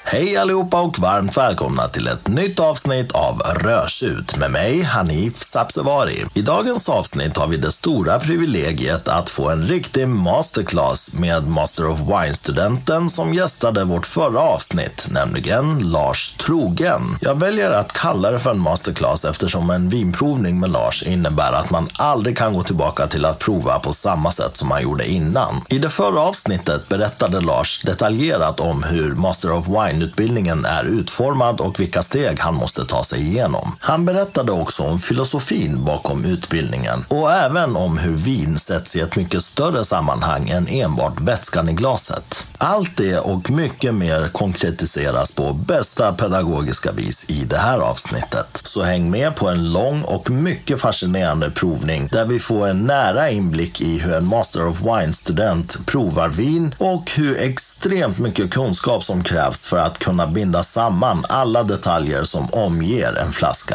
Hej allihopa och varmt välkomna till ett nytt avsnitt av Rörsut med mig, Hanif Sabsevari. I dagens avsnitt har vi det stora privilegiet att få en riktig masterclass med Master of Wine-studenten som gästade vårt förra avsnitt, nämligen Lars Trogen. Jag väljer att kalla det för en masterclass eftersom en vinprovning med Lars innebär att man aldrig kan gå tillbaka till att prova på samma sätt som man gjorde innan. I det förra avsnittet berättade Lars detaljerat om hur Master of Wine-utbildningen är utformad och vilka steg han måste ta sig igenom. Han berättade också om filosofin bakom utbildningen och även om hur vin sätts i ett mycket större sammanhang än enbart vätskan i glaset. Allt det och mycket mer konkretiseras på bästa pedagogiska vis i det här avsnittet. Så häng med på en lång och mycket fascinerande provning där vi får en nära inblick i hur en Master of Wine-student provar vin och hur extremt mycket kunskap som krävs för att kunna binda samman alla detaljer som omger en flaska.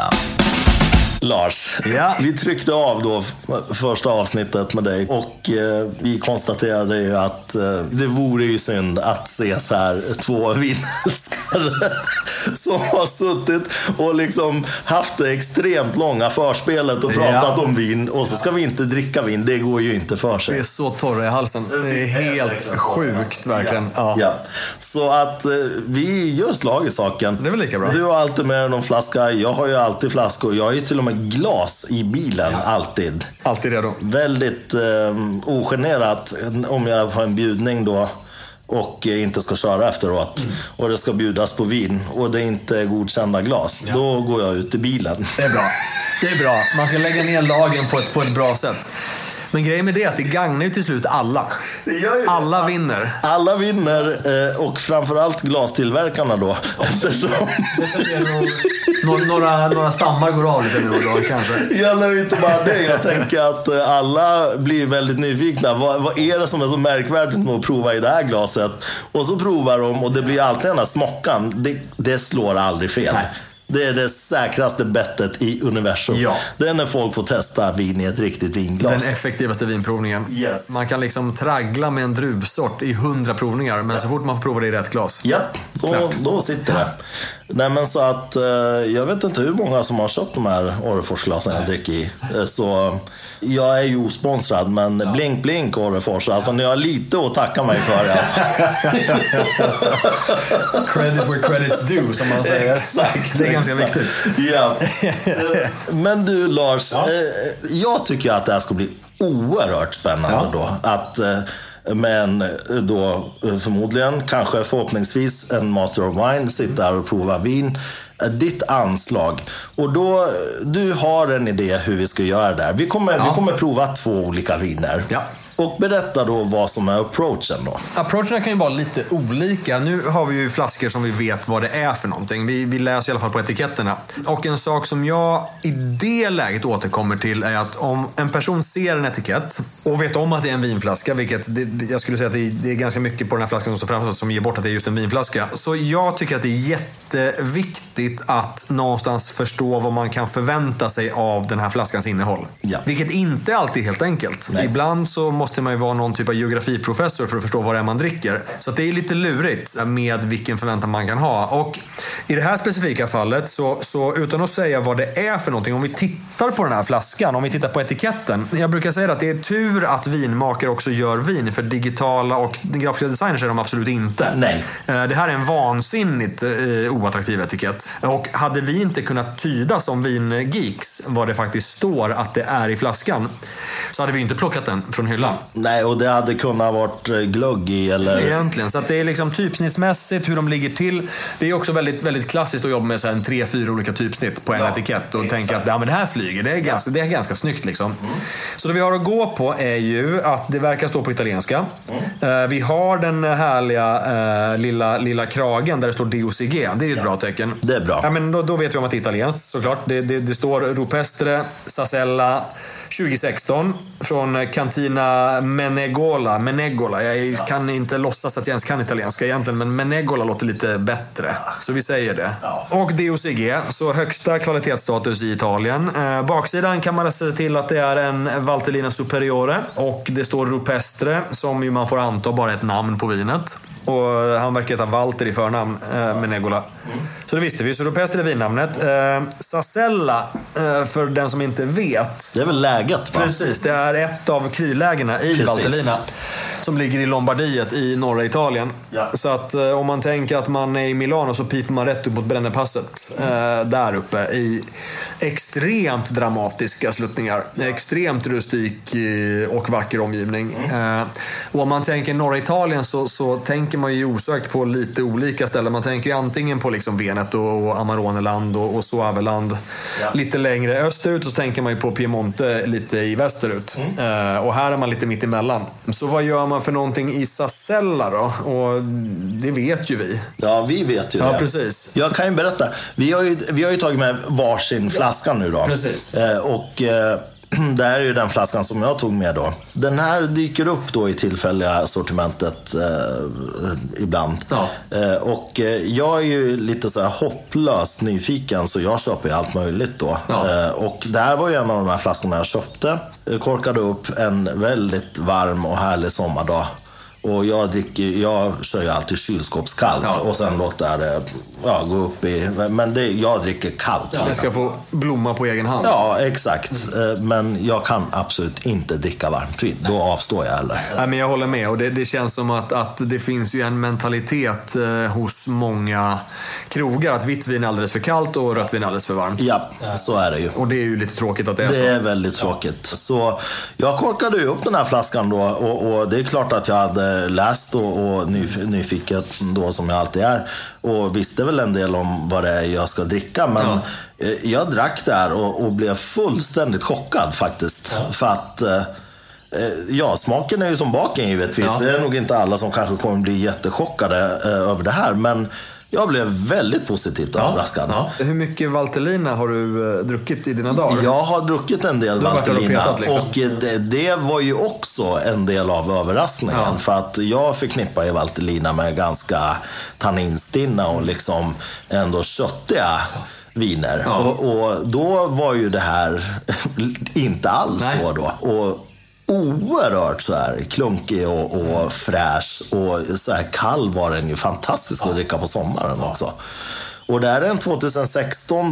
Lars, vi tryckte av då första avsnittet med dig och vi konstaterade ju att det vore ju synd att se så här två vinälskare som har suttit och liksom haft det extremt långa förspelet och pratat om vin och så ska vi inte dricka vin, det går ju inte för sig. Det är så torra i halsen, det är helt sjukt verkligen. Ja. Så att vi gör slag i saken. Det är väl lika bra. Du har alltid med någon flaska, jag har ju alltid flaskor, jag har ju till och med glas i bilen, alltid. Alltid redo. Väldigt ogenerat om jag har en bjudning då och inte ska köra efteråt och det ska bjudas på vin och det är inte godkända glas, då går jag ut i bilen. Det är bra. Det är bra. Man ska lägga ner lagen på ett bra sätt. Men grejen med det är att det gagnar ju till slut alla. Alla vinner. Alla vinner och framförallt glastillverkarna då. Eftersom... några stammar går av lite nu då kanske. Ja, nej, inte bara det. Jag tänker att alla blir väldigt nyfikna. Vad är det som är så märkvärdigt med att prova i det här glaset? Och så provar de och det blir alltid den här smockan. Det slår aldrig fel. Nej. Det är det säkraste bettet i universum. Ja. Det är när folk får testa vin i ett riktigt vinglas. Den effektivaste vinprovningen. Yes. Man kan liksom traggla med en druvsort i 100 provningar. Men så fort man får prova det i rätt glas. Ja, då sitter det. Nej, men så att jag vet inte hur många som har köpt de här Orrefors-glasen jag dricker i. Så jag är ju osponsrad, men blink blink Orrefors. Alltså ni har lite att tacka mig för. Credit where credit's due, som man säger. Exakt. Det är ganska viktigt. Ja. Men du Lars, jag tycker att det här ska bli oerhört spännande då. Att... Men då förmodligen, kanske förhoppningsvis en Master of Wine sitter här och provar vin. Ditt anslag. Och då, du har en idé hur vi ska göra där. Vi kommer prova 2 olika viner. Ja. Och berätta då vad som är approachen då. Approachen kan ju vara lite olika. Nu har vi ju flaskor som vi vet vad det är för någonting. Vi läser i alla fall på etiketterna. Och en sak som jag i det läget återkommer till är att om en person ser en etikett och vet om att det är en vinflaska, vilket jag skulle säga att det är ganska mycket på den här flaskan som står framför som ger bort att det är just en vinflaska. Så jag tycker att det är jätteviktigt att någonstans förstå vad man kan förvänta sig av den här flaskans innehåll. Ja. Vilket inte alltid är helt enkelt. Nej. Ibland så måste man ju vara någon typ av geografiprofessor för att förstå vad det är man dricker. Så att det är lite lurigt med vilken förväntan man kan ha. Och i det här specifika fallet så utan att säga vad det är för någonting, om vi tittar på den här flaskan, om vi tittar på etiketten. Jag brukar säga att det är tur att vinmakare också gör vin, för digitala och grafiska designers är de absolut inte. Nej. Det här är en vansinnigt oattraktiv etikett. Och hade vi inte kunnat tyda som vingeeks vad det faktiskt står att det är i flaskan, så hade vi inte plockat den från hyllan. Nej, och det hade kunnat varit glögg i eller... Egentligen, så att det är liksom typsnittsmässigt hur de ligger till. Det är också väldigt, väldigt klassiskt att jobba med så här 3-4 olika typsnitt på en etikett och tänka att men det här flyger, det är ganska snyggt liksom. Så det vi har att gå på är ju att det verkar stå på italienska. Vi har den härliga lilla kragen där det står DOCG. Det är ju ett bra tecken. Det är bra. Ja, men då vet vi om att det är italienskt såklart. Det står Rupestre Sasella 2016 från Cantina Menegola. Jag kan inte låtsas att jag ens kan italienska egentligen, men Menegola låter lite bättre. Så vi säger det. Och DOCG, så högsta kvalitetsstatus i Italien. Baksidan kan man läsa till att det är en Valtellina Superiore och det står Rupestre, som ju man får anta bara ett namn på vinet. Och han verkar heta Walter i förnamn, Menegola. Så det visste vi, så då pestade vi namnet. Sasella, för den som inte vet. Det är väl läget, va? Precis, det är ett av krylägena i Valtellina. Som ligger i Lombardiet i norra Italien. Ja. Så att om man tänker att man är i Milano så piper man rätt upp mot Brennepasset. Där uppe i extremt dramatiska sluttningar. Extremt rustik och vacker omgivning. Och om man tänker norra Italien så tänker man ju osökt på lite olika ställen. Man tänker ju antingen på liksom Veneto och Amaroneland och Suaveland. Ja. Lite längre österut, och så tänker man ju på Piemonte lite i västerut. Och här är man lite mitt emellan. Så vad gör man för någonting i Sasella då? Och det vet ju vi. Ja, vi vet ju det. Ja, precis. Jag kan ju berätta. Vi har ju tagit med varsin flaska nu då. Precis. Det här är ju den flaskan som jag tog med då. Den här dyker upp då i tillfälliga sortimentet ibland. Ja. Och jag är ju lite så här hopplöst nyfiken, så jag köper ju allt möjligt då. Ja. Och det här var ju en av de här flaskorna jag köpte. Jag korkade upp en väldigt varm och härlig sommardag. Och jag kör ju alltid kylskåpskallt, och sen låter det gå upp i... Men jag dricker kallt. Ja, det ska få blomma på egen hand. Ja, exakt. Men jag kan absolut inte dricka varmt vin. Då avstår jag heller. Nej, men jag håller med. Och det känns som att det finns ju en mentalitet hos många krogar att vitt vin är alldeles för kallt och rött vin är alldeles för varmt. Ja, så är det ju. Och det är ju lite tråkigt att det är så. Det är väldigt tråkigt. Så jag korkade ju upp den här flaskan då, och det är klart att jag hade läst och nyfiken då, som jag alltid är, och visste väl en del om vad det är jag ska dricka, men jag drack det här och blev fullständigt chockad faktiskt. För att smaken är ju som baken givetvis. Det är nog inte alla som kanske kommer bli jättechockade över det här, men jag blev väldigt positivt överraskad. Ja. Hur mycket Valtellina har du druckit i dina dagar? Jag har druckit en del Valtellina, liksom. Och det var ju också en del av överraskningen. Ja. För att jag förknippar ju Valtellina med ganska tanninstinna och liksom ändå köttiga viner. Ja. Och då var ju det här inte alls så då. Och oerhört så här klunkig och fräsch, och så här kall var den ju fantastisk att dricka på sommaren också. Och där är en 2016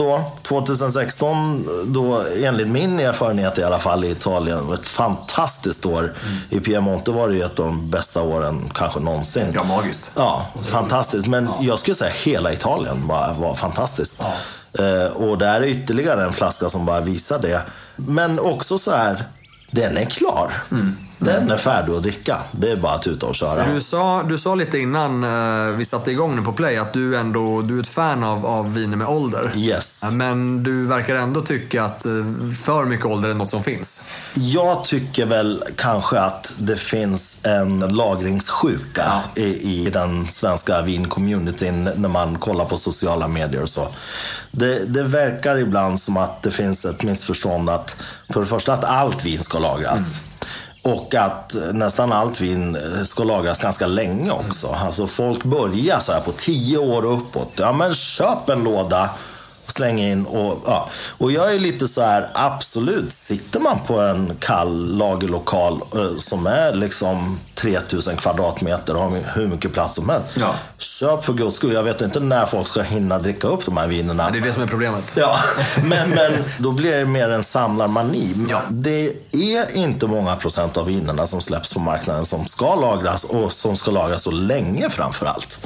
då, enligt min erfarenhet i alla fall i Italien, ett fantastiskt år. I Piemonte var det ju ett av de bästa åren kanske någonsin. Ja, magiskt. Ja, fantastiskt. Men jag skulle säga hela Italien var fantastiskt. Och där är ytterligare en flaska som bara visar det. Men också så här, den är klar. Den är färdig att dricka. Det är bara att ut och köra. Du sa lite innan vi satte igång nu på Play att du är ett fan av viner med ålder. Yes. Men du verkar ändå tycka att för mycket ålder är något som finns. Jag tycker väl kanske att det finns en lagringssjuka i den svenska vincommunityn när man kollar på sociala medier och så. Det verkar ibland som att det finns ett missförstånd att för det första att allt vin ska lagras. Och att nästan allt vin ska lagras ganska länge också. Alltså folk börjar så här på 10 år och uppåt. Ja, men köp en låda, släng in och jag är lite så här, absolut, sitter man på en kall lagerlokal som är liksom 3000 kvadratmeter och har hur mycket plats som helst. Ja. Köp för guds skull. Jag vet inte när folk ska hinna dricka upp de här vinerna. Ja, det är det som är problemet. Ja, men då blir det mer en samlarmani. Ja. Det är inte många procent av vinerna som släpps på marknaden som ska lagras och som ska lagras så länge framförallt.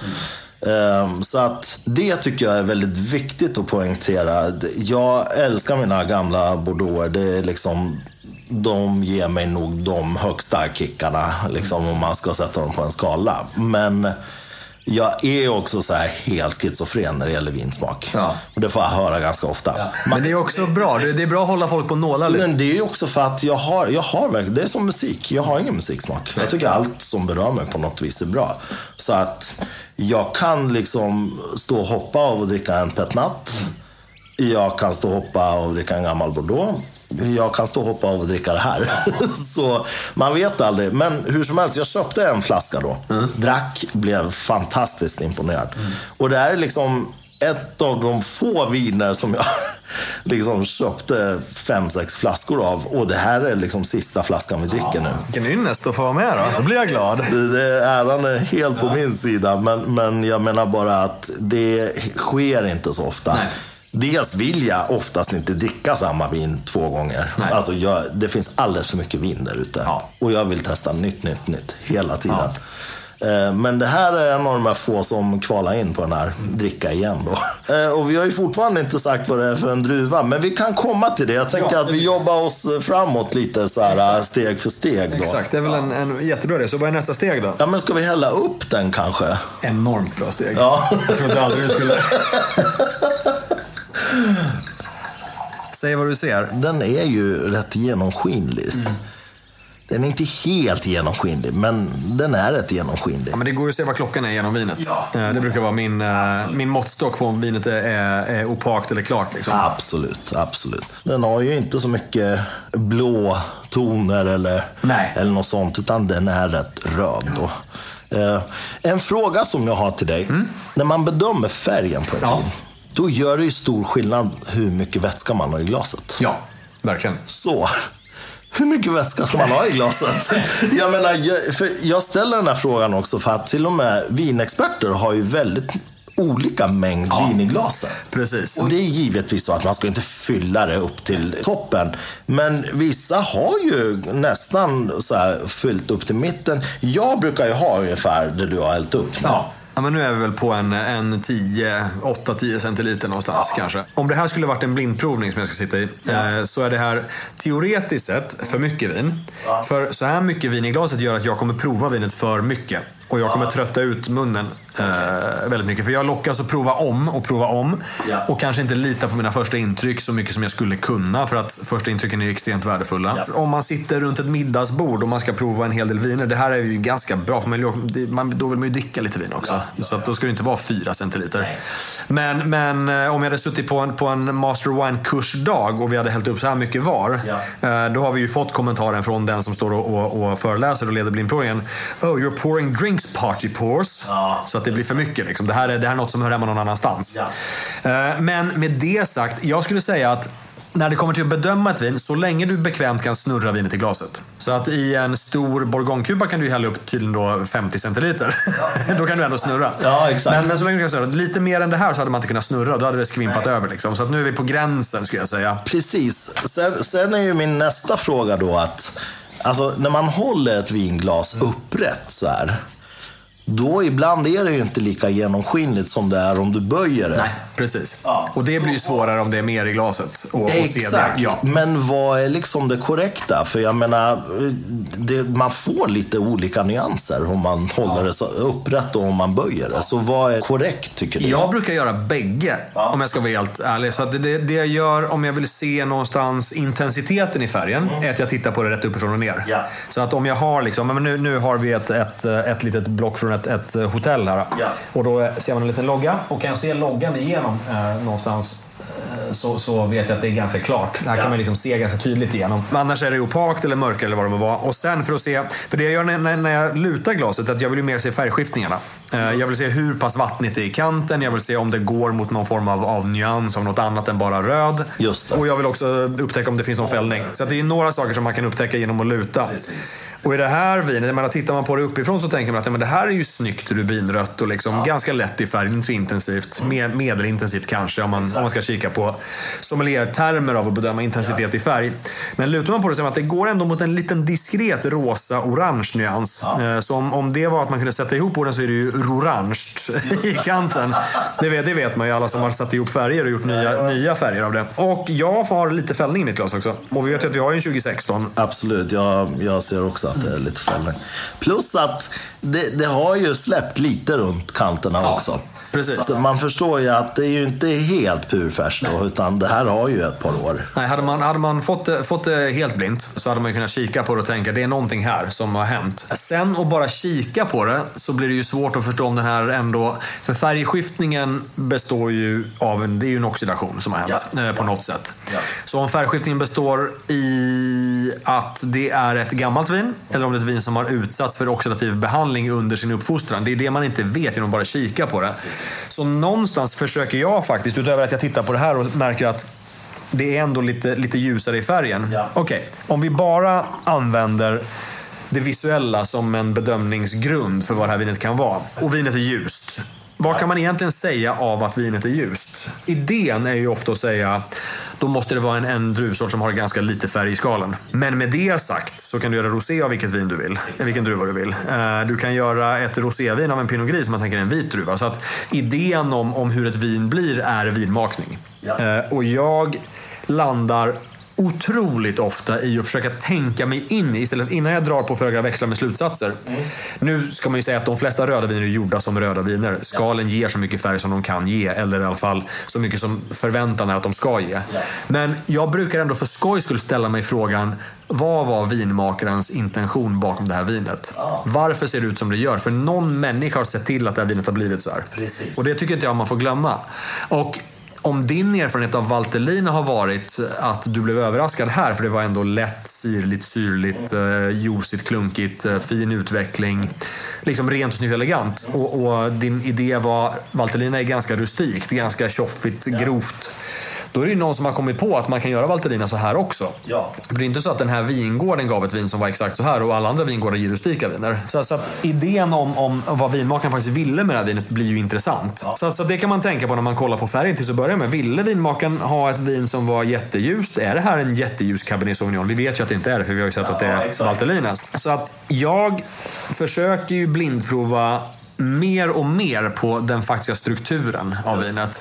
Så att det tycker jag är väldigt viktigt att poängtera. Jag älskar mina gamla Bordeaux. Det är liksom, de ger mig nog de högsta kickarna liksom, om man ska sätta dem på en skala. Men jag är också så här helt schizofren när det gäller vinsmak. Ja. Och det får jag höra ganska ofta. Ja. Men det är också bra. Det är bra att hålla folk på nålar lite. Men det är ju också för att jag har verkligen, det är som musik. Jag har ingen musiksmak. Jag tycker allt som berör mig på något vis är bra. Så att jag kan liksom stå och hoppa av och dricka en petnat. Jag kan stå och hoppa av och dricka en gammal Bordeaux. Jag kan stå och hoppa av och dricka det här. Så man vet aldrig. Men hur som helst, jag köpte en flaska då. Drack, blev fantastiskt imponerad. Och det är liksom ett av de få viner som jag liksom köpte 5-6 flaskor av. Och det här är liksom sista flaskan vi dricker nu. Vilken ynnest att få vara med då. Då blir jag glad. Äran är helt på min sida. Men jag menar bara att det sker inte så ofta. Nej. Dels vill jag oftast inte dricka samma vin 2 gånger. Nej. Alltså det finns alldeles för mycket vin där ute. Ja. Och jag vill testa nytt hela tiden. Ja. Men det här är en av de här få som kvalar in på den här dricka igen då. Och vi har ju fortfarande inte sagt vad det är för en druva, men vi kan komma till det. Jag tänker att vi jobbar oss framåt lite så här steg för steg då. Exakt, det är väl en jättebra det. Så vad är nästa steg då? Ja, men ska vi hälla upp den kanske? Enormt bra steg. Ja. Jag trodde aldrig du skulle... Säg vad du ser. Den är ju rätt genomskinlig. Den är inte helt genomskinlig, men den är rätt genomskinlig. Ja, men det går ju att se vad klockan är genom vinet. Ja. Det brukar vara min måttstock på om vinet är opakt eller klart. Liksom. Absolut. Den har ju inte så mycket blå toner eller något sånt, utan den är rätt röd då. En fråga som jag har till dig. När man bedömer färgen på ett vin, då gör det ju stor skillnad hur mycket vätska man har i glaset. Ja, verkligen. Så... hur mycket vätska ska man ha i glaset? Jag menar, jag ställer den här frågan också för att till och med vinexperter har ju väldigt olika mängd vin i glaset. Precis. Och det är givetvis så att man ska inte fylla det upp till toppen. Men vissa har ju nästan så här fyllt upp till mitten. Jag brukar ju ha ungefär det du har hällt upp. Ja, men nu är vi väl på en 8-10 centiliter någonstans kanske. Om det här skulle varit en blindprovning som jag ska sitta i, så är det här teoretiskt sett för mycket vin. För så här mycket vin i glaset gör att jag kommer prova vinet för mycket. Och jag kommer trötta ut munnen väldigt mycket. För jag lockas att prova om. Och kanske inte lita på mina första intryck så mycket som jag skulle kunna. För att första intrycken är extremt värdefulla. Om man sitter runt ett middagsbord och man ska prova en hel del viner. Det här är ju ganska bra. För då vill man ju dricka lite vin också. Så att då ska det inte vara 4 centiliter. Men om jag hade suttit på en Master Wine-kursdag och vi hade hällt upp så här mycket var. Då har vi ju fått kommentaren från den som står och föreläser och leder blindprovningen. Oh, you're pouring drinks party pours. Så att det blir för mycket liksom. Det här är något som hör hemma någon annanstans. Men med det sagt, jag skulle säga att när det kommer till att bedöma ett vin, så länge du bekvämt kan snurra vinet i glaset. Så att i en stor bourgognekupa kan du hälla upp tydligen då 50 centiliter. Då kan du ändå snurra. Ja, exakt. Men så länge du kan snurra, lite mer än det här så hade man inte kunnat snurra. Då hade det skvimpat över liksom. Så att nu är vi på gränsen, skulle jag säga. Precis. Sen är ju min nästa fråga då att alltså, när man håller ett vinglas upprätt så här, då ibland är det ju inte lika genomskinligt som det är om du böjer det. Nej, precis. Och det blir ju svårare om det är mer i glaset. Exakt, men vad är liksom det korrekta? För jag menar, man får lite olika nyanser om man håller det så upprätt och om man böjer det. Så vad är korrekt, tycker du? Jag brukar göra bägge, om jag ska vara helt ärlig. Så att det jag gör om jag vill se någonstans intensiteten i färgen är att jag tittar på det rätt uppifrån och ner. Så att om jag har liksom, men nu har vi ett litet block från ett hotell här. Och då ser man en liten logga. Och kan jag se loggan igenom någonstans så vet jag att det är ganska klart. Det här kan man liksom se ganska tydligt igenom. Men annars är det opakt eller mörkare eller vad det må vara. Och sen för att se, för det jag gör när jag lutar glaset, att jag vill ju mer se färgskiftningarna. Jag vill se hur pass vattnigt det är i kanten. Jag vill se om det går mot någon form av nyans av något annat än bara röd. Just det. Och jag vill också upptäcka om det finns någon fällning. Så att det är några saker som man kan upptäcka genom att luta. Precis. Och i det här vinet, tittar man på det uppifrån så tänker man att det här är ju snyggt rubinrött och liksom ganska lätt i färg, inte så intensivt. Medelintensivt kanske om man ska kika på sommeliertermer av att bedöma intensitet i färg. Men lutar man på det så att det går ändå mot en liten diskret rosa-orange nyans. Så om det var att man kunde sätta ihop orden så är det ju orange i kanten. Det vet man ju, alla som har satt ihop färger och gjort nya färger av det. Och jag har lite fällning i mitt glas också. Och vi vet att vi har en 2016. Absolut, jag ser också att det är lite fällning. Plus att det har ju släppt lite runt kanterna också. Precis. Så man förstår ju att det är ju inte helt purfärskt då, utan det här har ju ett par år. Nej, hade man fått det helt blint så hade man ju kunnat kika på det och tänka det är någonting här som har hänt. Sen att bara kika på det så blir det ju svårt att förstå om den här ändå, för färgskiftningen består ju av det är ju en oxidation som har hänt på något sätt. Så om färgskiftningen består i i att det är ett gammalt vin eller om det är ett vin som har utsatts för oxidativ behandling under sin uppfostran. Det är det man inte vet genom att bara kika på det. Så någonstans försöker jag faktiskt, utöver att jag tittar på det här och märker att det är ändå lite ljusare i färgen. Ja. Okej, om vi bara använder det visuella som en bedömningsgrund för vad det här vinet kan vara. Och vinet är ljust. Vad kan man egentligen säga av att vinet är ljust? Idén är ju ofta att säga då måste det vara en druvsort som har ganska lite färg i skalen. Men med det sagt så kan du göra rosé av vilket vin du vill. Vilken druva du vill. Du kan göra ett rosévin av en Pinot Gris som man tänker är en vit druva. Så att idén om hur ett vin blir är vinmakning. Ja. Och jag landar otroligt ofta i att försöka tänka mig in istället innan jag drar på för att växla med slutsatser. Nu ska man ju säga att de flesta röda viner är gjorda som röda viner. Skalen ger så mycket färg som de kan ge, eller i alla fall så mycket som förväntan är att de ska ge. Men jag brukar ändå för skoj skulle ställa mig frågan: vad var vinmakarens intention bakom det här vinet? Varför ser det ut som det gör? För någon människa har sett till att det här vinet har blivit så här. Precis. Och det tycker inte jag man får glömma. Och om din erfarenhet av Valtellina har varit att du blev överraskad här, för det var ändå lätt, syrligt, juicigt, klunkigt, fin utveckling, liksom rent och snyggt elegant. Och din idé var, Valtellina är ganska rustikt, ganska tjoffigt, grovt. Då är det ju någon som har kommit på att man kan göra Valtellina så här också. Ja. Det är inte så att den här vingården gav ett vin som var exakt så här och alla andra vingårdar ger rustika viner. Så att idén om vad vinmakaren faktiskt ville med det här vinet blir ju intressant. Ja. Så det kan man tänka på när man kollar på färgen till att börja med. Ville vinmakaren ha ett vin som var jätteljust? Är det här en jätteljus Cabernet Sauvignon? Vi vet ju att det inte är det, för vi har ju sett att det är Valtellina. Så att jag försöker ju blindprova mer och mer på den faktiska strukturen av vinet.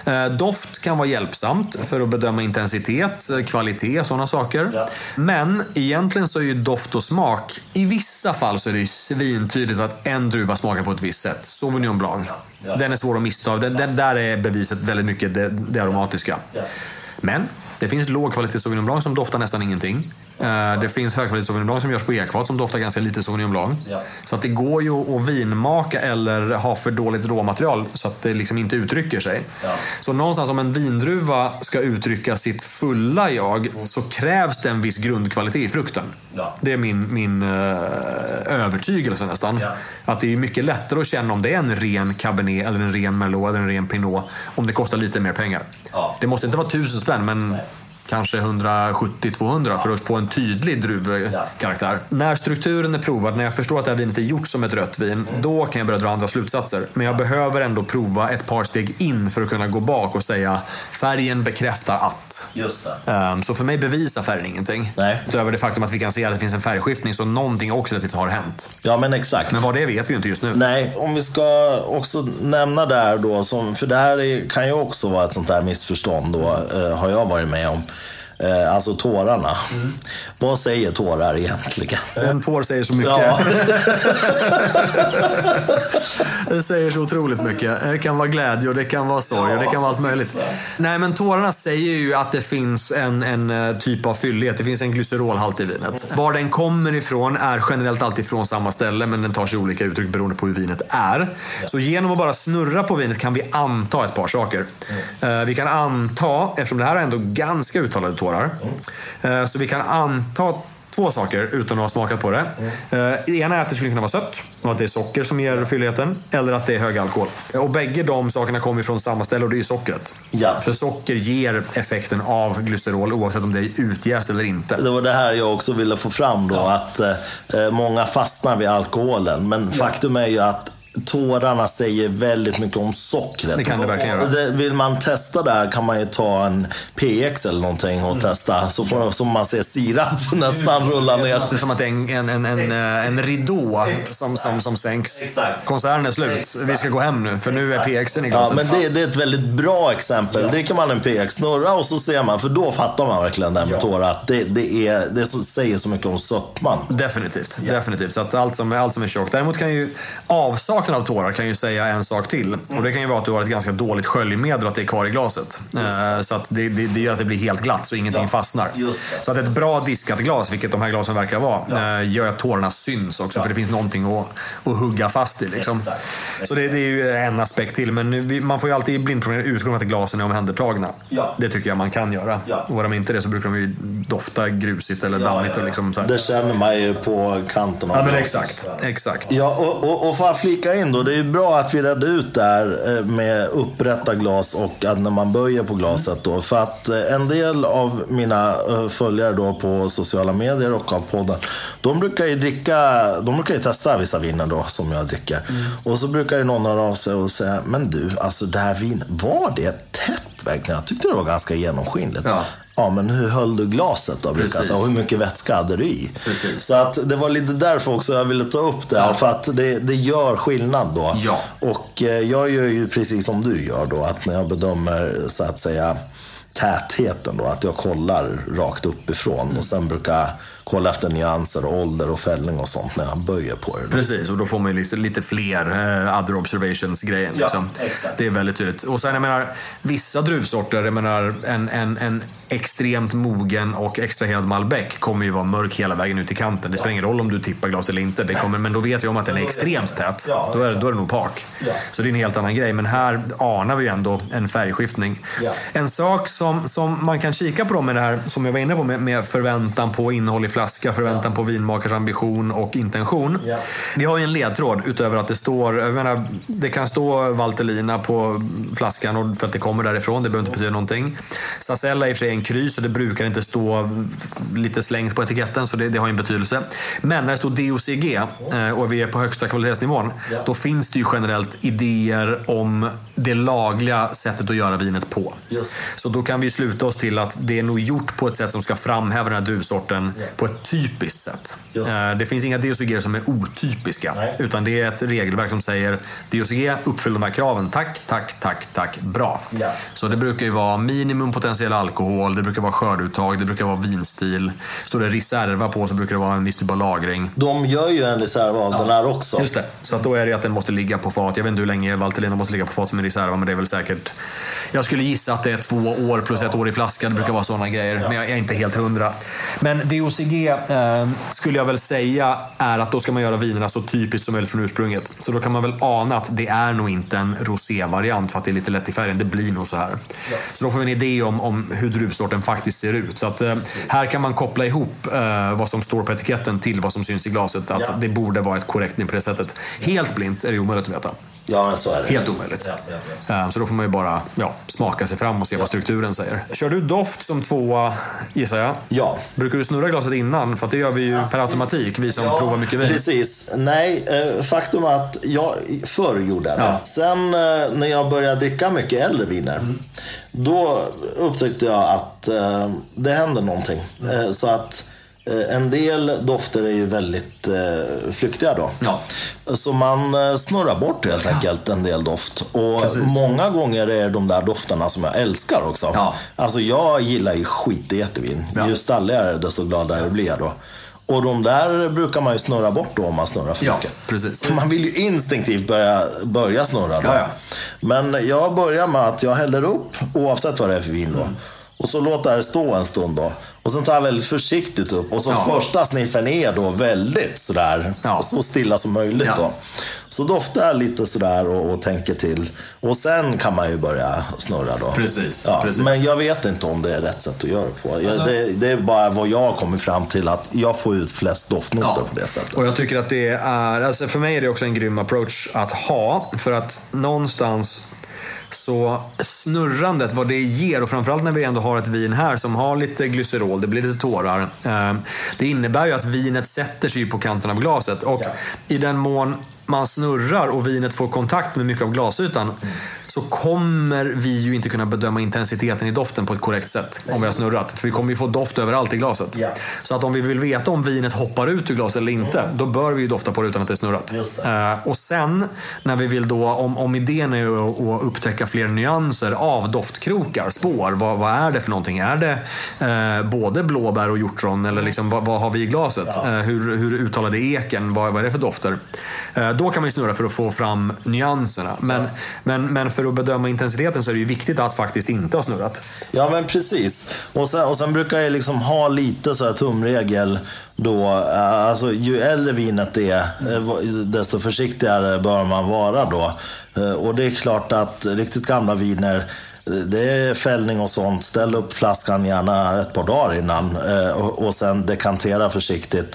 Doft kan vara hjälpsamt för att bedöma intensitet, kvalitet, sådana saker. Ja. Men egentligen så är ju doft och smak, i vissa fall så är det ju svintydligt att en druva smakar på ett visst sätt. Sauvignon Blanc. Ja. Den är svår att missta. Den där är beviset väldigt mycket det aromatiska. Ja. Men det finns lågkvalitet Sauvignon Blanc som doftar nästan ingenting. Det finns högkvalitet Sauvignon Blanc som görs på ekfat som doftar ganska lite Sauvignon Blanc. Ja. Så att det går ju att vinmaka eller ha för dåligt råmaterial så att det liksom inte uttrycker sig. Ja. Så någonstans om en vindruva ska uttrycka sitt fulla jag så krävs det en viss grundkvalitet i frukten. Ja. Det är min övertygelse nästan. Ja. Att det är mycket lättare att känna om det är en ren Cabernet eller en ren Merlot eller en ren Pinot om det kostar lite mer pengar. Ja. Det måste inte vara 1000 spänn, men kanske 170-200 för att få en tydlig druvkaraktär. När strukturen är provad, när jag förstår att det här vinet är gjort som ett rött vin, då kan jag börja dra andra slutsatser. Men jag behöver ändå prova ett par steg in för att kunna gå bak och säga färgen bekräftar att. Just det. Så för mig bevisar färgen ingenting. Nej. Utöver det faktum att vi kan se att det finns en färgskiftning, så någonting oxidativt har hänt. Ja, men exakt. Men vad det vet vi ju inte just nu. Nej, om vi ska också nämna där då, för det här kan ju också vara ett sånt där missförstånd då, har jag varit med om. Alltså tårarna. Vad säger tårar egentligen? En tår säger så mycket. Ja. Det säger så otroligt mycket. Det kan vara glädje och det kan vara sorg och det kan vara allt möjligt. Nej, men tårarna säger ju att det finns en typ av fyllighet. Det finns en glycerolhalt i vinet. Var den kommer ifrån är generellt alltid från samma ställe, men den tar sig olika uttryck beroende på hur vinet är. Så genom att bara snurra på vinet kan vi anta ett par saker. Vi kan anta, eftersom det här är ändå ganska uttalade tårar, så vi kan anta två saker utan att ha smakat på det. Det ena är att det skulle kunna vara sött, och att det är socker som ger fylligheten, eller att det är hög alkohol. Och bägge de sakerna kommer från samma ställe, och det är sockret. Ja. För socker ger effekten av glycerol oavsett om det är utjäst eller inte. Det var det här jag också ville få fram då, att många fastnar vid alkoholen, men faktum är ju att tårarna säger väldigt mycket om sockret. Det kan det verkligen göra. Vill man testa där kan man ju ta en PX eller någonting och testa. Så får som man ser sirap nästan rulla ner. Det är som att det är en ridå som sänks. Exakt. Konserten är slut. Exakt. Vi ska gå hem nu, för nu är PXen i glaset. Ja, men det är ett väldigt bra exempel. Dricker man en PX, snurra och så ser man, för då fattar man verkligen det med tårar. Att det säger så mycket om sötman. Definitivt. Så att allt som är tjockt. Däremot kan ju avsaka avsaknad av tårar kan ju säga en sak till. Och det kan ju vara att du har ett ganska dåligt sköljmedel och att det är kvar i glaset. Så att det gör att det blir helt glatt så ingenting fastnar. Så att ett bra diskat glas, vilket de här glasen verkar vara, gör att tårarna syns också. För det finns någonting att hugga fast i liksom. Så det är ju en aspekt till. Men man får ju alltid i blindprovningen utgå från att glasen är omhändertagna. Det tycker jag man kan göra. Och var de inte det så brukar de ju dofta grusigt eller dammigt. Och liksom så här. Det känner man ju på kanten av glaset. Exakt. Ja, och för att flika in då, det är ju bra att vi redde ut där med upprätta glas och att när man böjer på glaset då. För att en del av mina följare då på sociala medier och av podden, de brukar ju testa vissa viner då som jag dricker. Och så brukar ju någon höra av sig och säga, men du, alltså det här vin, var det tätt verkligen? Jag tyckte det var ganska genomskinligt. Ja, men hur höll du glaset då? Och hur mycket vätska hade du i? Så att det var lite därför också jag ville ta upp det här. För att det gör skillnad då. Och jag gör ju precis som du gör då. Att när jag bedömer så att säga tätheten då, att jag kollar rakt uppifrån och sen brukar jag kolla efter nyanser, ålder och fällning och sånt när jag böjer på det. Precis, och då får man ju lite fler other observations-grejer liksom. Det är väldigt tydligt. Och sen jag menar, vissa druvsorter, jag menar en extremt mogen och extraherad Malbec kommer ju vara mörk hela vägen ut i kanten. Det spelar ingen roll om du tippar glas eller inte. Men då vet vi om att den är extremt tät. Då är det nog pak. Så det är en helt annan grej. Men här anar vi ju ändå en färgskiftning. En sak som man kan kika på då med det här, som jag var inne på med förväntan på innehåll i flaska, förväntan på vinmakars ambition och intention. Vi har ju en ledtråd utöver att det står, jag menar, det kan stå Valtellina på flaskan och för att det kommer därifrån, det behöver inte betyda någonting. Sassella är i och för sig en kryss och det brukar inte stå lite slängt på etiketten, så det har en betydelse. Men när det står DOCG och vi är på högsta kvalitetsnivån, då finns det ju generellt idéer om det lagliga sättet att göra vinet på. Så då kan vi sluta oss till att det är nog gjort på ett sätt som ska framhäva den här druvsorten på ett typiskt sätt. Det finns inga DOCG som är otypiska, utan det är ett regelverk som säger DOCG uppfyller de här kraven. Tack, bra. Så det brukar ju vara minimum potentiell alkohol, det brukar vara skörduttag, det brukar vara vinstil. Står det reserva på så brukar det vara en viss typ av lagring. De gör ju en reserva av den här också. Just det, så att då är det att den måste ligga på fat. Jag vet inte hur länge Valtellina måste ligga på fat som en reserva, men det är väl säkert, jag skulle gissa att det är 2 år plus 1 år i flaskan. Det brukar vara sådana grejer, men jag är inte helt 100. Men DOCG skulle jag väl säga är att då ska man göra vinerna så typiskt som möjligt från ursprunget. Så då kan man väl ana att det är nog inte en rosé-variant för att det är lite lätt i färgen. Det blir nog så här. Så då får vi en idé om hur druvsorten faktiskt ser ut. Så att här kan man koppla ihop vad som står på etiketten till vad som syns i glaset. Att det borde vara ett korrekt på det sättet. Helt blint är det omöjligt att veta. Ja, men så är det. Helt omöjligt. Så då får man ju bara smaka sig fram och se vad strukturen säger. Kör du doft som 2, gissar jag? Ja. Brukar du snurra glaset innan? För att det gör vi ju per automatik, vi som provar mycket vin. Precis. Nej, faktum är att jag förr gjorde det. Sen när jag började dricka mycket äldre viner, då upptäckte jag att det händer någonting. Så att en del dofter är ju väldigt flyktiga då. Så man snurrar bort helt enkelt en del doft. Och många gånger är de där dofterna som jag älskar också. Alltså jag gillar ju jättevin. Ju stalligare desto gladare blir jag då. Och de där brukar man ju snurra bort då om man snurrar för mycket. Precis. Så man vill ju instinktivt börja snurra då. Men jag börjar med att jag häller upp oavsett vad det är för vin då. Och så låter det stå en stund då. Och sen tar jag väldigt försiktigt upp. Och så första sniffen är då väldigt sådär, så stilla som möjligt då. Så doftar jag lite sådär och tänker till. Och sen kan man ju börja snurra då. Precis. Men jag vet inte om det är rätt sätt att göra det på. Det är bara vad jag har kommit fram till, att jag får ut flest doftnoter på det sättet. Och jag tycker att det är, alltså för mig är det också en grym approach att ha. För att någonstans så snurrandet, vad det ger, och framförallt när vi ändå har ett vin här som har lite glycerol, det blir lite tårar, det innebär ju att vinet sätter sig på kanten av glaset. Och i den mån man snurrar och vinet får kontakt med mycket av glasytan, så kommer vi ju inte kunna bedöma intensiteten i doften på ett korrekt sätt om vi har snurrat. För vi kommer ju få doft överallt i glaset. Ja. Så att om vi vill veta om vinet hoppar ut ur glaset eller inte, då bör vi ju dofta på det utan att det är snurrat. Och sen när vi vill då, om idén är att upptäcka fler nyanser av doftkrokar, spår, vad är det för någonting? Är det både blåbär och hjortron, eller liksom, vad har vi i glaset? Hur uttalade eken? Vad är det för dofter? Då kan man ju snurra för att få fram nyanserna. Men för att bedöma intensiteten så är det ju viktigt att faktiskt inte ha snurrat. Ja, men precis. Och sen brukar jag liksom ha lite så här tumregel då, alltså ju äldre vinet är, desto försiktigare bör man vara då. Och det är klart att riktigt gamla viner, det är fällning och sånt. Ställ upp flaskan gärna ett par dagar innan och sen dekantera försiktigt.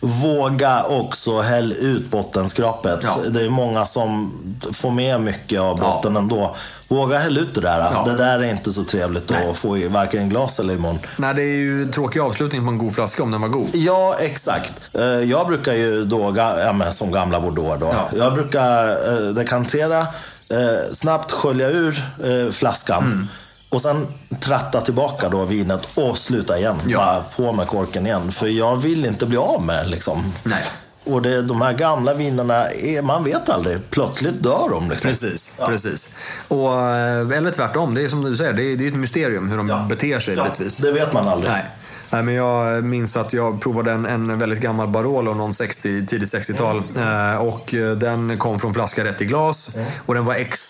Våga också häll ut bottenskrapet. Ja. Det är många som får med mycket av botten ändå. Våga häll ut det där. Ja. Det där är inte så trevligt att få i varken glas eller i mun. Nej, det är ju en tråkig avslutning på en god flaska om den var god. Ja, exakt. Jag brukar ju då, som gamla Bordeaux då. Ja. Jag brukar dekantera, snabbt skölja ur flaskan och sen tratta tillbaka då vinet och sluta igen. Bara på med korken igen. För jag vill inte bli av med liksom. Nej. Och de här gamla vinerna, man vet aldrig. Plötsligt dör de liksom. Precis. Och, eller tvärtom, det är som du säger, det är ett mysterium hur de beter sig givetvis. Det vet man aldrig. Nej, men jag minns att jag provade en väldigt gammal Barolo någon tidigt 60-tal och den kom från flaska rätt i glas och den var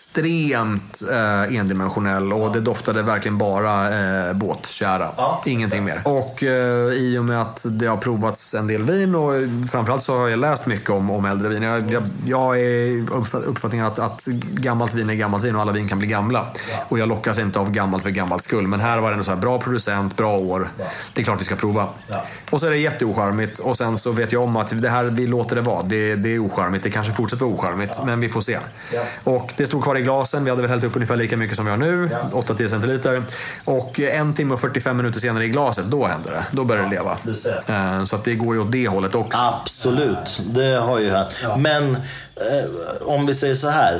extremt endimensionell och det doftade verkligen bara båtkära, ingenting mer. Och i och med att det har provats en del vin och framförallt så har jag läst mycket om äldre vin. Jag är uppfattningen att gammalt vin är gammalt vin och alla vin kan bli gamla. Och jag lockas inte av gammalt för gammalt skull, men här var det en så här bra producent, bra år. Det är klart vi ska prova. Och så är det jätteocharmigt och sen så vet jag om att det här, vi låter det vara. Det är ocharmigt, det kanske fortsätter vara ocharmigt, men vi får se. Och det stod kvar i glasen, vi hade väl hällt upp ungefär lika mycket som vi har nu, 8-10 centiliter. Och 1 timme och 45 minuter senare i glaset, då händer det. Då börjar det leva. Så att det går ju åt det hållet också. Absolut, det har ju hänt. Men om vi säger så här,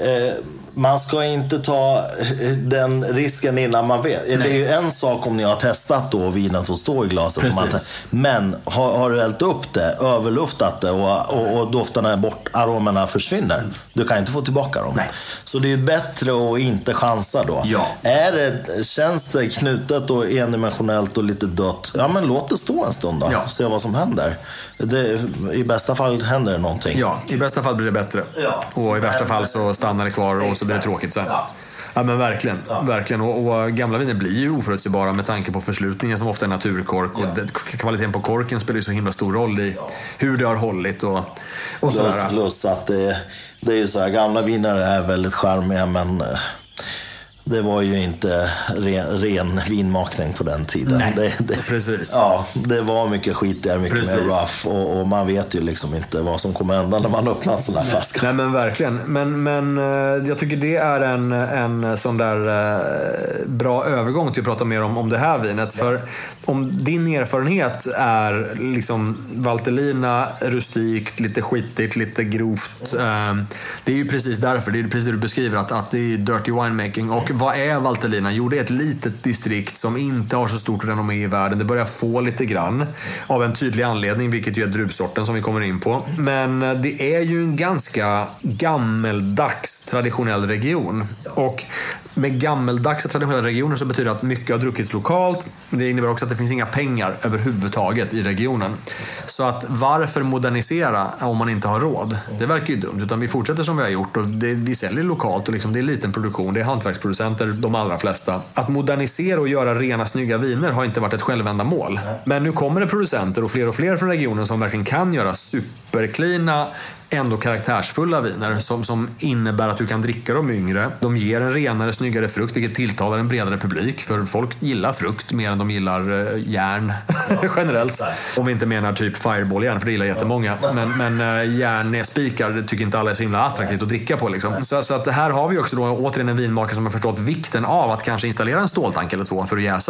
man ska inte ta den risken innan man vet. Nej. Det är ju en sak om ni har testat då vinet som står i glaset. Men har du hällt upp det, överluftat det och dofterna är bort, aromerna försvinner. Du kan inte få tillbaka dem. Nej. Så det är ju bättre att inte chansa då. Ja. Känns det knutet och endimensionellt och lite dött, ja men låt det stå en stund då. Ja. Se vad som händer. I bästa fall händer det någonting. Ja, i bästa fall blir det bättre. Ja. Och i värsta fall så stannar det kvar och så blir det tråkigt sen. Ja, men verkligen. Och gamla viner blir ju oförutsägbara med tanke på förslutningen som ofta är naturkork. Och kvaliteten på korken spelar ju så himla stor roll i hur det har hållit och sådär. Plus att det är ju så här, gamla viner är väldigt charmiga, men det var ju inte ren vinmakning på den tiden. Nej, precis. Ja, det var mycket skit där, mycket mer rough. Och man vet ju liksom inte vad som kommer hända när man öppnar en sån här flaska. Nej, men verkligen. Men jag tycker det är en sån där bra övergång till att prata mer om det här vinet. För om din erfarenhet är liksom Valtellina, rustikt, lite skitigt, lite grovt. Det är ju precis därför, det är precis det du beskriver, att det är dirty winemaking. Och vad är Valtellina? Jo, det är ett litet distrikt som inte har så stort renommé i världen. Det börjar få lite grann av en tydlig anledning, vilket ju är druvsorten som vi kommer in på. Men det är ju en ganska gammeldags traditionell region. Och med gammeldags traditionella regioner så betyder det att mycket har druckits lokalt. Men det innebär också att det finns inga pengar överhuvudtaget i regionen. Så att varför modernisera om man inte har råd? Det verkar ju dumt. Utan vi fortsätter som vi har gjort. Och vi säljer lokalt och liksom det är liten produktion. Det är hantverksproducenter, de allra flesta. Att modernisera och göra rena, snygga viner har inte varit ett självändamål. Men nu kommer det producenter och fler från regionen som verkligen kan göra superklina, ändå karaktärsfulla viner som innebär att du kan dricka dem yngre. De ger en renare, snyggare frukt, vilket tilltalar en bredare publik. För folk gillar frukt mer än de gillar järn generellt. Om vi inte menar typ fireball-järn, för det gillar jättemånga. Men järnspikar tycker inte alla är så himla attraktivt att dricka på liksom. Så att här har vi också då återigen en vinmakare som har förstått vikten av att kanske installera en ståltank eller två för att jäsa i.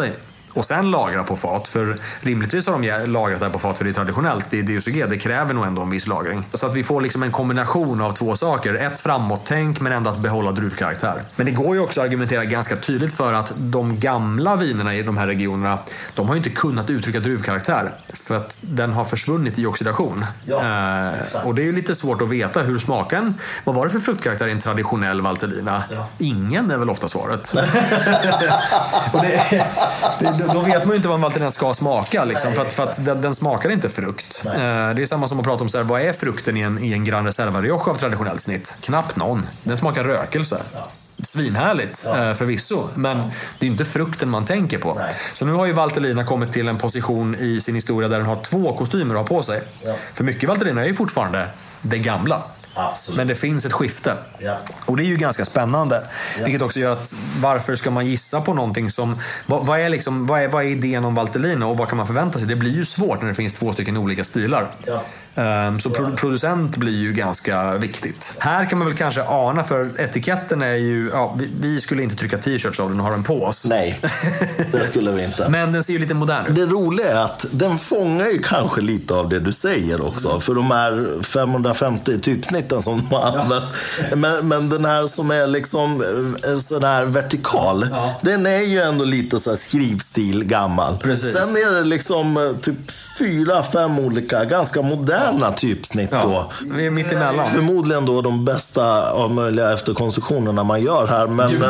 och sen lagra på fat. För rimligtvis har de lagrat det på fat, för det är traditionellt. Det är DOCG, det kräver nog ändå en viss lagring. Så att vi får liksom en kombination av två saker. Ett framåt-tänk, men ändå att behålla druvkaraktär. Men det går ju också att argumentera ganska tydligt för att de gamla vinerna i de här regionerna, de har ju inte kunnat uttrycka druvkaraktär. För att den har försvunnit i oxidation. Och det är ju lite svårt att veta hur smaken. Vad var det för fruktkaraktär i en traditionell Valtellina? Ja. Ingen är väl ofta svaret. Och då vet man ju inte vad en Valtellina ska smaka liksom, för att den smakar inte frukt. Det är samma som att prata om så här, vad är frukten i en Gran Reserva Rioja av traditionellt snitt? Knappt någon. Den smakar rökelse. Svinhärligt förvisso, men det är ju inte frukten man tänker på. Nej. Så nu har ju Valtellina kommit till en position i sin historia där den har 2 kostymer att ha på sig. För mycket Valtellina är ju fortfarande det gamla. Absolut. Men det finns ett skifte. Och det är ju ganska spännande. Vilket också gör att varför ska man gissa på någonting som... Vad är idén om Valtellina och vad kan man förvänta sig? Det blir ju svårt när det finns 2 stycken olika stilar. Så producent blir ju ganska viktigt. Här kan man väl kanske ana, för etiketten är ju... vi skulle inte trycka t-shirts av den och ha den på oss. Nej, det skulle vi inte. Men den ser ju lite modern ut. Det roliga är att den fångar ju kanske lite av det du säger också. För de här 550 typsnitten som de har använt. Men den här som är liksom sån här vertikal, den är ju ändå lite så här skrivstil gammal. Precis. Sen är det liksom typ 4-5 olika ganska moderna typsnitt då. Vi är mitt emellan. Förmodligen då de bästa av möjliga efterkonstruktionerna man gör här.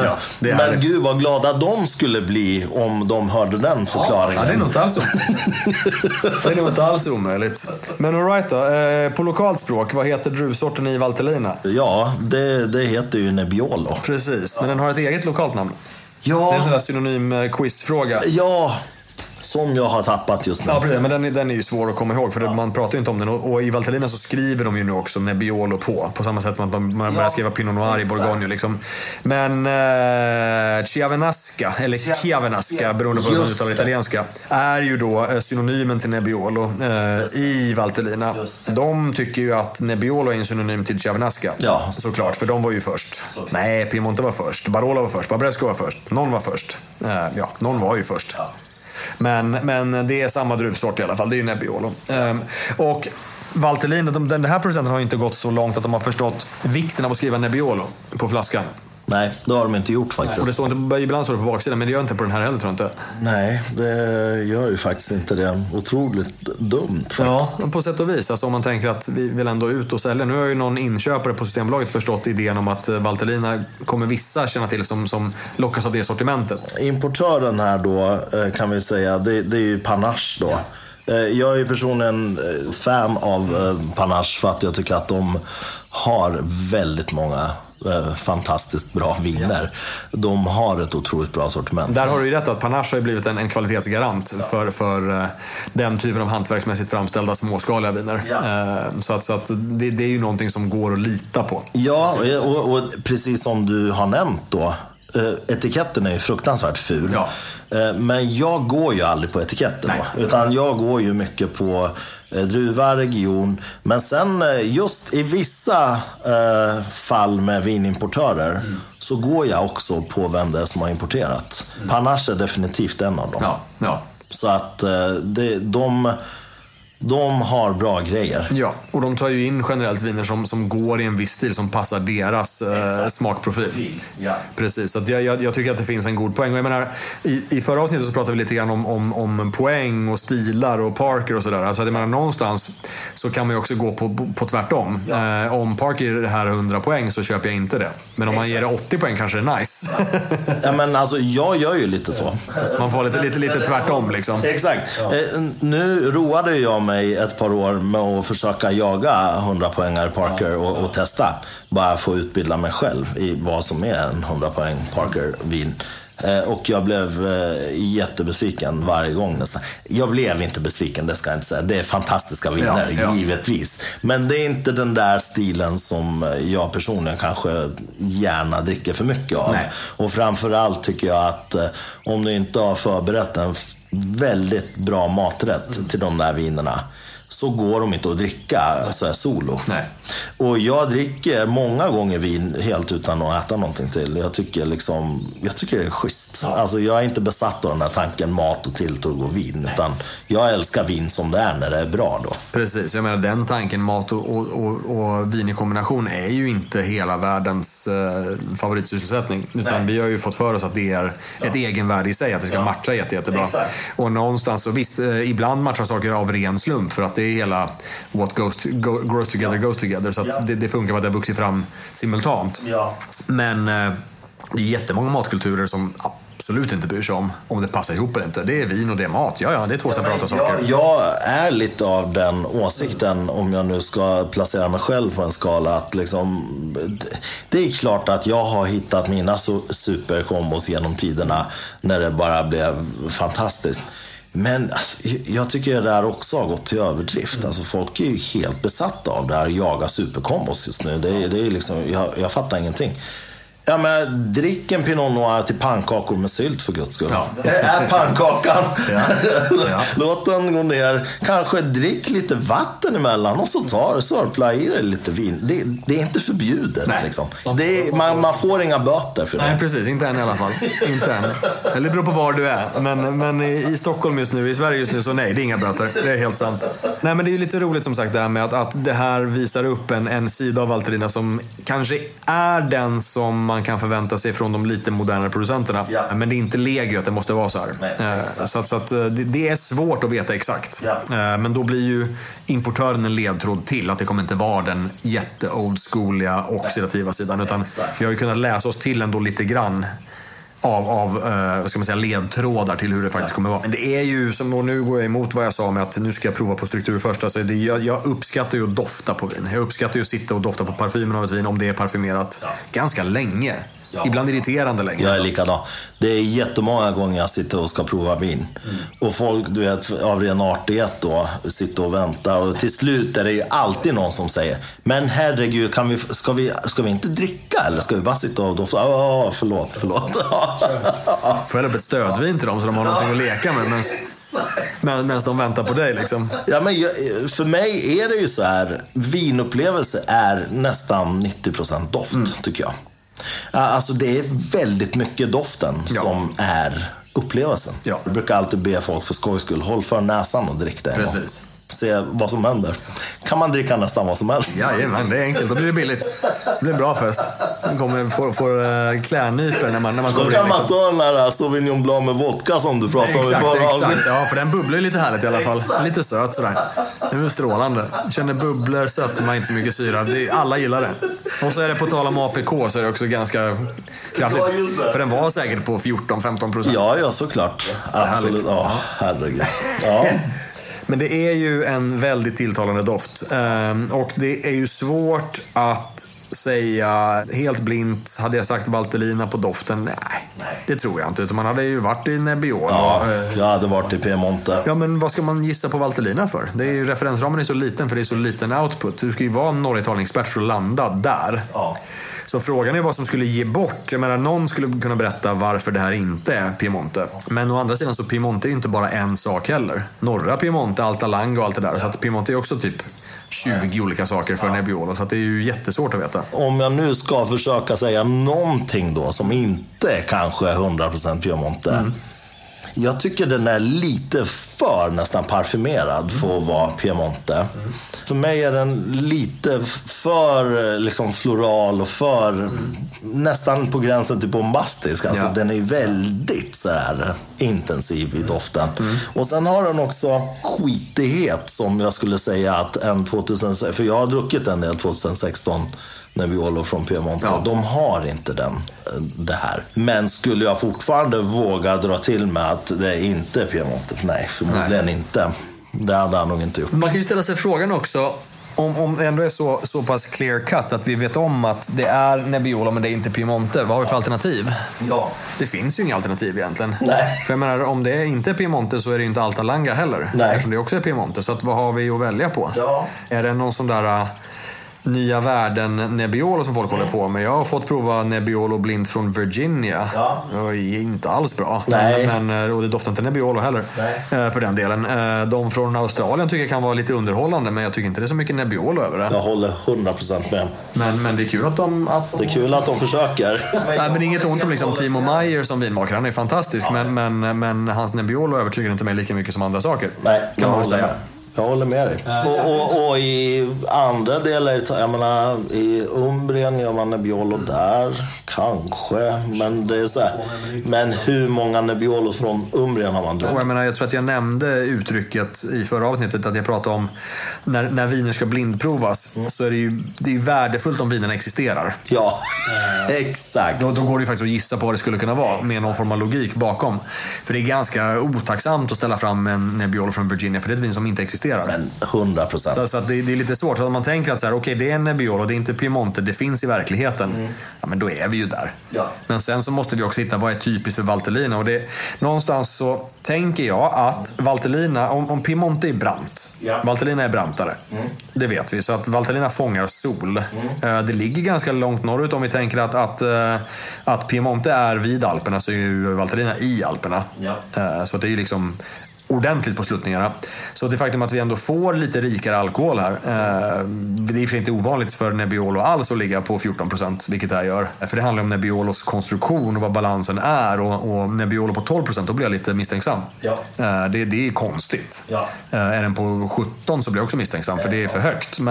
Men gud vad glada de skulle bli om de hörde den förklaringen. Ja, det är nog inte alls det är nog inte alls omöjligt. Men all right då, på lokalt språk, vad heter druvsorten i Valtellina? Ja, det heter ju Nebbiolo. Precis, men den har ett eget lokalt namn. Ja. Det är en sån där synonym quizfråga. Ja, som jag har tappat just nu. Ja, precis, men den är ju svår att komma ihåg, för man pratar ju inte om den. Och i Valtellina så skriver de ju nu också Nebbiolo på samma sätt som att man börjar skriva Pinot Noir i Bourgogne liksom. Men Chiavenasca, eller Chiavenasca, beroende på hur man uttalar italienska, är ju då synonymen till Nebbiolo i Valtellina. De tycker ju att Nebbiolo är en synonym till Chiavenasca. Ja, såklart, för de var ju först. Nej, Piemonte var först, Barolo var först, Barbresco var först, någon var först. Någon var ju först. Men det är samma druvsort i alla fall. Det är ju Nebbiolo. Och Valtellina, den här producenten har ju inte gått så långt att de har förstått vikten av att skriva Nebbiolo på flaskan. Nej, det har de inte gjort faktiskt. Och det står inte, ibland står det på baksidan, men det gör inte på den här heller, tror jag inte. Nej, det gör ju faktiskt inte det. Otroligt dumt faktiskt. Ja, på sätt och vis. Alltså om man tänker att vi vill ändå ut och sälja. Nu har ju någon inköpare på Systembolaget förstått idén om att Valtellina kommer vissa känna till som lockas av det sortimentet. Importören här då, kan vi säga, det är ju Panache då. Jag är ju personligen fan av Panache för att jag tycker att de har väldigt många fantastiskt bra viner. De har ett otroligt bra sortiment. Där har du ju rätt att Panache har ju blivit en kvalitetsgarant för den typen av hantverksmässigt framställda småskaliga viner. Så att det är ju någonting som går att lita på. Ja, och precis som du har nämnt då, etiketten är ju fruktansvärt ful. Ja. Men jag går ju aldrig på etiketten då, utan jag går ju mycket på druva, region. Men sen just i vissa fall med vinimportörer så går jag också på vem det är som har importerat. Panache är definitivt en av dem. Ja. Så att de har bra grejer. Ja, och de tar ju in generellt viner som går i en viss stil som passar deras smakprofil. Ja. Precis, så att jag tycker att det finns en god poäng. Och jag menar, i förra avsnittet så pratade vi lite grann om poäng och stilar och Parker och sådär. Alltså att jag menar, någonstans så kan man ju också gå på tvärtom. Ja. Om Parker här 100 poäng så köper jag inte det. Men om man ger det 80 poäng kanske det är nice. Ja, men alltså jag gör ju lite så. Man får lite tvärtom liksom. Exakt. Ja. Nu roade jag mig ett par år med att försöka jaga 100 poängar Parker och testa. Bara få utbilda mig själv i vad som är en 100 poäng Parker-vin. Och jag blev jättebesviken varje gång nästan. Jag blev inte besviken, det ska jag inte säga. Det är fantastiska viner, givetvis. Men det är inte den där stilen som jag personligen kanske gärna dricker för mycket av. Nej. Och framförallt tycker jag att om du inte har förberett en väldigt bra maträtt till de där vinerna, så går de inte att dricka så här solo. Nej. Och jag dricker många gånger vin helt utan att äta någonting till. Jag tycker det är schysst. Alltså jag är inte besatt av den här tanken mat och tilltugg och vin, utan jag älskar vin som det är när det är bra då. Precis, jag menar den tanken, mat och vin i kombination är ju inte hela världens favoritsysselsättning, utan vi har ju fått för oss att det är ett egenvärde i sig, att det ska matcha jättebra. Exakt. Och någonstans, och visst, ibland matchar saker av ren slump, för att det är hela what grows together, så att det funkar att det har vuxit fram simultant. Men det är jättemånga matkulturer som absolut inte bryr sig om det passar ihop eller inte. Det är vin och det är mat. Ja, det är två separata saker. Jag är lite av den åsikten, om jag nu ska placera mig själv på en skala, att liksom, det är klart att jag har hittat mina superkombos genom tiderna när det bara blev fantastiskt. Men alltså, jag tycker det där också har gått till överdrift. Alltså, folk är ju helt besatta av det här, jaga superkombos just nu. Det är liksom, jag fattar ingenting. Ja, men drick en Pinot Noir till pannkakor med sylt för Guds skull. Ät pannkakan. Låt den gå ner. Kanske drick lite vatten emellan och så sörpla i det lite vin. Det är inte förbjudet. Liksom. Man får inga böter för det. Nej, precis. Inte än i alla fall. Inte än. Eller det beror på var du är. Men i Stockholm just nu, i Sverige just nu, så nej, det är inga böter. Det är helt sant. Nej, men det är ju lite roligt som sagt det här med att det här visar upp en sida av Valtellina som kanske är den som man kan förvänta sig från de lite modernare producenterna. Men det är inte legio att det måste vara så här. Nej, så att det är svårt att veta exakt. Men då blir ju importören en ledtråd till att det kommer inte vara den jätte-oldschooliga oxidativa sidan, utan vi har ju kunnat läsa oss till ändå lite grann av vad ska man säga, ledtrådar till hur det faktiskt kommer vara. Men det är ju som, och nu går jag emot vad jag sa med att nu ska jag prova på struktur först. Alltså jag uppskattar ju att dofta på vin. Jag uppskattar ju att sitta och dofta på parfymen av ett vin om det är parfymerat ganska länge. Ibland irriterande länge. Jag är likadan. Det är jättemånga gånger jag sitter och ska prova vin. Och folk, du vet, av ren artighet då, sitter och väntar. Och till slut är det ju alltid någon som säger: men herregud, ska vi inte dricka? Eller ska vi bara sitta och dofta? Förlåt. Får jag ett stödvin till dem så de har någonting att leka med medan de väntar på dig liksom. Ja, men för mig är det ju så här, vinupplevelse är nästan 90% doft, tycker jag. Alltså det är väldigt mycket doften som är upplevelsen. Jag brukar alltid be folk för skojs skull: håll för näsan och drick det. Precis. Se vad som händer. Kan man dricka nästan vad som helst? Jajamän, det är enkelt. Då blir det billigt. Det blir en bra fest. Man får klädnyper när man kommer in. Då kan man ta den här Sauvignon Blanc med vodka som du pratade om i förra avsnittet. Ja, för den bubblar ju lite härligt i alla fall. Lite söt sådär. Det är strålande. Jag känner bubblor, sött, man inte så mycket syra. Alla gillar det. Och så är det, på tal om APK, så är det också ganska kraftigt. För den var säkert på 14-15%. Ja, såklart. Absolut. Ja, herregud. Ja. Men det är ju en väldigt tilltalande doft. Och det är ju svårt att säga helt blint. Hade jag sagt Valtellina på doften? Nej, det tror jag inte. Utan man hade ju varit i Nebbiolo. Ja, jag hade varit i Piemonte. Ja, men vad ska man gissa på Valtellina för? Det är ju, referensramen är så liten, för det är så liten output. Du ska ju vara en norritalningsexpert för att landa där. Ja. Så frågan är vad som skulle ge bort. Jag menar, någon skulle kunna berätta varför det här inte är Piemonte. Men å andra sidan så Piemonte är ju inte bara en sak heller. Norra Piemonte, Alta Langa och allt det där. Så att Piemonte är också typ 20 olika saker för Nebbiolo. Så att det är ju jättesvårt att veta. Om jag nu ska försöka säga någonting då som inte är kanske 100% Piemonte. Jag tycker den är lite för nästan parfymerad för att vara Piemonte. För mig är den lite för liksom floral och för nästan på gränsen till bombastisk. Alltså den är väldigt så här intensiv i doften. Och sen har den också skitighet som jag skulle säga att en 2016, för jag har druckit en del 2016 Nebbiolo från Piemonte. De har inte det här. Men skulle jag fortfarande våga dra till med att det inte är Piemonte? Nej, förmodligen inte. Det hade han nog inte gjort. Man kan ju ställa sig frågan också, om det ändå är så pass clear cut att vi vet om att det är Nebbiolo men det är inte Piemonte, vad har vi för alternativ? Ja. Det finns ju inga alternativ egentligen. Nej. För jag menar, om det inte är Piemonte så är det inte Alta Langa heller. Nej. Eftersom det också är Piemonte. Så att vad har vi att välja på? Ja. Är det någon sån där nya världen Nebbiolo som folk håller på med. Jag har fått prova Nebbiolo blind från Virginia. Ja. Det är inte alls bra. Nej. Och det doftar inte Nebbiolo heller. För den delen. De från Australien tycker jag kan vara lite underhållande, men jag tycker inte det är så mycket Nebbiolo över det. Jag håller 100% med. Men det är kul att de... Det är kul att de försöker. Nej, men inget ont om liksom Timo Meyer som vinmakare. Han är fantastisk, men hans Nebbiolo övertygar inte mig lika mycket som andra saker. Nej, kan man säga. Jag håller med dig. Och i andra delar, jag menar, i Umbrien gör man Nebbiolo där, kanske, men det är så här. Men hur många Nebbiolos från Umbrien har man druckit? Jag tror att jag nämnde uttrycket i förra avsnittet, att jag pratade om när viner ska blindprovas, så är det är ju värdefullt om vinerna existerar. Ja, exakt. Då går det ju faktiskt att gissa på vad det skulle kunna vara med någon form av logik bakom. För det är ganska otacksamt att ställa fram en Nebbiolo från Virginia, för det är ett vin som inte existerar. Men 100%. Så att det är lite svårt. Så om man tänker att så här, okej, det är en Nebbiolo, det är inte Piemonte, det finns i verkligheten. Ja, men då är vi ju där. Ja. Men sen så måste vi också hitta vad är typiskt för Valtellina. Och det, någonstans så tänker jag att Valtellina, om Piemonte är brant, Valtellina är brantare. Det vet vi. Så att Valtellina fångar sol. Det ligger ganska långt norrut. Om vi tänker att Piemonte är vid Alperna, så är ju Valtellina i Alperna. Så det är ju liksom ordentligt på sluttningarna. Så det faktum att vi ändå får lite rikare alkohol här, det är inte ovanligt för Nebbiolo alls att ligga på 14%, vilket det här gör. För det handlar om Nebbiolos konstruktion och vad balansen är, och Nebbiolo på 12%, då blir jag lite misstänksam. Det är konstigt. Är den på 17 så blir jag också misstänksam, för det är för högt.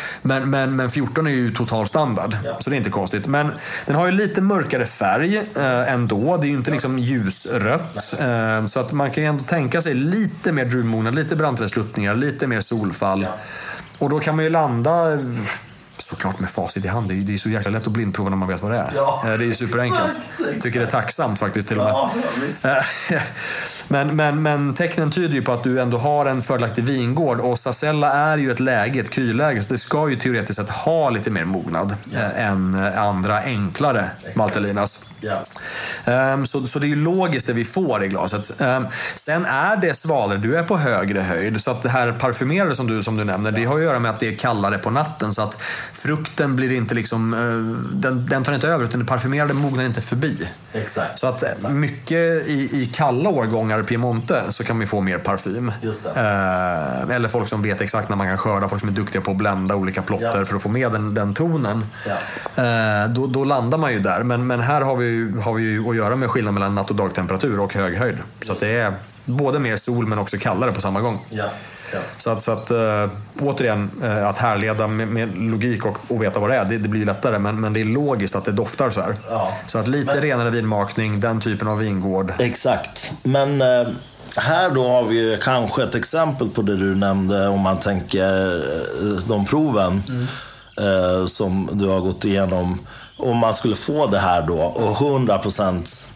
Men 14 är ju total standard, så det är inte konstigt. Men den har ju lite mörkare färg ändå. Det är ju inte liksom ljusrött, så att man kan ju ändå tänka sig lite mer druvmognad, lite brantare sluttningar, lite mer solfall. Och då kan man ju landa såklart med facit i hand. Det är så jäkla lätt att blindprova när man vet vad det är. Det är superenkelt. Tycker det är tacksamt faktiskt till och med. Men tecknen tyder ju på att du ändå har en fördelaktig vingård, och Sasella är ju ett krylläge, så det ska ju teoretiskt sett ha lite mer mognad än andra enklare Valtellinas. Så det är ju logiskt det vi får i glaset. Sen är det svalare, du är på högre höjd, så att det här parfymerade som du nämner, det har att göra med att det är kallare på natten, så att frukten blir inte liksom, den tar inte över, utan det parfymerade mognar inte förbi. Exakt. Så att mycket i kalla årgångar Piemonte så kan vi få mer parfym. Eller folk som vet exakt när man kan skörda, folk som är duktiga på att blända olika plotter för att få med den tonen. Då landar man ju där. Men här har vi ju att göra med skillnad mellan natt- och dagtemperatur och hög höjd. Så att det är både mer sol men också kallare på samma gång. Så att återigen, att härleda med logik och veta vad det är, det blir lättare, men det är logiskt att det doftar så här. Så att lite renare vinmakning, den typen av vingård. Exakt. Men här då har vi kanske ett exempel på det du nämnde, om man tänker de proven som du har gått igenom. Om man skulle få det här då och 100%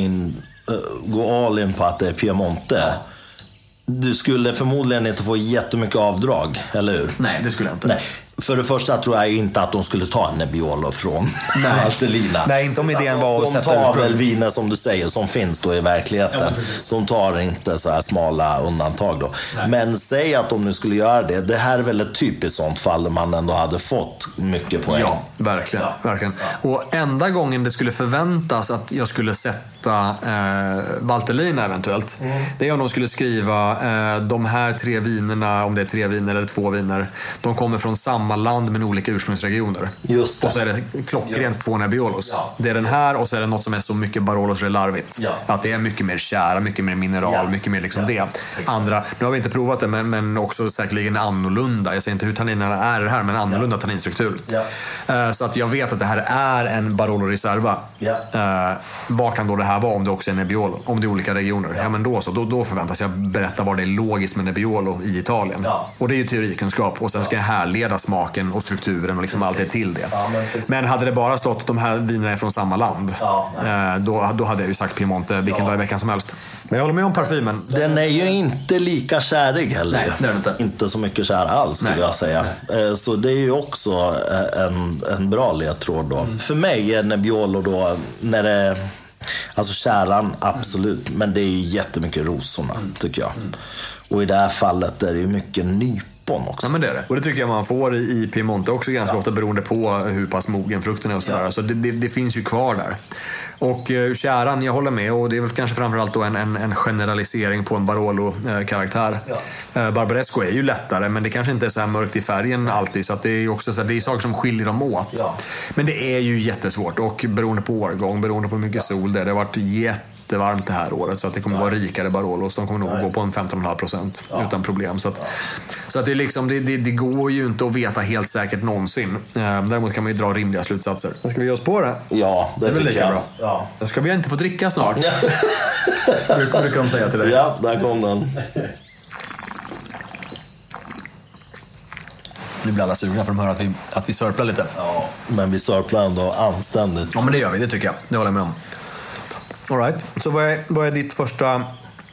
gå all in på att det är Piemonte, du skulle förmodligen inte få jättemycket avdrag, eller hur? Nej, det skulle jag inte. Nej. För det första tror jag inte att de skulle ta en Nebbiolo från Valtellina. Nej, inte om idén var att sätta de tar väl viner som du säger som finns då i verkligheten. De tar inte så här smala undantag då. Nej. Men säg att de nu skulle göra det. Det här är väl ett typiskt sånt fall där man ändå hade fått mycket poäng. Ja, verkligen. Verkligen. Och enda gången det skulle förväntas att jag skulle sätta Valtellina eventuellt, det är om de skulle skriva de här 3 vinerna, om det är 3 viner eller 2 viner, de kommer från samma land men olika ursprungsregioner. Just det. Och så är det klockrent 2 Nebbiolos. Det är den här, och så är det något som är så mycket Barolos så det är larvigt. Att det är mycket mer kära, mycket mer mineral, mycket mer liksom det. Andra, nu har vi inte provat det, men också säkerligen annorlunda. Jag säger inte hur tanninerna är det här, men annorlunda tanninstruktur. Så att jag vet att det här är en Barolo Riserva. Vad kan då det här vara om det också är Nebbiolo? Om det är olika regioner? Ja, men då förväntas jag berätta vad det är logiskt med Nebbiolo i Italien. Och det är ju teorikunskap, och sen ska jag härleda smaken och strukturen och liksom allt det till det. Men hade det bara stått de här vinerna är från samma land, då hade jag ju sagt Piemonte vilken dag i veckan som helst. Men jag håller med om parfymen. Den är ju inte lika kärig heller. Nej, det är inte. Inte så mycket kär alls, skulle jag säga. Så det är ju också en bra ledtråd då. För mig är Nebbiolo då, när det, alltså käran, absolut. Men det är ju jättemycket rosorna, tycker jag. Och i det här fallet är det ju mycket nypa nypon också. Ja, men det är det. Och det tycker jag man får i Piemonte också ganska ofta, beroende på hur pass mogen frukten är och sådär. Så det finns ju kvar där. Och käran, jag håller med, och det är väl kanske framförallt då en generalisering på en Barolo-karaktär. Barbaresco är ju lättare, men det kanske inte är så här mörkt i färgen alltid, så att det är ju också så här, det är saker som skiljer dem åt. Men det är ju jättesvårt, och beroende på årgång, beroende på hur mycket sol det har varit jättevarmt det här året, så att det kommer vara rikare Barolos. De kommer nog gå på en 15,5% utan problem. Så att det är liksom, det går ju inte att veta helt säkert någonsin. Däremot kan man ju dra rimliga slutsatser. Ska vi ge oss på det? Ja, det är väl lika bra. Ja. Ska vi inte få dricka snart? Brukar de säga till dig? Ja, där kom den. Nu blir alla sugna för de hör att vi sörplar lite. Ja, men vi sörplar ändå anständigt. Ja, men det gör vi, det tycker jag. Det håller jag med om. All right. Så vad är ditt första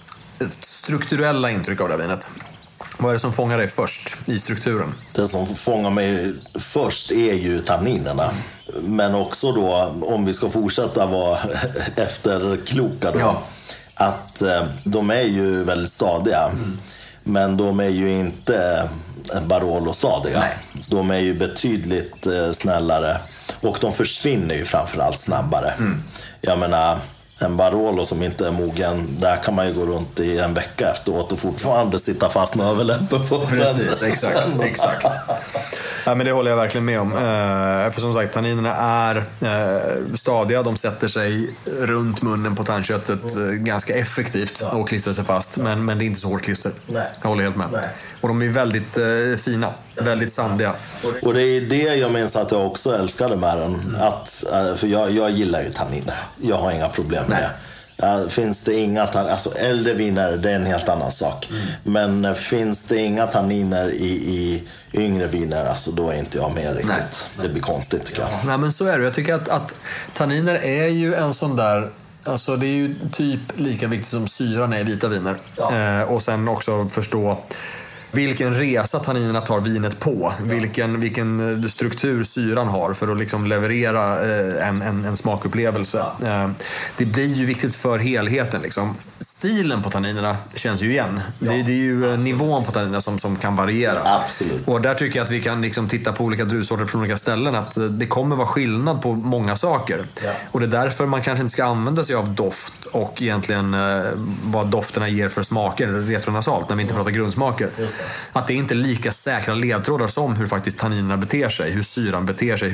strukturella intryck av det här vinet? Vad är det som fångar dig först i strukturen? Det som fångar mig först är ju tanninerna. Men också då, om vi ska fortsätta vara efterkloka då, att de är ju väldigt stadiga. Men de är ju inte Barolo-stadiga. De är ju betydligt snällare. Och de försvinner ju framförallt snabbare. Jag menar, en Barolo som inte är mogen, där kan man ju gå runt i en vecka efteråt och fortfarande sitta fast med överläppen på. Precis, exakt. Ja, men det håller jag verkligen med om. För som sagt, tanninerna är stadiga. De sätter sig runt munnen på tandköttet ganska effektivt och klistrar sig fast. Men det är inte så hårt klister. Jag håller helt med. Och de är väldigt fina, väldigt sandiga. Och det är det jag minns att jag också älskade med den. För jag gillar ju tanniner. Jag har inga problem med det. Finns det inga alltså äldre viner, det är en helt annan sak. Men finns det inga tanniner i yngre viner, alltså då är inte jag med riktigt. Det blir konstigt tycker jag. Nej, men så är det. Jag tycker att tanniner är ju en sån där, alltså det är ju typ lika viktigt som syran är i vita viner. Och sen också förstå vilken resa tanninerna tar vinet på. Vilken struktur syran har för att liksom leverera en smakupplevelse. Det blir ju viktigt för helheten. Liksom. Stilen på tanninerna känns ju igen. Det är ju nivån på tanninerna som kan variera. Absolut. Och där tycker jag att vi kan liksom titta på olika druvsorter på olika ställen. Att det kommer vara skillnad på många saker. Och det är därför man kanske inte ska använda sig av doft och egentligen vad dofterna ger för smaker retronasalt när vi inte pratar grundsmaker. Att det är inte lika säkra ledtrådar som hur faktiskt tanninerna beter sig, hur syran beter sig,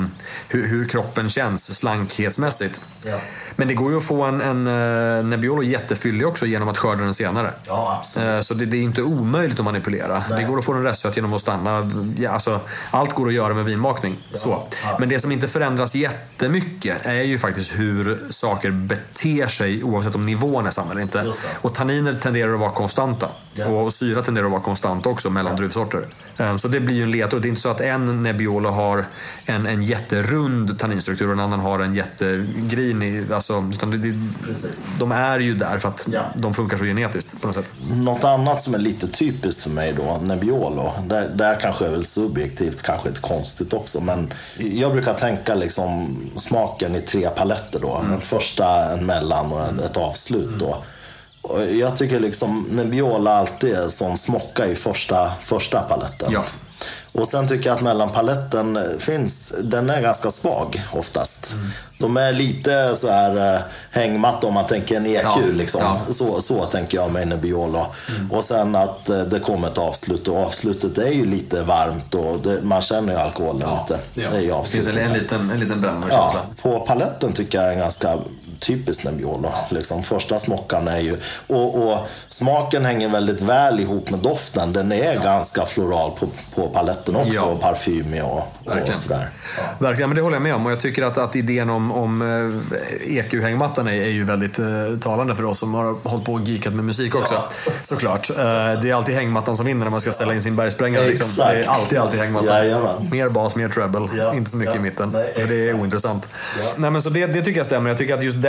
hur kroppen känns slankhetsmässigt. Men det går ju att få en Nebbiolo jättefyllig också genom att skörda den senare. Så det är inte omöjligt att manipulera. Det går att få den restsöt genom att stanna. Alltså, allt går att göra med vinmakning. Men det som inte förändras jättemycket är ju faktiskt hur saker beter sig oavsett om nivån är samma eller inte. Och tanniner tenderar att vara konstanta. Och syra tenderar att vara konstant också mellan druvsorter. Så det blir ju en ledtråd. Det är inte så att en Nebbiolo har en jätterund tanninstruktur och en annan har en jättegrinig. Alltså, utan de är ju där för att de funkar så genetiskt på något sätt. Något annat som är lite typiskt för mig då, Nebbiolo, där kanske är väl subjektivt, kanske ett konstigt också, men jag brukar tänka liksom smaken i 3 paletter då. En första, en mellan och ett avslut då. Och jag tycker liksom Nebbiolo alltid är som smocka i första paletten. Och sen tycker jag att mellanpaletten den är ganska svag oftast. De är lite så här hängmatt om man tänker en EQ liksom. Så tänker jag med Nebbiolo. Och sen att det kommer ett avslut, och avslutet är ju lite varmt och man känner ju alkoholen lite. Det är ju avslutet. En liten brännkänsla. På paletten tycker jag är ganska typiskt Nebbiolo. Liksom. Första smockan är ju och smaken hänger väldigt väl ihop med doften. Den är ganska floral på paletten också, och parfymig och sådär. Verkligen, men det håller jag med om. Och jag tycker att idén om EQ-hängmattan är ju väldigt talande för oss som har hållit på och geekat med musik också. Såklart. Det är alltid hängmattan som vinner när man ska ställa in sin bergsprängare. Liksom. Det är alltid hängmattan. Mer bas, mer treble. Inte så mycket i mitten. För det är ointressant. Nej, men så det tycker jag stämmer. Jag tycker att just den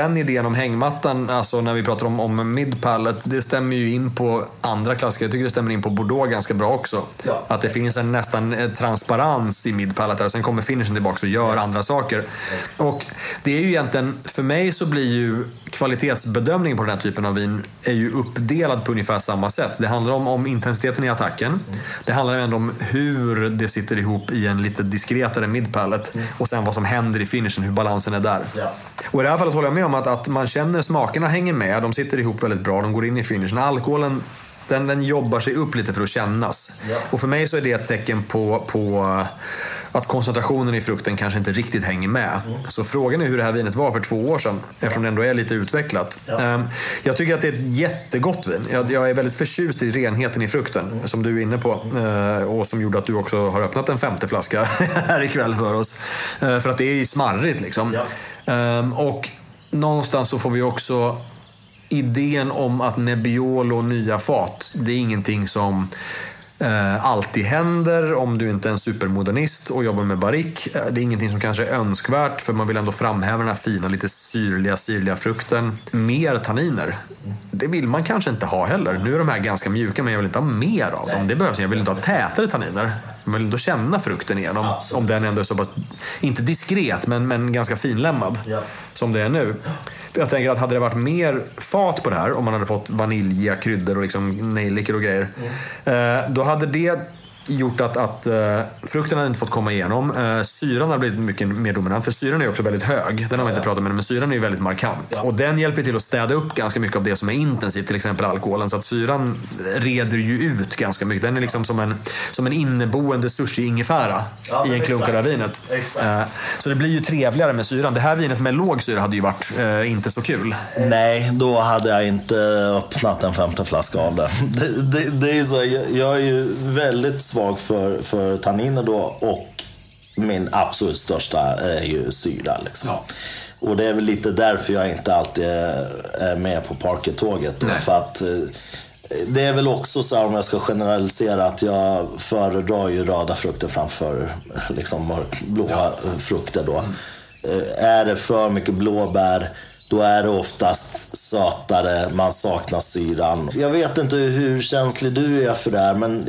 den idén om hängmattan, alltså när vi pratar om mid-pallet, det stämmer ju in på andra klassiker. Jag tycker det stämmer in på Bordeaux ganska bra också. Ja. Att det finns en nästan transparens i mid-pallet där, och sen kommer finishen tillbaka och gör andra saker. Och det är ju egentligen, för mig så blir ju kvalitetsbedömningen på den här typen av vin är ju uppdelad på ungefär samma sätt. Det handlar om intensiteten i attacken. Det handlar ändå om hur det sitter ihop i en lite diskretare mid-pallet. Och sen vad som händer i finishen, hur balansen är där. Ja. Och i det här fallet håller jag med om att man känner smakerna hänger med. De sitter ihop väldigt bra, de går in i finishen. Alkoholen, den jobbar sig upp lite för att kännas. Ja. Och för mig så är det ett tecken på att koncentrationen i frukten kanske inte riktigt hänger med. Så frågan är hur det här vinet var för 2 år sedan, eftersom det ändå är lite utvecklat. Ja. Jag tycker att det är ett jättegott vin. Jag är väldigt förtjust i renheten i frukten, som du är inne på. Och som gjorde att du också har öppnat en 5:e flaska här ikväll för oss. För att det är smarrigt liksom. Ja. Och någonstans så får vi också idén om att Nebbiolo och nya fat, det är ingenting som alltid händer om du inte är en supermodernist och jobbar med barrique. Det är ingenting som kanske är önskvärt, för man vill ändå framhäva den här fina, lite syrliga frukten. Mer tanniner, det vill man kanske inte ha heller. Nu är de här ganska mjuka, men jag vill inte ha mer av dem. Det behövs. Jag vill inte ha tätare tanniner. Man vill ändå känna frukten igenom. Om den ändå är så pass, inte diskret, men ganska finlämmad som det är nu. Jag tänker att hade det varit mer fat på det här, om man hade fått vanilja, kryddor och liksom nejlikor och grejer, då hade det gjort att frukten hade inte fått komma igenom. Syran har blivit mycket mer dominant, för syran är också väldigt hög. Den har vi inte pratat med, men syran är ju väldigt markant. Och den hjälper till att städa upp ganska mycket av det som är intensivt, till exempel alkoholen. Så att syran reder ju ut ganska mycket. Den är liksom som en inneboende sushi-ingefära i en klunkare av vinet. Så det blir ju trevligare med syran. Det här vinet med låg syra hade ju varit inte så kul. Nej, då hade jag inte öppnat en 5:e flaska av det. Det är så, jag är ju väldigt svag för tanniner då, och min absolut största är ju syra liksom. Ja. Och det är väl lite därför jag inte alltid är med på Parker-tåget. För att det är väl också så här, om jag ska generalisera, att jag föredrar ju röda frukter framför liksom mörkblåa frukter då. Är det för mycket blåbär, då är det oftast sötare, man saknar syran. Jag vet inte hur känslig du är för det här, men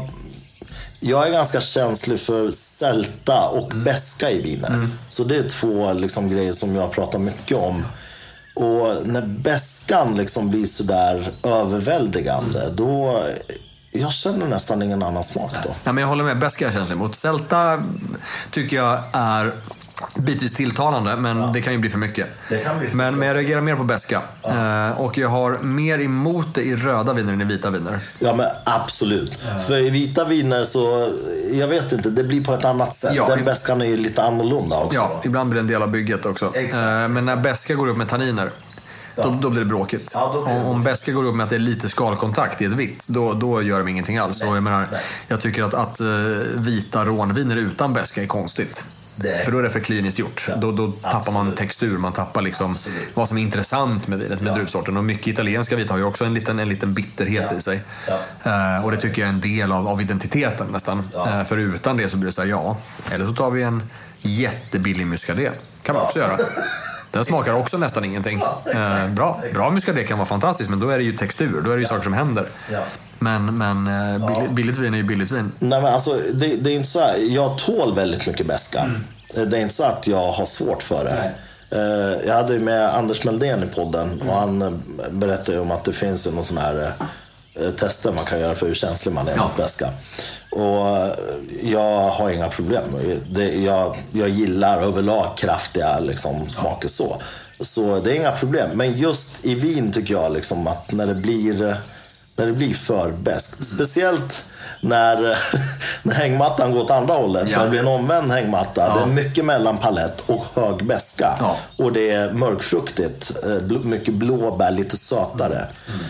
jag är ganska känslig för sälta och beska i viner. Så det är 2 liksom grejer som jag pratar mycket om. Och när beskan liksom blir så där överväldigande, då jag känner nästan ingen annan smak då. Ja, men jag håller med, beska jag känslig mot. Sälta tycker jag är bitvis tilltalande, men det kan ju bli för mycket. Men jag reagerar mer på beska. Och jag har mer emot det i röda viner än i vita viner. Ja, men absolut. För i vita viner så, jag vet inte, det blir på ett annat sätt. Den beskan är ju lite annorlunda också. Ja, ibland blir det en del av bygget också. Men när beska går upp med tanniner, då blir det bråkigt. Om beska går upp med att det är lite skalkontakt i ett vitt, då gör de ingenting alls. Och jag tycker att vita rånviner utan beska är konstigt. För då är det för kliniskt gjort. Då tappar man textur, man tappar liksom vad som är intressant med vinet, med druvsorten. Och mycket italienska vit har ju också en liten bitterhet i sig. Och det tycker jag är en del av identiteten nästan. För utan det så blir det så här, eller så tar vi en jättebillig muscadet. Kan man också göra. Den smakar också nästan ingenting. Bra muscadet kan vara fantastiskt, men då är det ju textur, då är det ju saker som händer. Men billigt vin är ju billigt vin. Nej, men alltså, det är inte så här, jag tål väldigt mycket beska. Det är inte så att jag har svårt för det. Jag hade ju med Anders Meldén i podden, och han berättade om att det finns ju någon sån här tester man kan göra för hur känslig man är mot beska. Och jag har inga problem. Jag gillar överlag kraftiga liksom, smaker så det är inga problem. Men just i vin tycker jag liksom, att när det blir för bäst, speciellt när hängmattan går åt andra hållet, när det blir en omvänd hängmatta, det är mycket mellan palett och hög beska, och det är mörkfruktigt, mycket blåbär, lite sötare.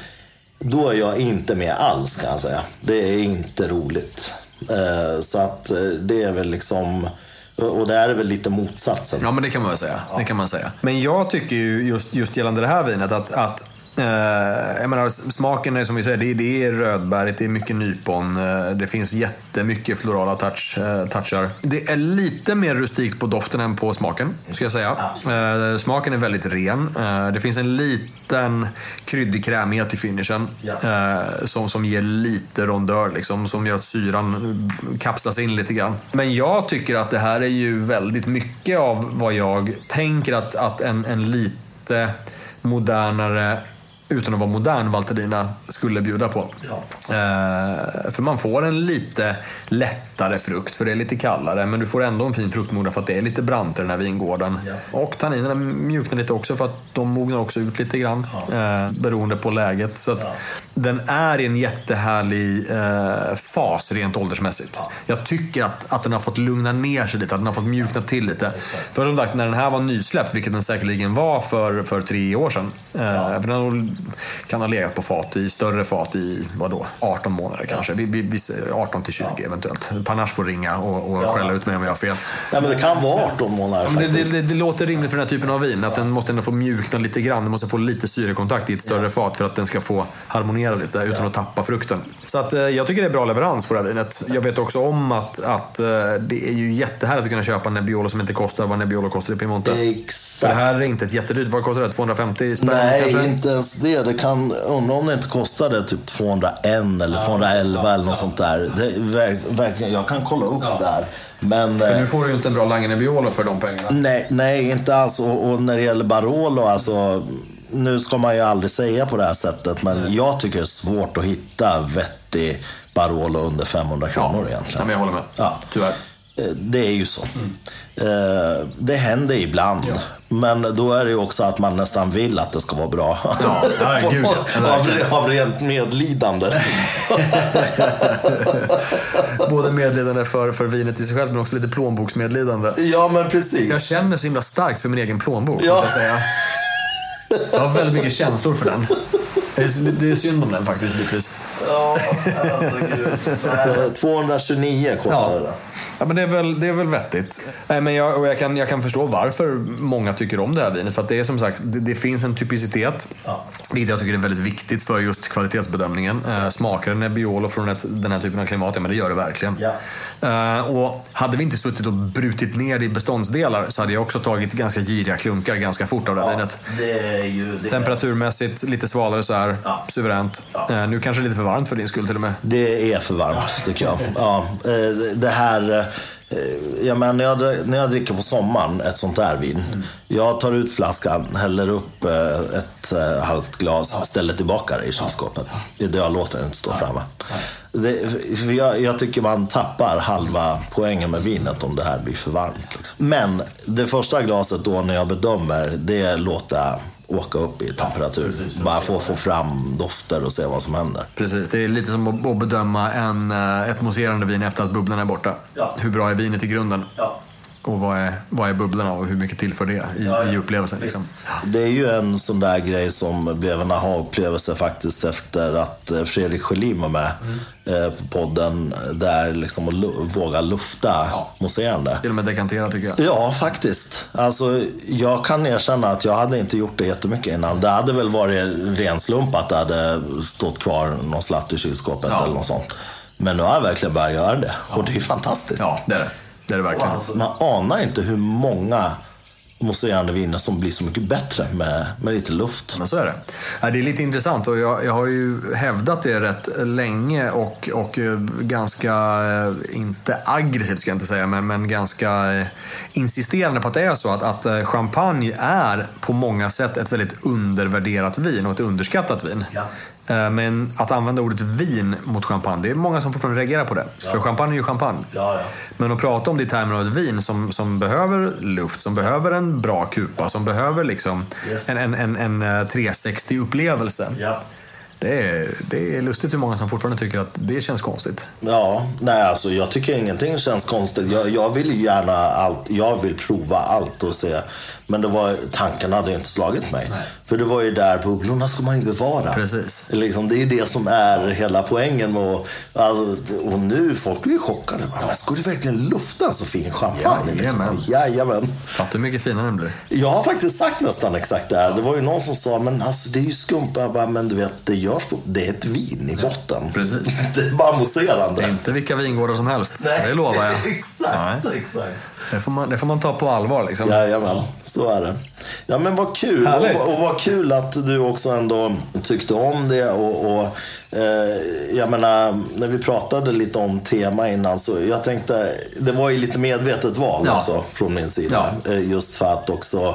Då är jag inte med alls, kan jag säga. Det är inte roligt. Så att det är väl liksom, och det är väl lite motsatsen. Ja, men det kan man väl säga. Men jag tycker ju just gällande det här vinet att Jag menar, smaken är som vi säger, det är rödbärigt, det är mycket nypon, det finns jättemycket florala touchar. Det är lite mer rustikt på doften än på smaken, ska jag säga. Smaken är väldigt ren. Det finns en liten kryddig krämighet i finishen, som ger lite rondör liksom, som gör att syran kapslas in lite grann. Men jag tycker att det här är ju väldigt mycket av vad jag tänker att en lite modernare, utan att vara modern, Valtellina skulle bjuda på. För man får en lite lättare frukt, för det är lite kallare, men du får ändå en fin fruktmognad för att det är lite brant i den här vingården. Och tanninerna mjuknar lite också för att de mognar också ut lite grann, beroende på läget. Så att den är i en jättehärlig fas rent åldersmässigt. Jag tycker att den har fått lugna ner sig lite, att den har fått mjukna till lite. För som sagt, när den här var nysläppt, vilket den säkerligen var för 3 år sedan, för den kan ha legat på fat, i större fat i 18 månader kanske. 18 till 20 eventuellt. Panache får ringa och skälla ut mig om jag har fel. Ja, men det kan vara 18 månader faktiskt. Det låter rimligt för den här typen av vin, att den måste ändå få mjukna lite grann. Den måste få lite syrekontakt i ett större fat för att den ska få harmonera lite utan att tappa frukten. Så att jag tycker det är bra leverans på det här vinet. Jag vet också om att det är ju jättehärligt att kunna köpa en Nebbiolo som inte kostar vad Nebbiolo kostar i Piemonte. Exakt. Det här är inte ett jättedyrt. Vad kostar det? 250 spänn? Nej, kanske? inte ens det. Det kan, undra om det inte kostade typ 201 eller 211 eller något sånt där. Det, verkligen, jag kan kolla upp där. Men, för nu får du ju inte en bra Lange Nebbiolo för de pengarna. Nej, inte alls. Och när det gäller Barolo, alltså, nu ska man ju aldrig säga på det här sättet, men jag tycker det är svårt att hitta vettig Barolo under 500 kronor egentligen. Ja, men jag håller med. Ja. Tyvärr. Det är ju så. Det händer ibland. Men då är det ju också att man nästan vill att det ska vara bra. Gud, av rent medlidande. Både medlidande för vinet i sig själv, men också lite plånboksmedlidande. Ja, men precis. Jag känner så himla starkt för min egen plånbok, måste jag säga. Jag har väldigt mycket känslor för den. Det är synd om den faktiskt, bitvis. Ja, 229 kostar det. Ja, men det är väl vettigt. Nej, men jag kan förstå varför många tycker om det här vinet. För att det är som sagt, det finns en typicitet. Vilket jag tycker är väldigt viktigt för just kvalitetsbedömningen. Smakar en Nebbiolo från den här typen av klimat? Ja, men det gör det verkligen. Och hade vi inte suttit och brutit ner det i beståndsdelar, så hade jag också tagit ganska giriga klunkar ganska fort av det här vinet. Det är ju det. Temperaturmässigt lite svalare så här, suveränt. Nu kanske lite för varmt för din skull till och med. Det är för varmt, tycker jag. Ja, det här... Ja, men när jag dricker på sommaren ett sånt här vin, jag tar ut flaskan, häller upp ett halvt glas, ställer tillbaka det i kylskåpet. Det jag låter den inte stå framme. Jag tycker man tappar halva poängen med vinet om det här blir för varmt liksom. Men det första glaset då, när jag bedömer, det låter jag åka upp i temperatur. Precis. Bara för att få fram dofter och se vad som händer. Precis, det är lite som att bedöma ett mousserande vin efter att bubblan är borta. Hur bra är vinet i grunden? Och vad är bubblorna och hur mycket tillför det i upplevelsen liksom. Det är ju en sån där grej som blev en aha-upplevelse faktiskt efter att Fredrik Sjölin var med på podden, där liksom att våga lufta mousserande. Till och med dekantera, tycker jag. Ja, faktiskt. Alltså, jag kan erkänna att jag hade inte gjort det jättemycket innan. Det hade väl varit ren slump att det hade stått kvar någon slatt i kylskåpet eller något sånt. Men nu har jag verkligen börjat göra det. Och det är fantastiskt. Ja, det är det. Det är det verkligen. Alltså, man anar inte hur många mousserande viner som blir så mycket bättre med lite luft. Men så är det. Ja, det är lite intressant, och jag har ju hävdat det rätt länge och ganska, inte aggressivt ska jag inte säga, men ganska insisterande på att det är så att champagne är på många sätt ett väldigt undervärderat vin och ett underskattat vin. Men att använda ordet vin mot champagne, det är många som fortfarande reagerar på det. För champagne är ju champagne. Men att prata om det i termer av ett vin som behöver luft, som behöver en bra kupa, som behöver liksom en 360-upplevelse. Det är lustigt hur många som fortfarande tycker att det känns konstigt. Ja, nej, alltså jag tycker ingenting känns konstigt. Jag vill ju gärna allt, jag vill prova allt och se. Men tanken hade ju inte slagit mig. Nej. För det var ju där på bubblorna ska man ju bevara. Precis. Liksom, det är ju det som är hela poängen. Och nu, folk blir ju chockade. Men ska du verkligen lufta en så fin champagne? Jajamän. Fattar hur mycket finare den blir. Jag har faktiskt sagt nästan exakt det här. Det var ju någon som sa, men alltså det är ju skumpa. Men du vet, det är ett vin i botten. Precis. Det är bara mousserande. Det är inte vilka vingårdar som helst. Nej. Det lovar jag. Exakt. Det får man ta på allvar liksom. Jajamän, så är det. Ja, men vad kul. Och vad kul att du också ändå tyckte om det. Jag menar, när vi pratade lite om tema innan, så jag tänkte, det var ju lite medvetet val också från min sida. Just för att också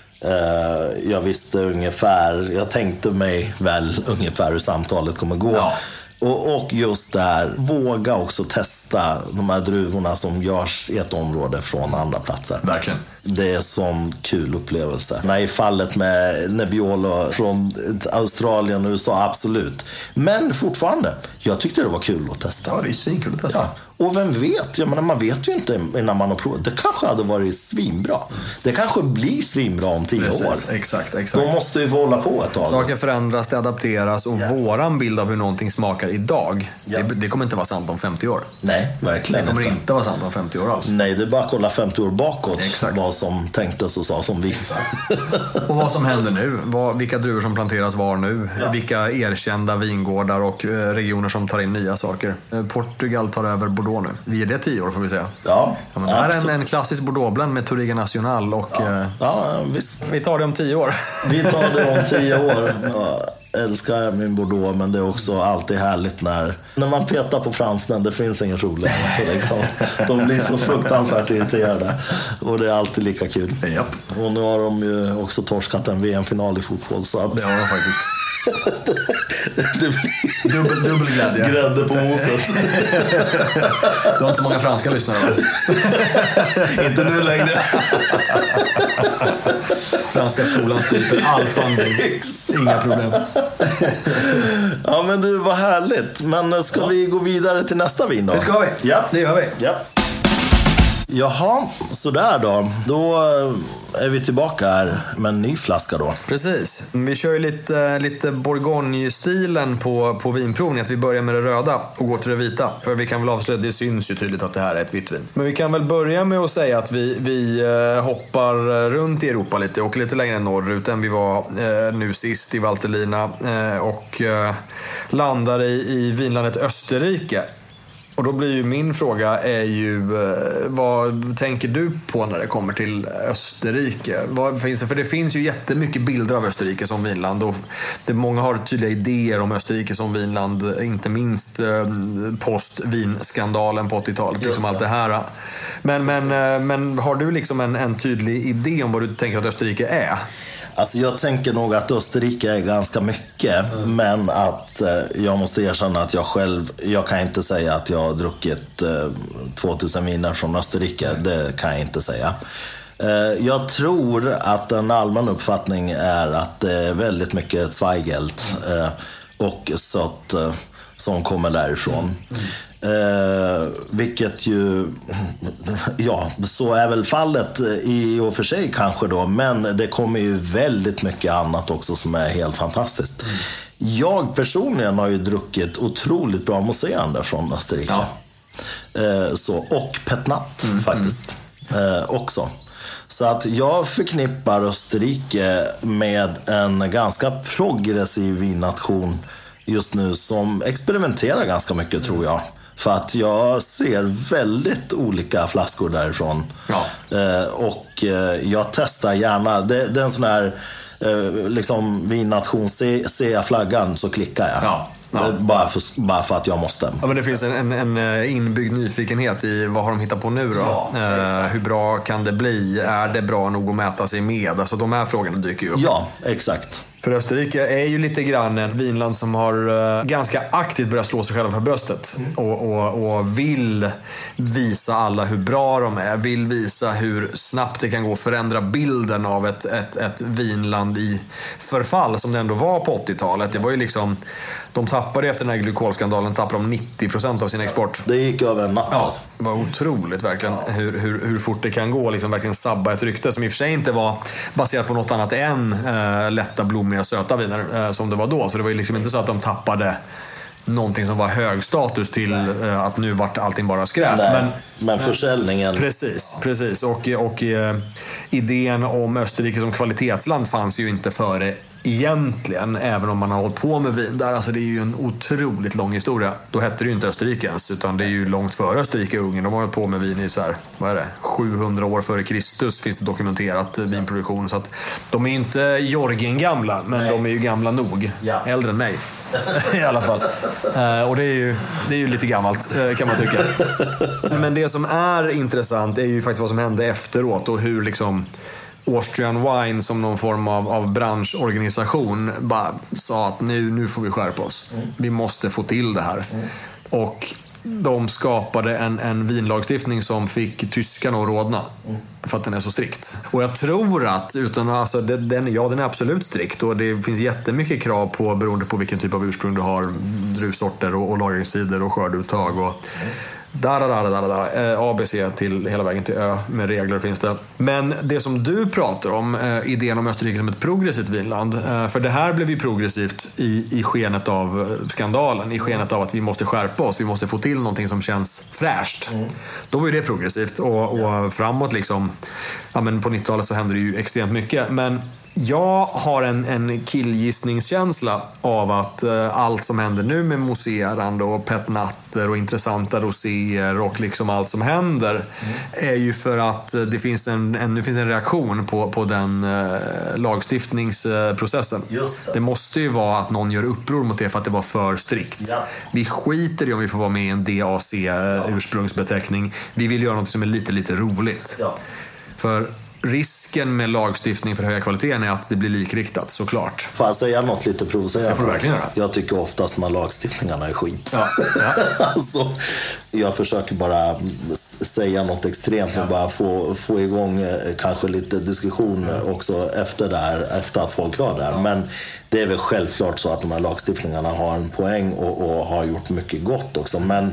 jag visste ungefär, jag tänkte mig väl ungefär hur samtalet kommer gå. Och just där, våga också testa de här druvorna som görs i ett område från andra platser. Verkligen. Det är en sån kul upplevelse. Nej, i fallet med Nebbiolo från Australien och USA, absolut. Men fortfarande, jag tyckte det var kul att testa. Ja, det är svinkul att testa. Ja. Och vem vet, jag menar, man vet ju inte innan man har provat. Det kanske hade varit svinbra. Det kanske blir svinbra om 10 år. Exakt. Då måste vi få hålla på ett tag. Saker förändras, det adapteras och våran bild av hur någonting smakar idag, det kommer inte vara sant om 50 år. Nej, verkligen det kommer inte vara sant om 50 år alls. Nej, det är bara att kolla 50 år bakåt. Exakt. Vad som tänktes och sa som vi. Och vad som händer nu. Vilka druvor som planteras var nu. Vilka erkända vingårdar och regioner som tar in nya saker. Portugal tar över Bordeaux nu. Vi är det 10 år får vi säga. Ja, men det här är en klassisk Bordeaux-blend med Touriga National. Och visst. Vi tar det om 10 år. Vi tar det om 10 år. Älskar min Bordeaux, men det är också alltid härligt när man petar på fransmän. Det finns ingen roligt liksom. De blir så fruktansvärt irriterade och det är alltid lika kul. Japp. Och nu har de ju också torskat en VM-final i fotboll, så att det har de faktiskt. Det blir dubbel glädje. Grädde på moset. Du har inte så många franska lyssnare. Inte nu längre. Franska skolan stryper all funding. Inga problem. Ja, men du, var härligt. Men ska vi gå vidare till nästa vin då? Det ska vi. Ja, det gör vi. Ja. Jaha, sådär då. Då är vi tillbaka här med en ny flaska då. Precis. Vi kör ju lite Bourgogne-stilen på vinprovning. Att vi börjar med det röda och går till det vita. För vi kan väl avslöja, det syns ju tydligt att det här är ett vitt vin. Men vi kan väl börja med att säga att vi hoppar runt i Europa lite. Och lite längre norrut än vi var nu sist i Valtellina. Och landar i vinlandet Österrike. Och då blir ju min fråga är ju, vad tänker du på när det kommer till Österrike? Vad finns det? För det finns ju jättemycket bilder av Österrike som vinland och många har tydliga idéer om Österrike som vinland, inte minst post-vinskandalen på 80-talet, liksom allt det här. Men har du liksom en tydlig idé om vad du tänker att Österrike är? Alltså jag tänker nog att Österrike är ganska mycket, men att jag måste erkänna att jag kan inte säga att jag har druckit 2000 viner från Österrike. Det kan jag inte säga. Jag tror att en allmän uppfattning är att det är väldigt mycket Zweigelt och sött som kommer därifrån. Vilket ju, ja, så är väl fallet i och för sig kanske då, men det kommer ju väldigt mycket annat också som är helt fantastiskt. Jag personligen har ju druckit otroligt bra mousserande från Österrike. Och Petnat faktiskt också. Så att jag förknippar Österrike med en ganska progressiv vinnation just nu som experimenterar ganska mycket, tror jag. För att jag ser väldigt olika flaskor därifrån. Och jag testar gärna. Det är en sån här liksom vinnation, ser jag flaggan så klickar jag. Bara för att jag måste. Ja, men det finns en inbyggd nyfikenhet i vad har de hittat på nu då? Hur bra kan det bli? Är det bra nog att mäta sig med? Alltså de här frågorna dyker ju upp. Ja, exakt. För Österrike är ju lite grann ett vinland som har ganska aktivt börjat slå sig själva för bröstet. Och vill visa alla hur bra de är. Vill visa hur snabbt det kan gå att förändra bilden av ett vinland i förfall som det ändå var på 80-talet. Det var ju liksom, de tappade efter den här glykolskandalen, tappade de 90% av sin export. Det gick över en natt. Ja, det var otroligt verkligen hur fort det kan gå, liksom verkligen sabba ett rykte som i och för sig inte var baserat på något annat än lätta, blommiga, söta viner som det var då. Så det var ju liksom inte så att de tappade någonting som var hög status till att nu vart allting bara skräp. Men försäljningen... Precis. Och idén om Österrike som kvalitetsland fanns ju inte före egentligen, även om man har hållit på med vin där. Alltså det är ju en otroligt lång historia. Då hette det ju inte Österrike ens, utan det är ju långt före Österrike och Ungern. De har hållit på med vin i så här, vad är det? 700 år före Kristus finns det dokumenterat vinproduktion. Så att de är ju inte Georgien gamla, men de är ju gamla nog. Ja. Äldre än mig. I alla fall. Och det är ju lite gammalt, kan man tycka. Men det som är intressant är ju faktiskt vad som hände efteråt och hur liksom Austrian Wine som någon form av branschorganisation bara sa att nu får vi skärpa oss. Vi måste få till det här. Och de skapade en vinlagstiftning som fick tyskarna att rodna. För att den är så strikt. Och jag tror att den är absolut strikt. Och det finns jättemycket krav på, beroende på vilken typ av ursprung du har, druvsorter och lagringstider och skörduttag och ABC till hela vägen till Ö med regler finns det. Men det som du pratar om, idén om Österrike som ett progressivt vinland, för det här blev ju progressivt i skenet av skandalen, i skenet av att vi måste skärpa oss, vi måste få till någonting som känns fräscht. Då var ju det progressivt och framåt liksom, ja, men på 90-talet så hände det ju extremt mycket. Men jag har en killgissningskänsla av att allt som händer nu med mousserande och petnatter och intressanta roséer och liksom allt som händer är ju för att det finns nu finns en reaktion på den lagstiftningsprocessen. Det måste ju vara att någon gör uppror mot det för att det var för strikt. Ja. Vi skiter i om vi får vara med i en DAC ursprungsbeteckning. Vi vill göra något som är lite roligt. Ja. För risken med lagstiftning för höga kvaliteten är att det blir likriktat, såklart. Får jag säga något lite provocerande? Jag får verkligen göra. Jag tycker oftast att lagstiftningarna är skit. Ja. Alltså, jag försöker bara säga något extremt och bara få igång kanske lite diskussion också efter att folk hör det här. Men det är väl självklart så att de här lagstiftningarna har en poäng och har gjort mycket gott också. Men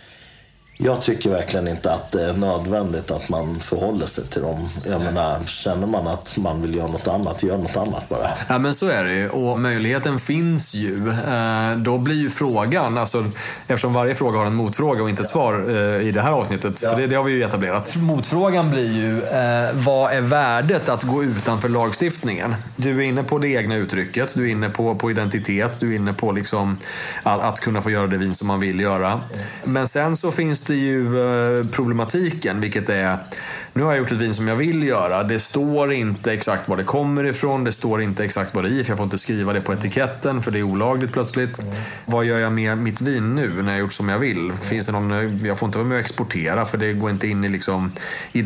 jag tycker verkligen inte att det är nödvändigt att man förhåller sig till dem. Jag menar, känner man att man vill göra något annat, gör något annat bara. Ja, men så är det ju. Och möjligheten finns ju. Då blir ju frågan, alltså, eftersom varje fråga har en motfråga och inte ett svar i det här avsnittet, för det har vi ju etablerat. Motfrågan blir ju, vad är värdet att gå utanför lagstiftningen? Du är inne på det egna uttrycket, du är inne på identitet, du är inne på liksom att kunna få göra det vin som man vill göra. Men sen så finns det ju problematiken, vilket är, nu har jag gjort ett vin som jag vill göra. Det står inte exakt var det kommer ifrån, det står inte exakt vad det är, för jag får inte skriva det på etiketten för det är olagligt plötsligt. Vad gör jag med mitt vin nu när jag har gjort som jag vill? Finns det någon, jag får inte vara med och exportera för det går inte in i liksom i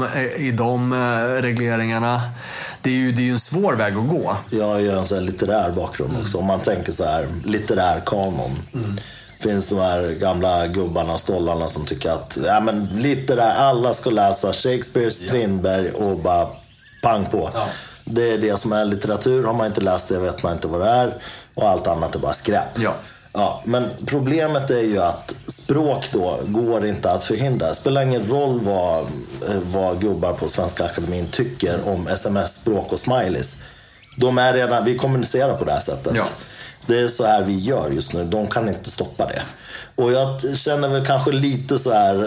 de regleringarna. Det är ju en svår väg att gå. Jag gör en sån här litterär bakgrund också. Om man tänker så här, litterär kanon. Finns de här gamla gubbarna, stollarna som tycker att litterär, alla ska läsa Shakespeare, Strindberg och bara pang på. Ja. Det är det som är litteratur. Har man inte läst det vet man inte vad det är. Och allt annat är bara skräp. Ja. Ja, men problemet är ju att språk då går inte att förhindra. Det spelar ingen roll vad gubbar på Svenska Akademin tycker om sms-språk och smileys. De är redan, vi kommunicerar på det här sättet. Ja. Det är så här vi gör just nu. De kan inte stoppa det. Och jag känner väl kanske lite så här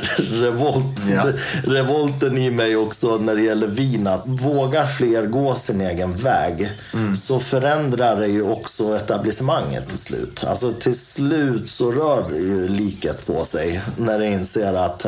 revolten i mig också när det gäller vin. Att vågar fler gå sin egen väg så förändrar det ju också etablissemanget till slut. Alltså till slut så rör det ju liket på sig när det inser att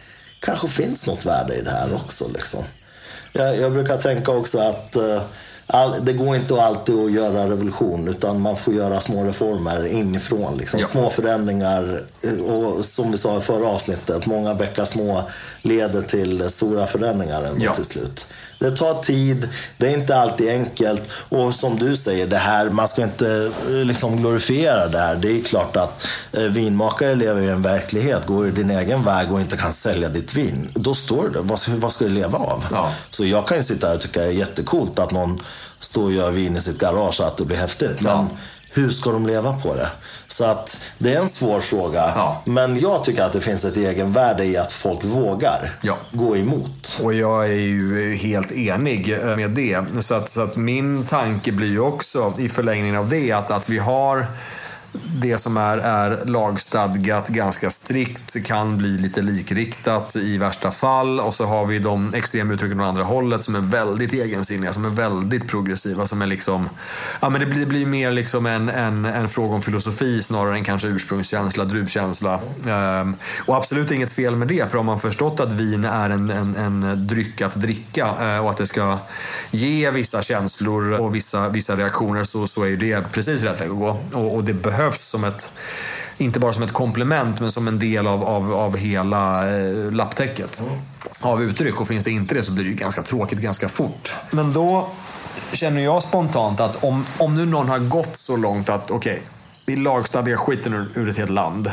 kanske finns något värde i det här också liksom. Jag brukar tänka också att det går inte alltid att göra revolution, utan man får göra små reformer inifrån liksom. Små förändringar, och som vi sa i förra avsnittet, många bäckar små leder till stora förändringar ändå till slut. Det tar tid, det är inte alltid enkelt, och som du säger, det här, man ska inte liksom glorifiera det här. Det är klart att vinmakare lever i en verklighet. Går i din egen väg och inte kan sälja ditt vin, då står det, vad ska du leva av? Så jag kan ju sitta här och tycka det är jättecoolt att någon står och gör vin i sitt garage, att det blir häftigt, men hur ska de leva på det? Så att det är en svår fråga. Men jag tycker att det finns ett egenvärde i att folk vågar gå emot. Och jag är ju helt enig med det. Så att min tanke blir ju också i förlängningen av det att vi har det som är lagstadgat ganska strikt, kan bli lite likriktat i värsta fall, och så har vi de extrema uttrycken åt andra hållet som är väldigt egensinniga, som är väldigt progressiva, som är liksom, men det blir mer liksom en fråga om filosofi snarare än kanske ursprungskänsla, druvkänsla. Och absolut inget fel med det, för om man förstått att vin är en dryck att dricka och att det ska ge vissa känslor och vissa reaktioner, så är ju det precis rätt väg att gå, och det behövs som inte bara som ett komplement, men som en del av hela lapptäcket av uttryck. Och finns det inte det, så blir det ju ganska tråkigt ganska fort. Men då känner jag spontant att om nu någon har gått så långt att okej, vi lagstadgar skiten ur ett helt land.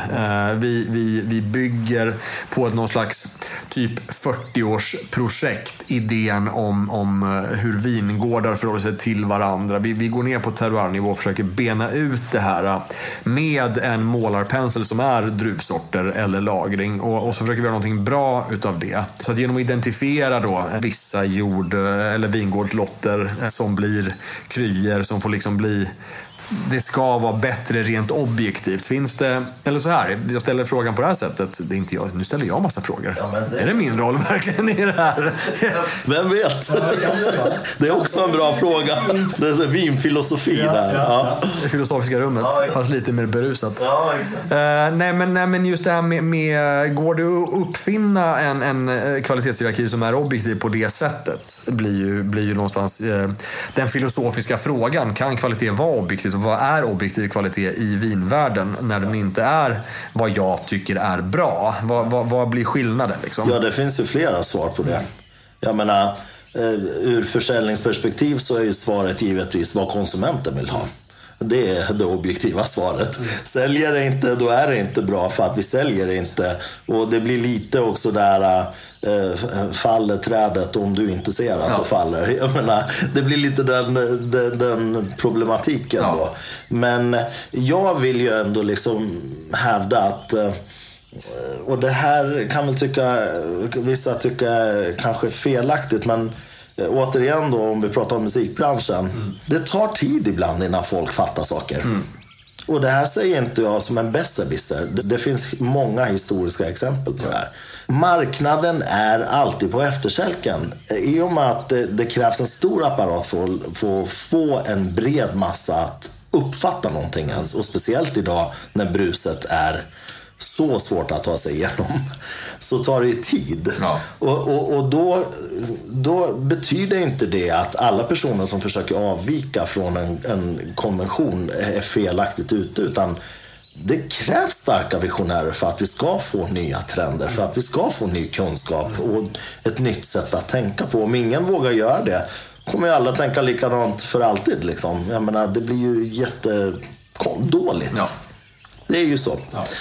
Vi bygger på någon slags typ 40-årsprojekt idén om hur vingårdar förhåller sig till varandra. Vi går ner på terroirnivå och försöker bena ut det här med en målarpensel som är druvsorter eller lagring, och så försöker vi göra någonting bra utav det. Så att genom att identifiera då vissa jord- eller vingårdslotter som blir kryer, som får liksom bli, det ska vara bättre rent objektivt. Finns det, eller så här, jag ställer frågan på det här sättet, det är inte jag, nu ställer jag massa frågor. Är det min roll verkligen i det här? Vem vet? Det är också en bra fråga. Det är så vinfilosofi där. Det filosofiska rummet, fast lite mer berusat. Nej men just det här med går det att uppfinna en kvalitetshierarki som är objektiv på det sättet, blir ju någonstans den filosofiska frågan. Kan kvalitet vara objektivt? Vad är objektiv kvalitet i vinvärlden när den inte är vad jag tycker är bra? Vad blir skillnaden liksom? Ja, det finns ju flera svar på det. Jag menar, ur försäljningsperspektiv så är ju svaret givetvis vad konsumenten vill ha. Det är det objektiva svaret. Säljer det inte, då är det inte bra, för att vi säljer det inte. Och det blir lite också där faller trädet om du inte ser att det faller. Jag menar, det blir lite den problematiken då. Men jag vill ju ändå liksom hävda att, och det här kan väl vissa tycka kanske felaktigt, men återigen då, om vi pratar om musikbranschen, det tar tid ibland innan folk fattar saker. Och det här säger inte jag som en besserwisser. Det finns många historiska exempel på det här. Marknaden är alltid på efterkälken. I och med att det krävs en stor apparat för att få en bred massa att uppfatta någonting ens. Och speciellt idag när bruset är så svårt att ta sig igenom, så tar det ju tid. Och då betyder inte det att alla personer som försöker avvika från en konvention är felaktigt ute, utan det krävs starka visionärer för att vi ska få nya trender, för att vi ska få ny kunskap och ett nytt sätt att tänka på. Om ingen vågar göra det, kommer ju alla tänka likadant för alltid liksom. Jag menar, det blir ju jättedåligt. Det är ju så.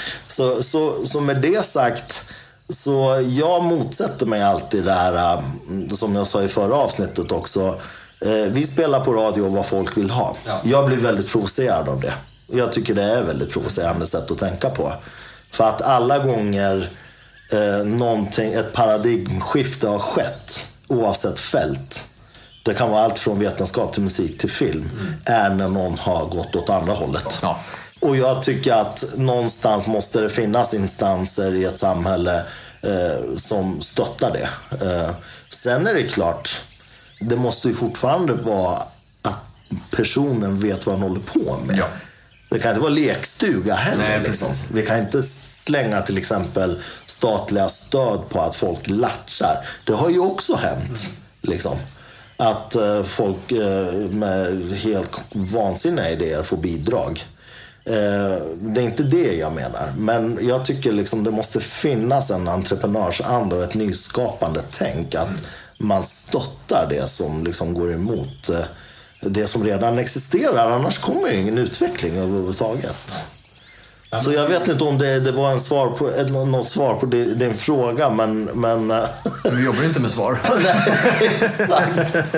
Så med det sagt, så jag motsätter mig alltid det här, som jag sa i förra avsnittet också. Vi spelar på radio vad folk vill ha. Jag blir väldigt provocerad av det. Jag tycker det är väldigt provocerande sätt att tänka på. För att alla gånger ett paradigmskifte har skett, oavsett fält, det kan vara allt från vetenskap till musik till film, är när någon har gått åt andra hållet. Och jag tycker att någonstans måste det finnas instanser i ett samhälle som stöttar det. Sen är det klart, det måste ju fortfarande vara att personen vet vad han håller på med. Det kan inte vara lekstuga heller. Nej, liksom. Vi kan inte slänga till exempel statliga stöd på att folk latchar. Det har ju också hänt. Liksom. att folk med helt vansinniga idéer får bidrag. Det är inte det jag menar. Men jag tycker liksom det måste finnas en entreprenörsanda och ett nyskapande tänk. Att man stöttar det som liksom går emot det som redan existerar. Annars kommer ju ingen utveckling överhuvudtaget. Så jag vet inte om det var något svar på din fråga, men vi jobbar inte med svar. Nej, exakt.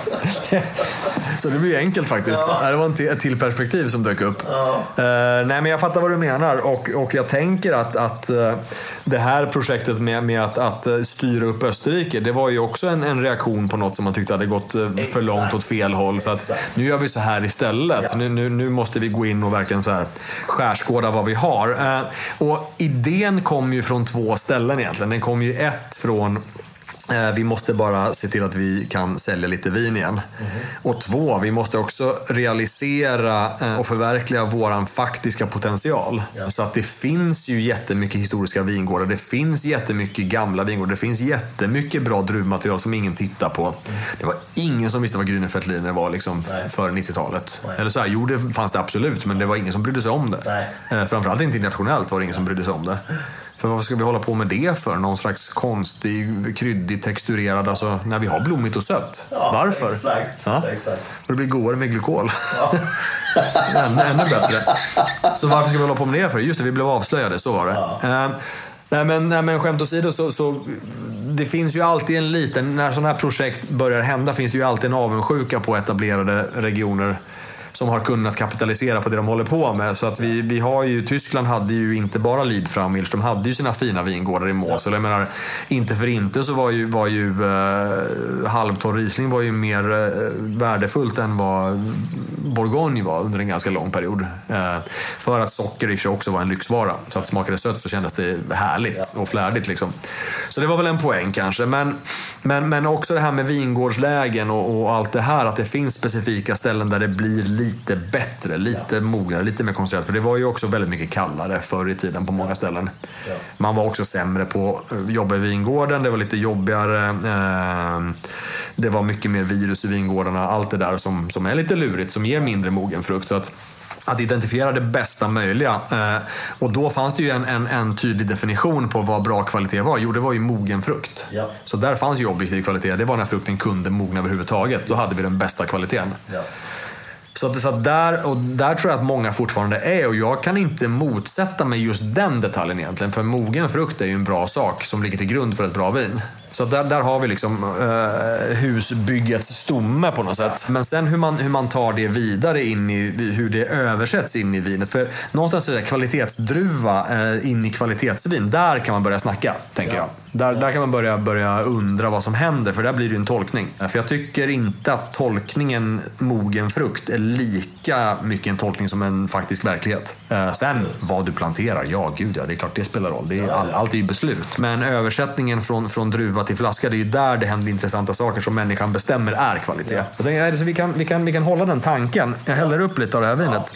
Så det blir enkelt faktiskt. Det var ett till perspektiv som dök upp. Nej, men jag fattar vad du menar. Och jag tänker att det här projektet med att styra upp Österrike, det var ju också en reaktion på något som man tyckte hade gått för långt åt fel håll. Så att nu gör vi så här istället. Nu måste vi gå in och verkligen så här skärskåda vad vi har. Och idén kom ju från 2 ställen egentligen. Den kom ju ett från vi måste bara se till att vi kan sälja lite vin igen. Och 2, vi måste också realisera och förverkliga våran faktiska potential. Så att det finns ju jättemycket historiska vingårdar. Det finns jättemycket gamla vingårdar. Det finns jättemycket bra druvmaterial som ingen tittar på. Det var ingen som visste vad Grüne Veltliner var liksom före 90-talet. Eller så här, jo, det fanns det absolut, men det var ingen som brydde sig om det. Framförallt inte internationellt var det ingen som brydde sig om det. För vad ska vi hålla på med det för? Någon slags konstig, kryddig, texturerad, alltså när vi har blommigt och sött. Varför? Exakt. Det blir godare med glykol. Ännu bättre. Så varför ska vi hålla på med det för? Just det, vi blev avslöjade, så var det. Nej, men skämt åsido så det finns ju alltid en liten, när sådana här projekt börjar hända finns det ju alltid en avundsjuka på etablerade regioner som har kunnat kapitalisera på det de håller på med. Så att vi har ju, Tyskland hade ju inte bara Liebfraumilch, de hade ju sina fina vingårdar i Mosel. Jag menar, inte för inte så var ju halvtorr Riesling var ju mer värdefullt än vad Bourgogne var under en ganska lång period. För att socker i sig också var en lyxvara. Så att smakade sött så kändes det härligt och flärdigt liksom. Så det var väl en poäng kanske. Men också det här med vingårdslägen och allt det här, att det finns specifika ställen där det blir lite bättre, lite mognare, lite mer koncentrerat. För det var ju också väldigt mycket kallare förr i tiden på många ställen. Man var också sämre på att jobba i vingården. Det var lite jobbigare. Det var mycket mer virus i vingårdarna. Allt det där som är lite lurigt, som ger mindre mogen frukt. Så att identifiera det bästa möjliga. Och då fanns det ju en tydlig definition på vad bra kvalitet var. Jo, det var ju mogen frukt. Så där fanns ju objektiv kvalitet. Det var när frukten kunde mogna överhuvudtaget. Då hade vi den bästa kvaliteten. Så där tror jag att många fortfarande är, och jag kan inte motsätta mig just den detaljen egentligen, för mogen frukt är ju en bra sak som ligger till grund för ett bra vin. Så där har vi liksom husbyggets stomme på något sätt. Men sen hur man tar det vidare in i hur det översätts in i vinet. För någonstans är det kvalitetsdruva in i kvalitetsvin. Där kan man börja snacka, tänker jag. Där kan man börja undra vad som händer, för där blir det ju en tolkning. För jag tycker inte att tolkningen mogen frukt är lika mycket en tolkning som en faktisk verklighet. Sen vad du planterar, det är klart det spelar roll. Det är allt är ju beslut. Men översättningen från druva till flaska, det är ju där det händer intressanta saker som människan bestämmer är kvalitet. Jag tänker, så vi kan hålla den tanken. Jag häller upp lite av det här vinet.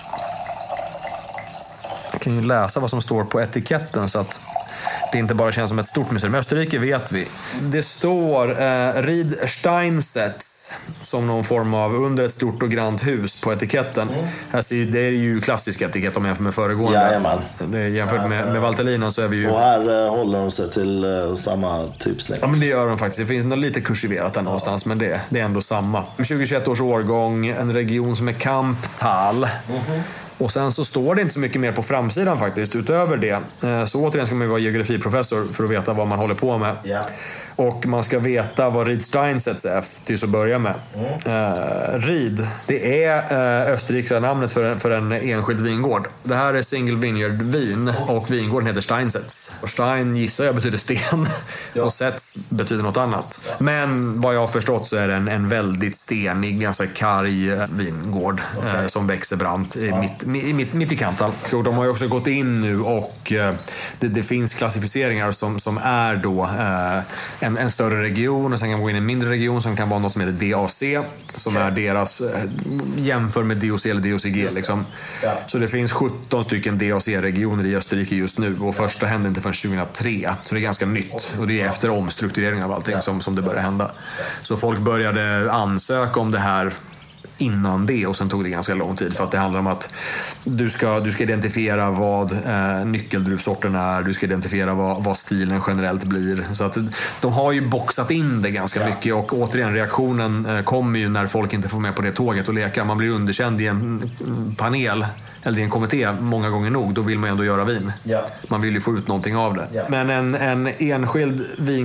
Jag kan ju läsa vad som står på etiketten så att det inte bara känns som ett stort museum. Österrike vet vi. Det står Ried Steinsetz som någon form av under ett stort och grant hus på etiketten. Det är ju klassisk etikett om jämfört med föregående. Jajamän. Jämfört med Valtellina så är vi ju... Och här håller de sig till samma typsnitt. Ja, men det gör de faktiskt. Det finns något lite kursiverat där någonstans, men det är ändå samma. 2021 års årgång, en region som är Kamptal. Och sen så står det inte så mycket mer på framsidan faktiskt utöver det. Så återigen ska man ju vara geografiprofessor för att veta vad man håller på med. Och man ska veta vad Ried Steinsetz är till att börja med. Ried, det är österrikiska namnet för en enskild vingård. Det här är single vineyard vin och vingården heter Steinsetz. Och Stein gissar jag betyder sten och Setz betyder något annat. Men vad jag har förstått så är det en väldigt stenig, ganska karg vingård som växer brant mitt i Kamptal. Och de har ju också gått in nu och det finns klassificeringar som är då en större region, och sen kan man gå in i en mindre region som kan vara något som heter DAC, som är deras jämför med DOC eller DOCG liksom. Så det finns 17 stycken DAC-regioner i Österrike just nu, och första hände inte förrän 2003, så det är ganska nytt, och det är efter omstrukturering av allting som det började hända. Så folk började ansöka om det här innan det, och sen tog det ganska lång tid, för att det handlar om att du ska identifiera vad nyckeldruvsorten är, du ska identifiera vad stilen generellt blir, så att de har ju boxat in det ganska mycket, och återigen reaktionen kommer ju när folk inte får med på det tåget och leka. Man blir underkänd i en panel eller i en kommitté många gånger nog, då vill man ändå göra vin. Man vill ju få ut någonting av det. Men en enskild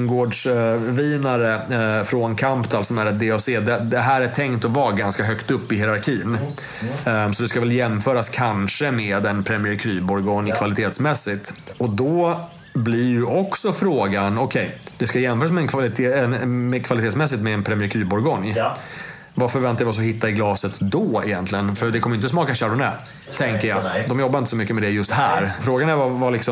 vingårdsvinare från Kamptal som är ett DAC, det här är tänkt att vara ganska högt upp i hierarkin. Så det ska väl jämföras kanske med en Premier Cru Bourgogne kvalitetsmässigt. Och då blir ju också frågan, okej, det ska jämföras med kvalitetsmässigt med en Premier Cru Bourgogne. Vad förväntar jag oss att hitta i glaset då egentligen? För det kommer inte att smaka Chardonnay, tänker jag. De jobbar inte så mycket med det just här. Frågan är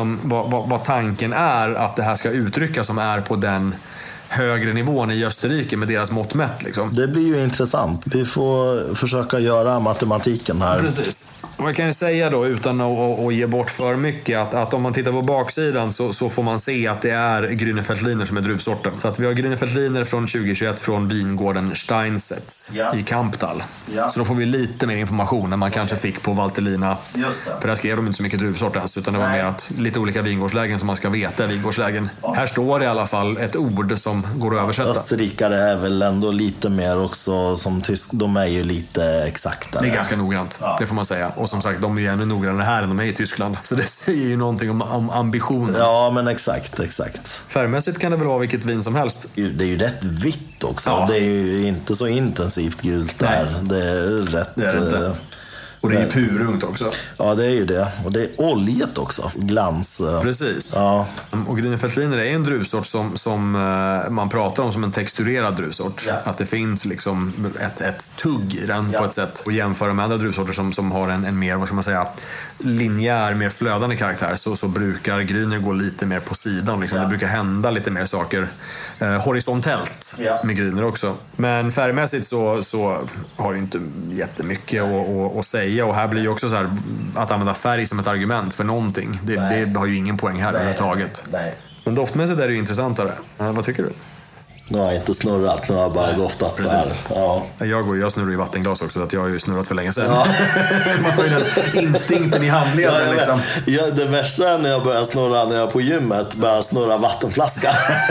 vad tanken är att det här ska uttrycka, som är på den högre nivån i Österrike med deras mått mätt liksom. Det blir ju intressant. Vi får försöka göra matematiken här. Precis. Och jag kan ju säga då, utan att ge bort för mycket, att om man tittar på baksidan så får man se att det är Grünefeldliner som är druvsorten. Så att vi har Grünefeldliner från 2021 från vingården Steinsetz i Kamptal. Så då får vi lite mer information än man kanske fick på Valtellina. För där skrev de inte så mycket druvsort ens, utan det var mer att lite olika vingårdslägen som man ska veta är vingårdslägen. Här står det i alla fall ett ord som går att översätta. Österrikare är väl ändå lite mer också som tysk. De är ju lite exakta. Det är ganska noggrant, det får man säga. Och som sagt, de är ju ännu noggrannare här än de är i Tyskland. Så det säger ju någonting om ambitionen. Ja, men exakt. Färgmässigt kan det väl vara vilket vin som helst. Det är ju rätt vitt också. Det är ju inte så intensivt gult där. Det är rätt... Det är det inte. Och det är purungt också. Ja, det är ju det. Och det är oljet också. Glans. Precis. Ja. Och Grünefeldliner är en druvsort som man pratar om som en texturerad druvsort. Att det finns liksom ett tugg i den på ett sätt. Och jämföra med andra druvsorter som har en mer, vad ska man säga, linjär, mer flödande karaktär, så brukar Grüner gå lite mer på sidan. Liksom. Det brukar hända lite mer saker horisontellt med Grüner också. Men färgmässigt så har det inte jättemycket att säga. Och här blir ju också så här, att använda färg som ett argument för någonting. Det har ju ingen poäng här överhuvudtaget. Men doftmässigt är det ju intressantare. Vad tycker du? Nu har jag inte snurrat, nu har jag bara doftat så här. Ja. Jag snurrar i vattenglas också, så att jag har ju snurrat för länge sedan. Ja. Man har ju den instinkten i handleden liksom. Ja, det värsta är när jag börjar snurra, när jag är på gymmet, börjar snurra vattenflaska.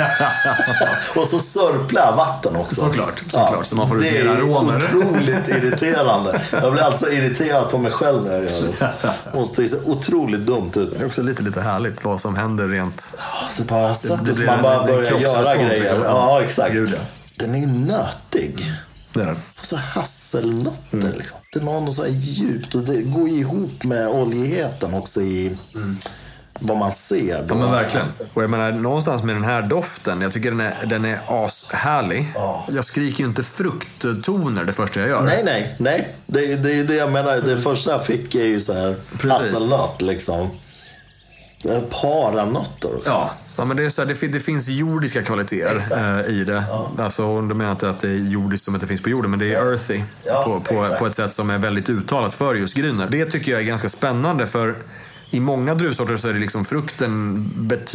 Och så sörplar jag vatten också. Såklart. Så man får det är otroligt irriterande. Jag blir alltså irriterad på mig själv när jag gör det. Måste se otroligt dumt ut. Det är också lite härligt vad som händer rent. Det bara sättet som man bara börjar göra grejer. Liksom. Ja, exakt. Den är nötig. Det är den. Och så hasselnötter liksom. Den har något så här djupt, och det går ihop med oljigheten också i vad man ser. Ja, men verkligen. Och jag menar, någonstans med den här doften, jag tycker den är ashärlig. Jag skriker ju inte frukttoner det första jag gör. Nej. Det är det jag menar. Det första jag fick är ju så här hasselnöt liksom. Paranötter också. Ja, men det är så här, det finns jordiska kvaliteter i det. Alltså, då menar jag inte att det är jordiskt som att det finns på jorden, men det är earthy på ett sätt som är väldigt uttalat för just Grüner. Det tycker jag är ganska spännande, för i många druvsorter så är det liksom frukten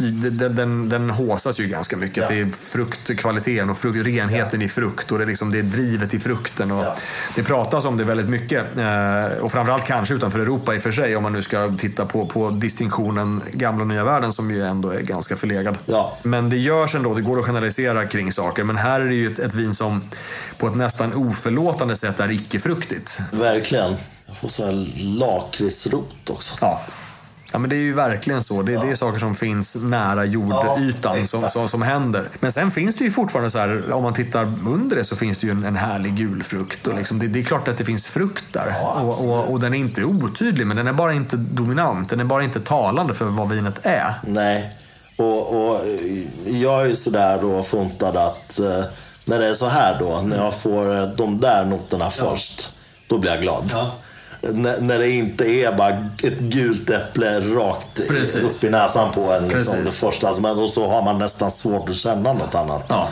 den håsas ju ganska mycket. Det är fruktkvaliteten och renheten i frukt, och det är drivet i frukten, och det pratas om det väldigt mycket, och framförallt kanske utanför Europa i och för sig, om man nu ska titta på distinktionen gamla och nya världen, som ju ändå är ganska förlegad. Men det görs ändå, det går att generalisera kring saker, men här är det ju ett vin som på ett nästan oförlåtande sätt är icke-fruktigt. Verkligen. Jag får så här lakritsrot också. Ja, men det är ju verkligen så. Det är saker som finns nära jordytan som händer. Men sen finns det ju fortfarande så här, om man tittar under det, så finns det ju en härlig gul frukt. Och liksom, det är klart att det finns frukt där. Och den är inte otydlig, men den är bara inte dominant. Den är bara inte talande för vad vinet är. Nej. Och jag är ju sådär då funtad att när det är så här då, när jag får de där noterna först, då blir jag glad. När det inte är bara ett gult äpple rakt upp i näsan på en liksom, det första. Och så har man nästan svårt att känna något annat. Ja.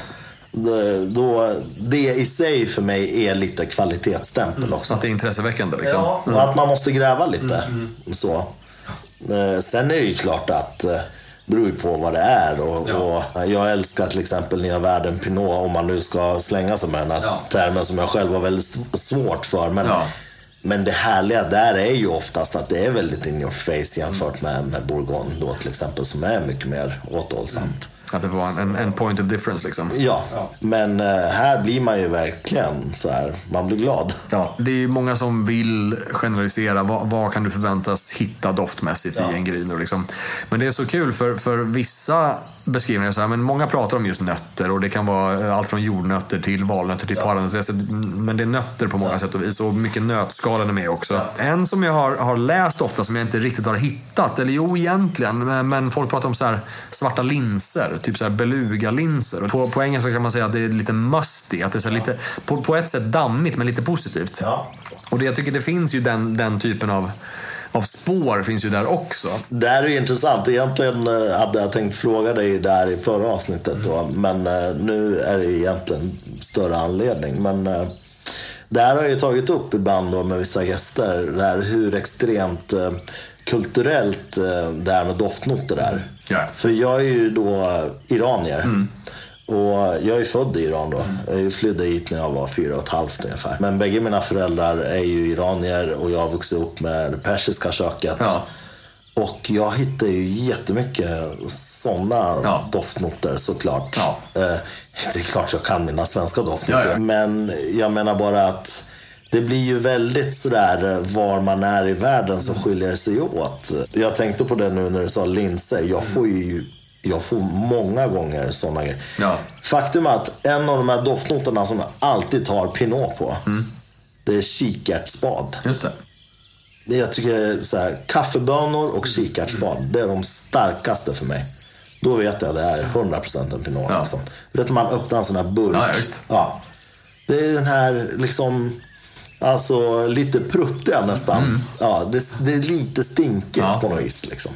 Det i sig för mig är lite kvalitetsstämpel också. Att det är intresseväckande liksom. Ja, och att man måste gräva lite. Så. Sen är det ju klart att beror på vad det är och jag älskar till exempel Nya Världen Pinot, om man nu ska slänga sig med den här termen som jag själv har väldigt svårt för, men det härliga där är ju oftast att det är väldigt in your face jämfört med Bourgogne då till exempel, som är mycket mer återhållsamt. Att det var en point of difference liksom. Ja, men här blir man ju verkligen så här, man blir glad. Ja, det är ju många som vill generalisera. Vad kan du förväntas hitta doftmässigt i en Griner liksom. Men det är så kul för vissa beskrivningar så här, men många pratar om just nötter och det kan vara allt från jordnötter till valnötter till paranötter, men det är nötter på många sätt och vis, och mycket nötskalen är med också. En som jag har läst ofta som jag inte riktigt har hittat, eller jo egentligen, men folk pratar om så här svarta linser, typ så här beluga-linser. På engelska kan man säga att det är lite musty, att det är så lite på ett sätt dammigt men lite positivt. Och jag tycker det finns ju den typen av spår finns ju där också. Det här är ju intressant. Egentligen hade jag tänkt fråga dig där i förra avsnittet då, men nu är det egentligen större anledning. Men det här har jag ju tagit upp ibland då med vissa gäster, det här hur extremt kulturellt det här med doftnoter är. För jag är ju då iranier. Och jag är född i Iran då. Jag flydde hit när jag var 4,5 ungefär. Men bägge mina föräldrar är ju iranier och jag har vuxit upp med det persiska köket. Och jag hittar ju jättemycket sådana doftnoter såklart. Det är klart jag kan mina svenska doftnoter. Men jag menar bara att det blir ju väldigt sådär var man är i världen som skiljer sig åt. Jag tänkte på det nu när du sa linser. Jag får många gånger sådana grejer. Faktum är att en av de här doftnoterna som jag alltid tar Pinot på, det är kikärtsspad. Just det. Jag tycker så här, kaffebönor och kikärtsspad, det är de starkaste för mig. Då vet jag att det är 100% en Pinot. Liksom. Vet man öppnar en sån här burk. Det är den här liksom, alltså lite pruttiga nästan. Det är lite stinkigt på något vis liksom.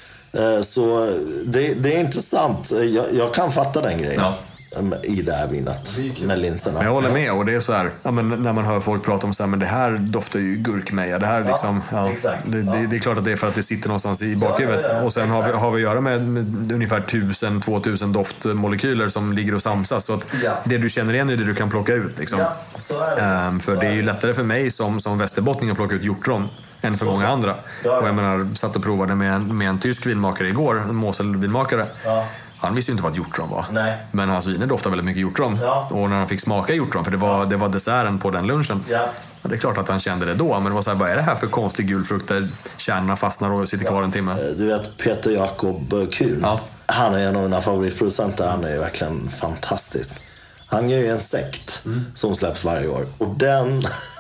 Så det är intressant. Jag kan fatta den grejen i det här vinet med linserna. Jag håller med, och det är så här, men när man hör folk prata om så här, men det här doftar ju gurkmeja. Det här liksom, det är klart att det är för att det sitter någonstans i bakhuvudet. Och sen har vi att göra med ungefär 1000-2000 doftmolekyler som ligger och samsas. Så att det du känner igen är det du kan plocka ut liksom. För det är ju lättare för mig som västerbottning att plocka ut hjortron än för många andra. Och jag menar, satt och provade med en tysk vinmakare igår, en Mosel-vinmakare. Han visste ju inte vad ett hjortron var. Men hans viner doftade väldigt mycket hjortron. Och när han fick smaka hjortron, för det var desserten på den lunchen. Det är klart att han kände det då. Men det var så här, vad är det här för konstig gul frukt där kärnorna fastnar och sitter kvar en timme? Du vet Peter Jakob Kuhn. Han är en av mina favoritproducenter. Han är ju verkligen fantastisk. Han gör ju en sekt som släpps varje år. Och den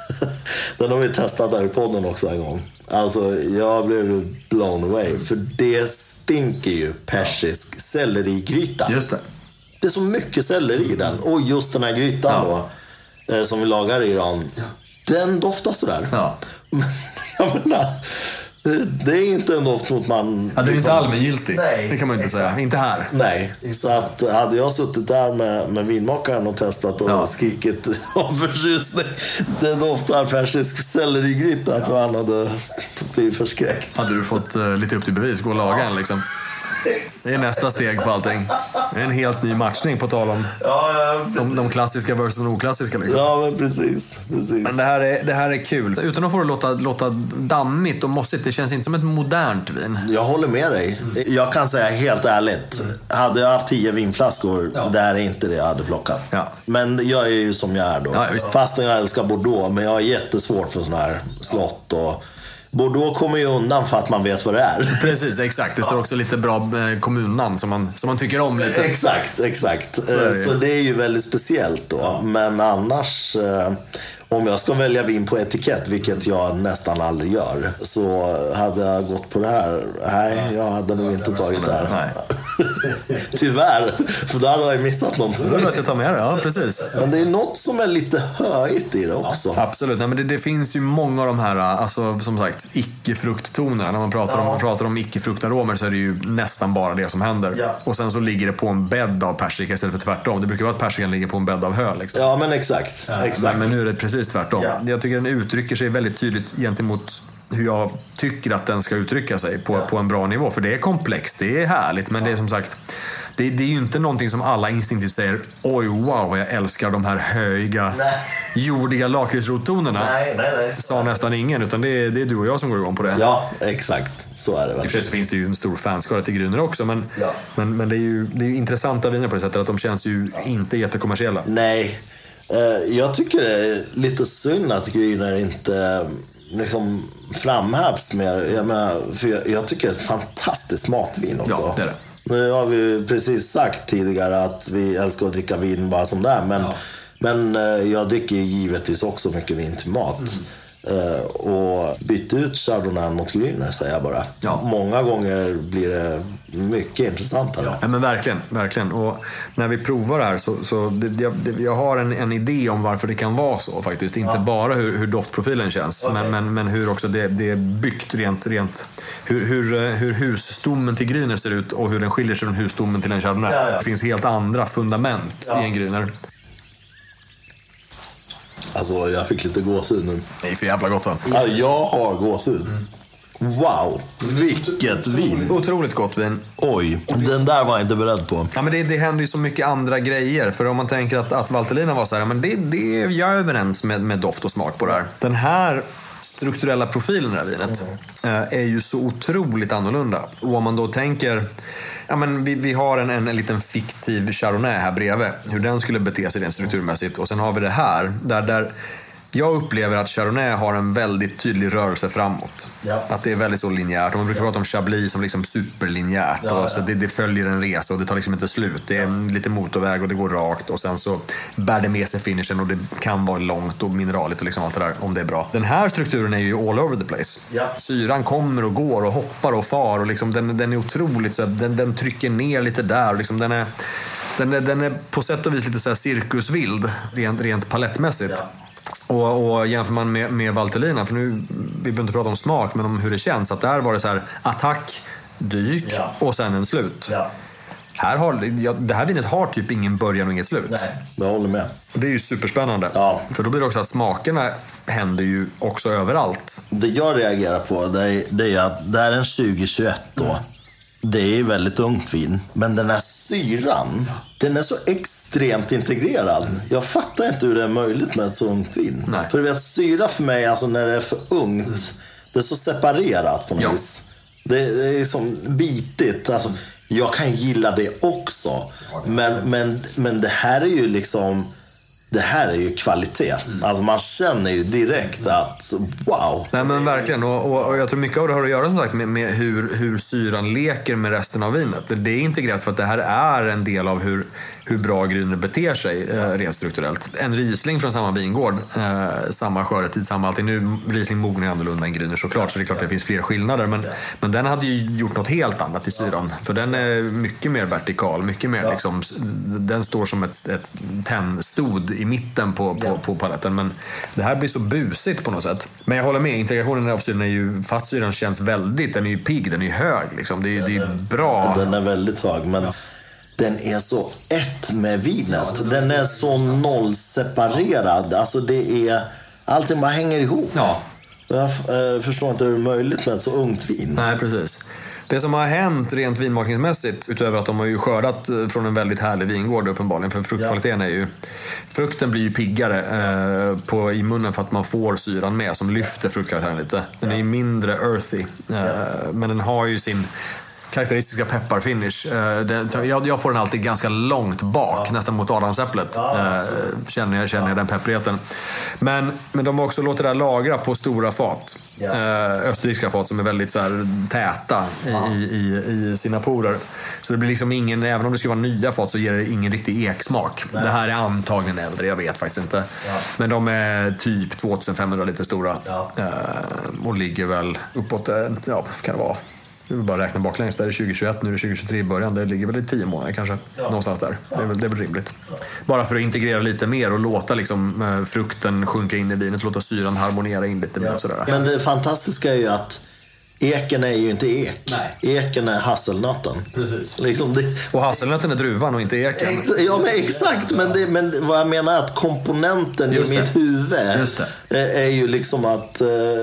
har vi testat där i podden också en gång. Alltså jag blev blown away. För det stinker ju persisk sellerigryta. Just det. Det är så mycket selleri i den. Och just den här grytan då, som vi lagar i Iran, den doftar sådär. Men jag menar, det är inte en doft mot man... Det är inte allmängiltig. Det kan man inte säga. Inte här. Nej, så att hade jag suttit där med vinmakaren och testat och skrikit av förtjusning, det doftar persisk sellerigryta, jag tror han hade blivit förskräckt. Hade du fått lite upp till bevis, gå och laga en liksom. Det är nästa steg på allting. Det är en helt ny matchning på tal om de klassiska versus de oklassiska liksom. Ja, men precis. Men det här är kul. Utan att få det låta dammigt och mossigt, det känns inte som ett modernt vin. Jag håller med dig. Jag kan säga helt ärligt, hade jag haft 10 vinflaskor, det här är inte det jag hade plockat. Men jag är ju som jag är då. Fastän jag älskar Bordeaux, men jag har jättesvårt för såna här slott och... Bordeaux kommer ju undan för att man vet vad det är. Precis, exakt. Det står också lite bra kommunnamn som man tycker om lite. Exakt. Så det är ju väldigt speciellt då. Men annars, om jag ska välja vin på etikett, vilket jag nästan aldrig gör, så hade jag gått på det här. Nej, jag hade nog inte tagit det här. Tyvärr, för då hade jag missat någonting. Så att jag tar med det, ja precis. Men det är något som är lite höjt i det också. Ja, absolut, nej, men det finns ju många av de här, alltså som sagt, icke-frukttonerna. När man pratar om icke-fruktaromer så är det ju nästan bara det som händer. Ja. Och sen så ligger det på en bädd av persika istället för tvärtom. Det brukar vara att persikan ligger på en bädd av hö liksom. Ja, men exakt. Men nu är det precis tvärtom. Ja. Jag tycker den uttrycker sig väldigt tydligt gentemot hur jag tycker att den ska uttrycka sig på en bra nivå. För det är komplext, det är härligt, men det är som sagt, det är ju inte någonting som alla instinktivt säger oj, wow, jag älskar de här höga, jordiga lakritsrottonerna. Nej. Sa nästan ingen, utan det är du och jag som går igång på det. Ja, exakt. Så är det väl. I och för sig finns det ju en stor fanskara till Grüner också, men det är ju intressanta viner på det sättet att de känns ju inte jättekommersiella. Nej, jag tycker det är lite synd att Grüner inte liksom framhävs mer. Jag menar, för jag tycker det är ett fantastiskt matvin också. Ja, det är det. Nu har vi ju precis sagt tidigare att vi älskar att dricka vin bara som det är. Men jag dricker givetvis också mycket vin till mat. Och byta ut Chardonnay mot Grüner, säger jag bara. Ja. Många gånger blir det mycket intressantare. Ja, men verkligen. Och när vi provar det här jag har en idé om varför det kan vara så faktiskt. Inte bara hur doftprofilen känns, men hur också det är byggt rent hur husstommen till Grüner ser ut och hur den skiljer sig från husstommen till en Chardonnay. Ja. Det finns helt andra fundament i en Grüner. Alltså, jag fick lite gåshud nu. Det är för jävla gott, va? Ja, jag har gåshud. Wow, vilket vin. Otroligt gott vin. Oj, den där var jag inte beredd på. Ja, men det händer ju så mycket andra grejer. För om man tänker att Valtellina var så här, men jag är överens med doft och smak på det här. Den här strukturella profilen i det här vinet är ju så otroligt annorlunda. Och om man då tänker, ja, men vi har en liten fiktiv Chardonnay här bredvid, hur den skulle bete sig rent strukturmässigt. Och sen har vi det här där jag upplever att Chardonnay har en väldigt tydlig rörelse framåt. Ja. Att det är väldigt så linjärt. Och man brukar prata om Chablis som liksom superlinjärt. Ja. Så det följer en resa och det tar liksom inte slut. Det är lite motorväg och det går rakt. Och sen så bär det med sig finishen och det kan vara långt och mineraligt och liksom allt det där, om det är bra. Den här strukturen är ju all over the place. Ja. Syran kommer och går och hoppar och far. Och liksom den är otroligt så den trycker ner lite där. Och liksom den är på sätt och vis lite så här cirkusvild rent palettmässigt. Ja. Och jämför man med Valtellina, för nu vi behöver inte prata om smak, men om hur det känns, att där var det så här attack, dyk och sen en slut. Ja. Det här vinet har typ ingen början och inget slut. Nej, jag håller med. Och det är ju superspännande. Ja. För då blir det också att smakerna händer ju också överallt. Det jag reagerar på det är att det här är en 2021 då. Det är väldigt ungt vin, men den här syran, den är så extremt integrerad. Jag fattar inte hur det är möjligt med ett så ungt vin. Nej. För vet, syra för mig, alltså när det är för ungt, det är så separerat på något vis. Det är som bitigt. Alltså, jag kan gilla det också, men det här är ju liksom... Det här är ju kvalitet. Alltså man känner ju direkt att wow. Nej, men verkligen. Och jag tror mycket av det har att göra som sagt med hur syran leker med resten av vinet. Det är integrerat för att det här är en del av hur bra Grüner beter sig rent strukturellt. En Riesling från samma vingård, samma skördetid, samma allting. Nu Riesling mognar annorlunda än Grüner såklart, så det är klart att det finns fler skillnader. Men den hade ju gjort något helt annat i syran. För den är mycket mer vertikal, mycket mer liksom, den står som ett tändstod i mitten på paletten. Men det här blir så busigt på något sätt. Men jag håller med, integrationen av syran är ju, fast syran känns väldigt, den är ju pigg, den är ju hög liksom. Det är bra. Den är väldigt hög, men den är så ett med vinet. Den är så nollseparerad. Alltså det är, allting bara hänger ihop. Ja. Jag förstår inte hur det är möjligt med ett så ungt vin. Nej, precis. Det som har hänt rent vinmakningsmässigt, utöver att de har ju skördat från en väldigt härlig vingård uppenbarligen, för fruktkvaliteten är ju, frukten blir ju piggare i munnen för att man får syran med som lyfter fruktkaraktären lite. Den är ju mindre earthy, men den har ju sin karaktäristiska pepparfinish. Jag får den alltid ganska långt bak, nästan mot adamsäpplet. Känner jag den pepprigheten. Men de har också låtit det här lagra på stora fat. Österrikiska fat som är väldigt så här täta i sina porer. Så det blir liksom ingen, även om det ska vara nya fat så ger det ingen riktig eksmak. Det här är antagligen äldre, jag vet faktiskt inte. Men de är typ 2500 liter stora. Och ligger väl uppåt, kan det vara Vi vill bara räkna baklänges. Där är 2021, nu är det 2023 i början. Det ligger väl i 10 månader kanske. Någonstans där. Det är väl rimligt. Bara för att integrera lite mer och låta liksom, frukten sjunka in i vinet. Låta syran harmonera in lite mer och sådär. Men det fantastiska är ju att eken är ju inte ek. Nej. Eken är hasselnöten. Precis. Liksom det... Och hasselnöten är druvan och inte eken. Ja, men exakt. Men vad jag menar är att komponenten i mitt huvud är ju liksom att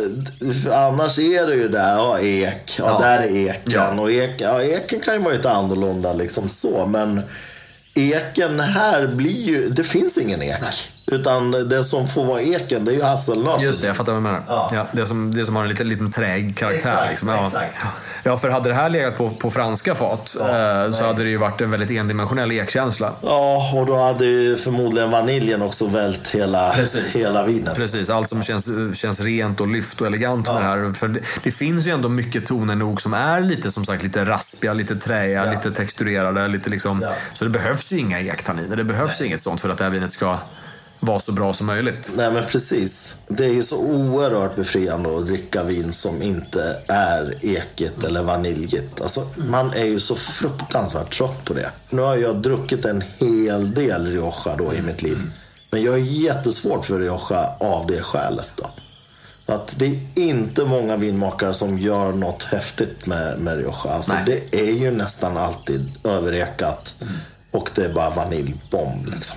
annars är det ju där, ek. Där är eken. Ja. Och eken kan ju vara lite annorlunda liksom så. Men eken här blir ju, det finns ingen ek. Nej. Utan det som får vara eken, det är ju hasselnöt. Just det, jag fattar vad du menar. Ja, det som har en liten träg karaktär. Exakt, liksom. exakt. Ja, för hade det här legat på franska fat så hade det ju varit en väldigt endimensionell ekkänsla. Ja, och då hade ju förmodligen vaniljen också vält hela vinen. Precis, allt som känns rent och lyft och elegant med det här. För det finns ju ändå mycket toner nog som är lite, som sagt, lite raspiga, lite träiga, lite texturerade, lite liksom. Så det behövs ju inga ektanniner, det behövs inget sånt för att det här vinet ska vara så bra som möjligt. Nej, men precis. Det är ju så oerhört befriande att dricka vin som inte är ekigt eller vaniljigt. Alltså, man är ju så fruktansvärt trött på det. Nu har jag druckit en hel del Rioja då i mitt liv. Men jag är jättesvårt för Rioja av det skälet då. Att det är inte många vinmakare som gör något häftigt med Rioja. Alltså, det är ju nästan alltid överekat. Och det är bara vaniljbomb liksom.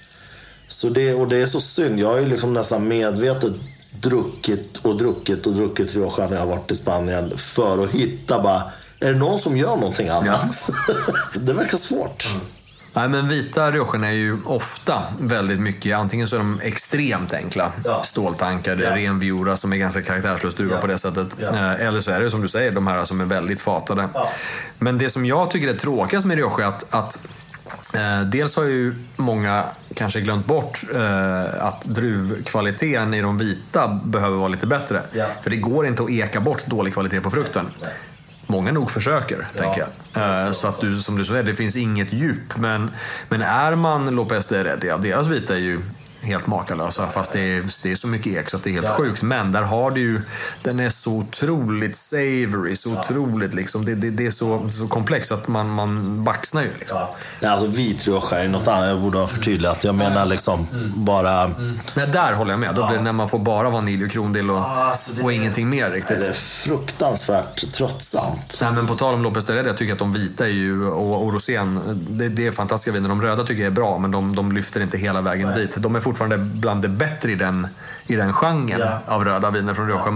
Så det är så synd. Jag har ju liksom nästan medvetet druckit Rioja när jag har varit i Spanien för att hitta bara, är det någon som gör någonting annat? Det verkar svårt. Nej, men vita Rioja är ju ofta väldigt mycket, antingen så är de extremt enkla, ståltankade, ren Viura som är ganska karaktärslös druva på det sättet. Eller så är det som du säger, de här som är väldigt fatade. Men det som jag tycker är tråkigast med Rioja är att dels har ju många kanske glömt bort att druvkvaliteten i de vita behöver vara lite bättre. För det går inte att eka bort dålig kvalitet på frukten. Många nog försöker, tänker jag. Så att du, som du säger, det finns inget djup. Men är man Lopez de Heredia, deras vita är ju helt makalösa, fast det är så mycket ek så att det är helt sjukt. Men där har du ju, den är så otroligt savory, så otroligt liksom, det är så komplext att man baxnar ju liksom. Nej, alltså vit Rioja är något annat, jag borde ha förtydligat. Jag menar liksom bara... Nej, där håller jag med. Då blir det när man får bara vanilj och krondill och ingenting mer riktigt. Det är fruktansvärt tröttsamt. Nej, men på tal om Lopez de Heredia, jag tycker att de vita är ju, och rosén, det är fantastiska viner. De röda tycker jag är bra, men de lyfter inte hela vägen dit. De är fortfarande bland det bättre i den genren av röda viner från Rioja,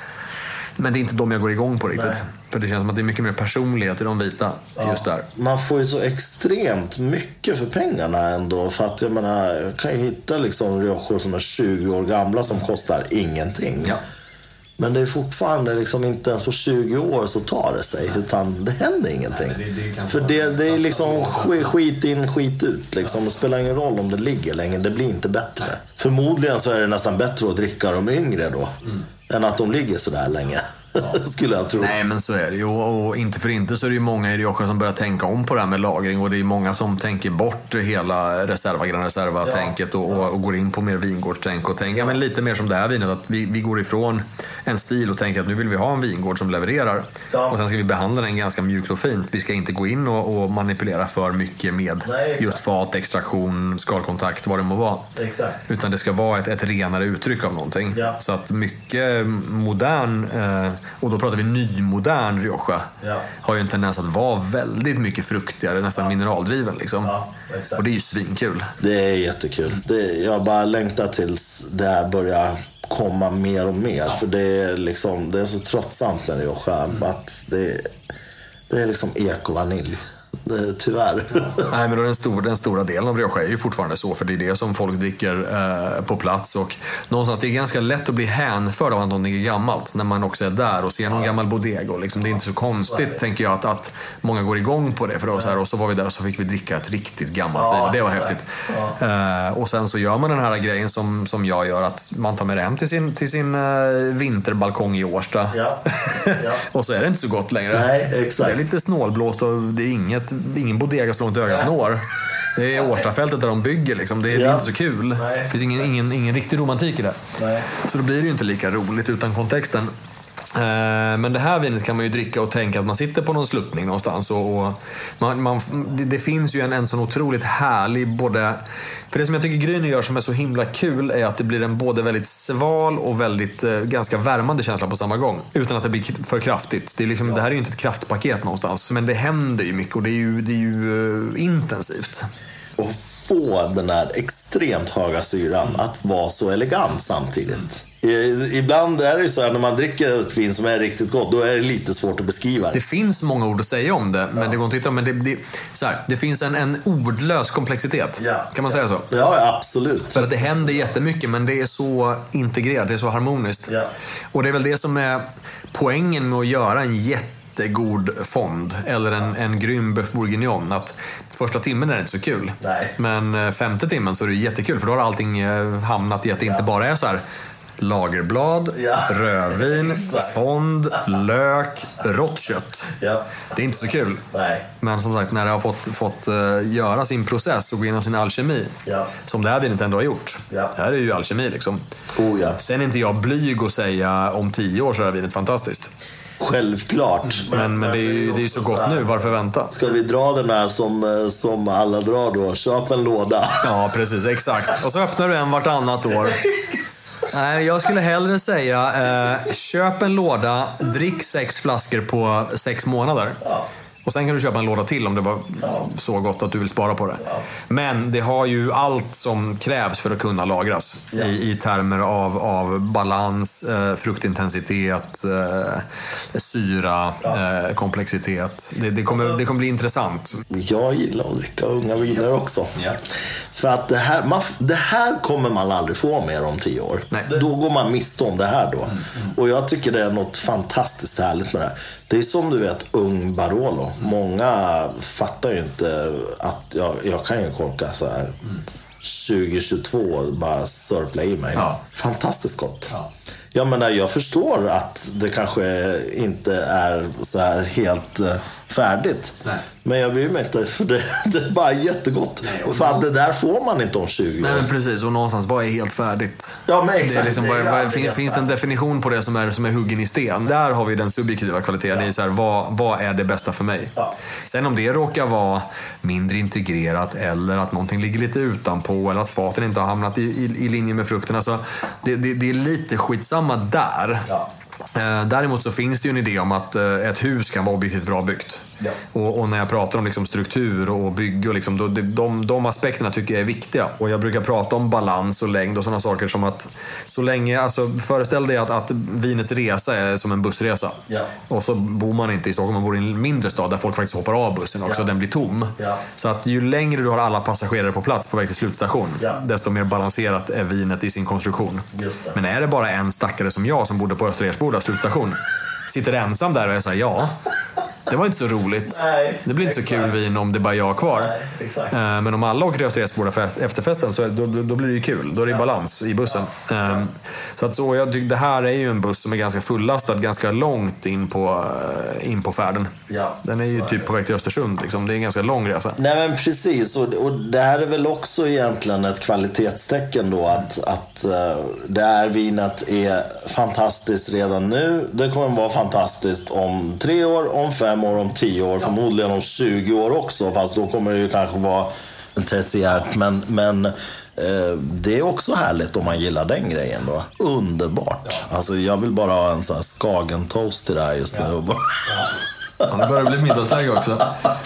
men det är inte de jag går igång på riktigt. För det känns som att det är mycket mer personlighet i de vita just där. Man får ju så extremt mycket för pengarna ändå. För att jag menar, jag kan ju hitta liksom Rioja som är 20 år gamla som kostar ingenting. Men det är fortfarande liksom inte ens på 20 år så tar det sig, utan det händer ingenting. För det är liksom skit in, skit ut liksom. Det spelar ingen roll om det ligger länge, det blir inte bättre. Förmodligen så är det nästan bättre att dricka de yngre då än att de ligger så där länge. Skulle jag tro. Nej, men så är det ju. Och inte för inte så är det ju många i Rioja som börjar tänka om på det här med lagring. Och det är många som tänker bort hela Gran Reserva-tänket och går in på mer vingårdstänk och tänker men lite mer som det här vinet. Att vi går ifrån en stil och tänker att nu vill vi ha en vingård som levererar. Och sen ska vi behandla den ganska mjukt och fint. Vi ska inte gå in och manipulera för mycket med just fat, extraktion, skalkontakt, vad det må vara. Exakt. Utan det ska vara ett renare uttryck av någonting. Så att mycket modern... och då pratar vi nymodern Rioja har ju en tendens att vara väldigt mycket fruktigare, nästan mineraldriven liksom. Och det är ju svinkul. Det är jättekul. Jag bara längtar tills det här börjar komma mer och mer. För det är liksom, det är så tröttsamt med Rioja att det är liksom ek och vanilj. Tyvärr. Nej, men då den stora delen av Rioja är ju fortfarande så, för det är det som folk dricker på plats, och någonstans det är ganska lätt att bli hänförd av att någonting är gammalt när man också är där och ser någon gammal bodega och liksom, det är inte så konstigt tänker jag att många går igång på det, för då så här, och så var vi där och så fick vi dricka ett riktigt gammalt vin, det var häftigt. Och sen så gör man den här grejen som jag gör, att man tar med det hem till sin vinterbalkong i Årsta. Och så är det inte så gott längre. Nej, exakt. Det är lite snålblåst och det är ingen bodega så långt ögat når. Det är Årstafältet där de bygger liksom. Det är inte så kul. Det finns ingen riktig romantik i det. Så då blir det ju inte lika roligt utan kontexten. Men det här vinet kan man ju dricka och tänka att man sitter på någon sluttning någonstans. Och det finns ju en sån otroligt härlig både... För det som jag tycker Gryner gör som är så himla kul är att det blir en både väldigt sval och väldigt ganska värmande känsla på samma gång. Utan att det blir för kraftigt. Det här är ju inte ett kraftpaket någonstans. Men det händer ju mycket och det är ju intensivt. Och få den här extremt höga syran att vara så elegant samtidigt. Ibland är det ju så här när man dricker ett vin som är riktigt gott, då är det lite svårt att beskriva. Det finns många ord att säga om det, men det går inte att hitta. Men det finns en ordlös komplexitet. Kan man säga så? Ja, absolut. För att det händer jättemycket, men det är så integrerat, det är så harmoniskt. Och det är väl det som är poängen med att göra en jättegod fond eller en grym Boeuf Bourguignon, att första timmen är det inte så kul. Nej. Men femte timmen så är det jättekul, för då har allting hamnat i att det inte bara är så här lagerblad, rödvin, fond, lök, rått kött. Det är inte så kul. Nej. Men som sagt, när det har fått göra sin process och gå igenom sin alkemi, som det här vinet ändå har gjort. Det här är ju alkemi liksom. Sen är inte jag blyg att säga om 10 år så är vinet fantastiskt. Självklart. Men det är ju så gott nu, varför vänta? Ska vi dra den här som alla drar då? Köp en låda. Ja, precis, exakt. Och så öppnar du en vartannat år. Nej, jag skulle hellre säga köp en låda, drick 6 flaskor på 6 månader. Och sen kan du köpa en låda till om det var så gott att du vill spara på det. Men det har ju allt som krävs för att kunna lagras. I termer av balans, fruktintensitet, syra, komplexitet. Det kommer bli intressant. Jag gillar att dricka unga viner också. För att det här kommer man aldrig få mer om 10 år. Nej. Då går man miste om det här då. Och jag tycker det är något fantastiskt härligt med det här. Det är som du vet, ung Barolo. Många fattar ju inte att jag kan ju korka så här 2022 bara sörpla i mig. Fantastiskt gott. Jag menar, jag förstår att det kanske inte är så här helt färdigt. Nej. Men jag bryr mig inte, för det är bara jättegott. Och för att det där får man inte om 20 år. Nej, men precis. Och någonstans, vad är helt färdigt? Ja, men exakt. Det är liksom, finns det en definition på det som är huggen i sten? Där har vi den subjektiva kvaliteten i så här, vad är det bästa för mig? Sen om det råkar vara mindre integrerat, eller att någonting ligger lite utanpå, eller att faten inte har hamnat i linje med frukterna, så det är lite skitsamma där. Däremot så finns det ju en idé om att ett hus kan vara objektivt bra byggt. Och när jag pratar om liksom struktur och bygge och liksom, de aspekterna tycker jag är viktiga. Och jag brukar prata om balans och längd och sådana saker, som att så länge, alltså föreställ dig att vinets resa är som en bussresa. Och så bor man inte i Stockholm, man bor i en mindre stad där folk faktiskt hoppar av bussen också, den blir tom. Så att ju längre du har alla passagerare på plats på väg till slutstation, desto mer balanserat är vinet i sin konstruktion. Men är det bara en stackare som jag som bodde på Österlersboda slutstation, sitter ensam där och är så här, det var inte så roligt. Nej, det blir inte så kul vin om det bara är jag kvar. Nej, men om alla åker till Österlersboda för efterfesten, så då blir det ju kul. Då är det balans i bussen. Så jag tycker det här är ju en buss som är ganska fullastad ganska långt in på färden. Den är ju typ på väg till Östersund liksom. Det är en ganska lång resa. Nej, men precis. Och det här är väl också egentligen ett kvalitetstecken då, att det här vinet är fantastiskt redan nu. Det kommer vara fantastiskt om 3 år, om 5 år, om 10 år, förmodligen om 20 år också, fast då kommer det ju kanske vara en tertiärt, men det är också härligt om man gillar den grejen då. Underbart. Alltså jag vill bara ha en sån här Skagen-toast till det här just nu. Det börjar bli middagsläge också.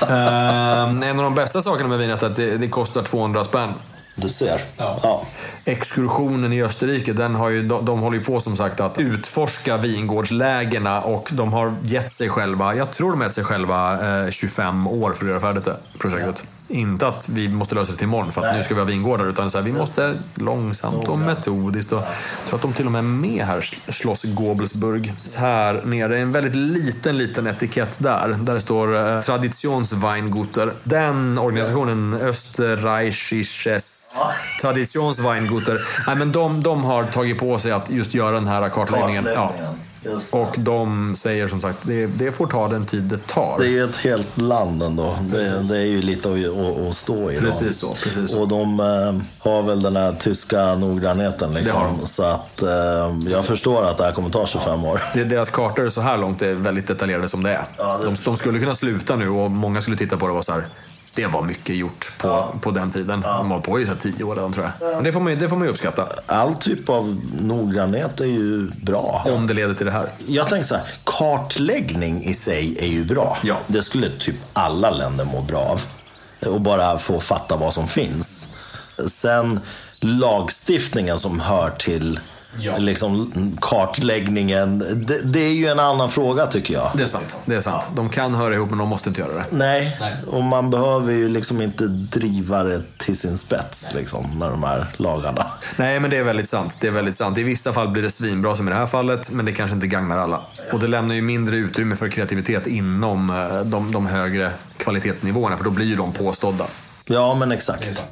En av de bästa sakerna med vinet är att det kostar 200 spänn. Du ser. Exkursionen i Österrike, de håller ju på som sagt att utforska vingårdslägena, och de har gett sig själva, jag tror de har gett sig själva 25 år för att göra färdigt det projektet. Inte att vi måste lösa det till imorgon för att nu ska vi ha vingårdar, utan så här, vi måste långsamt och metodiskt. Och jag tror att de till och med är med här, Schloss Gobelsburg. Här nere är en väldigt liten etikett där det står Traditionsweinguter. Den organisationen, Österreichisches Traditionsweinguter, nej, men de har tagit på sig att just göra den här kartläggningen. Och de säger som sagt, det får ta den tid det tar. Det är ju ett helt land ändå. Det är ju lite att stå i. Precis så. Och de har väl den här tyska noggrannheten liksom. Så att jag förstår att det här kommer ta 25 år. Deras kartor så här långt är väldigt detaljerade som det är. Ja, de skulle kunna sluta nu och många skulle titta på det och vara så här. Det var mycket gjort på den tiden. De var på i 10 år redan, tror jag. Men det får man ju uppskatta. All typ av noggrannhet är ju bra. Om det leder till det här. Jag tänker så här, kartläggning i sig är ju bra. Ja. Det skulle typ alla länder må bra av. Och bara få fatta vad som finns. Sen lagstiftningen som hör till liksom kartläggningen, det är ju en annan fråga tycker jag. Det är sant. De kan höra ihop men de måste inte göra det. Nej. Och man behöver ju liksom inte driva det till sin spets liksom, med de här lagarna. Nej, men det är väldigt sant. I vissa fall blir det svinbra som i det här fallet, men det kanske inte gagnar alla. Och det lämnar ju mindre utrymme för kreativitet inom de högre kvalitetsnivåerna, för då blir ju de påstådda. Ja, men exakt.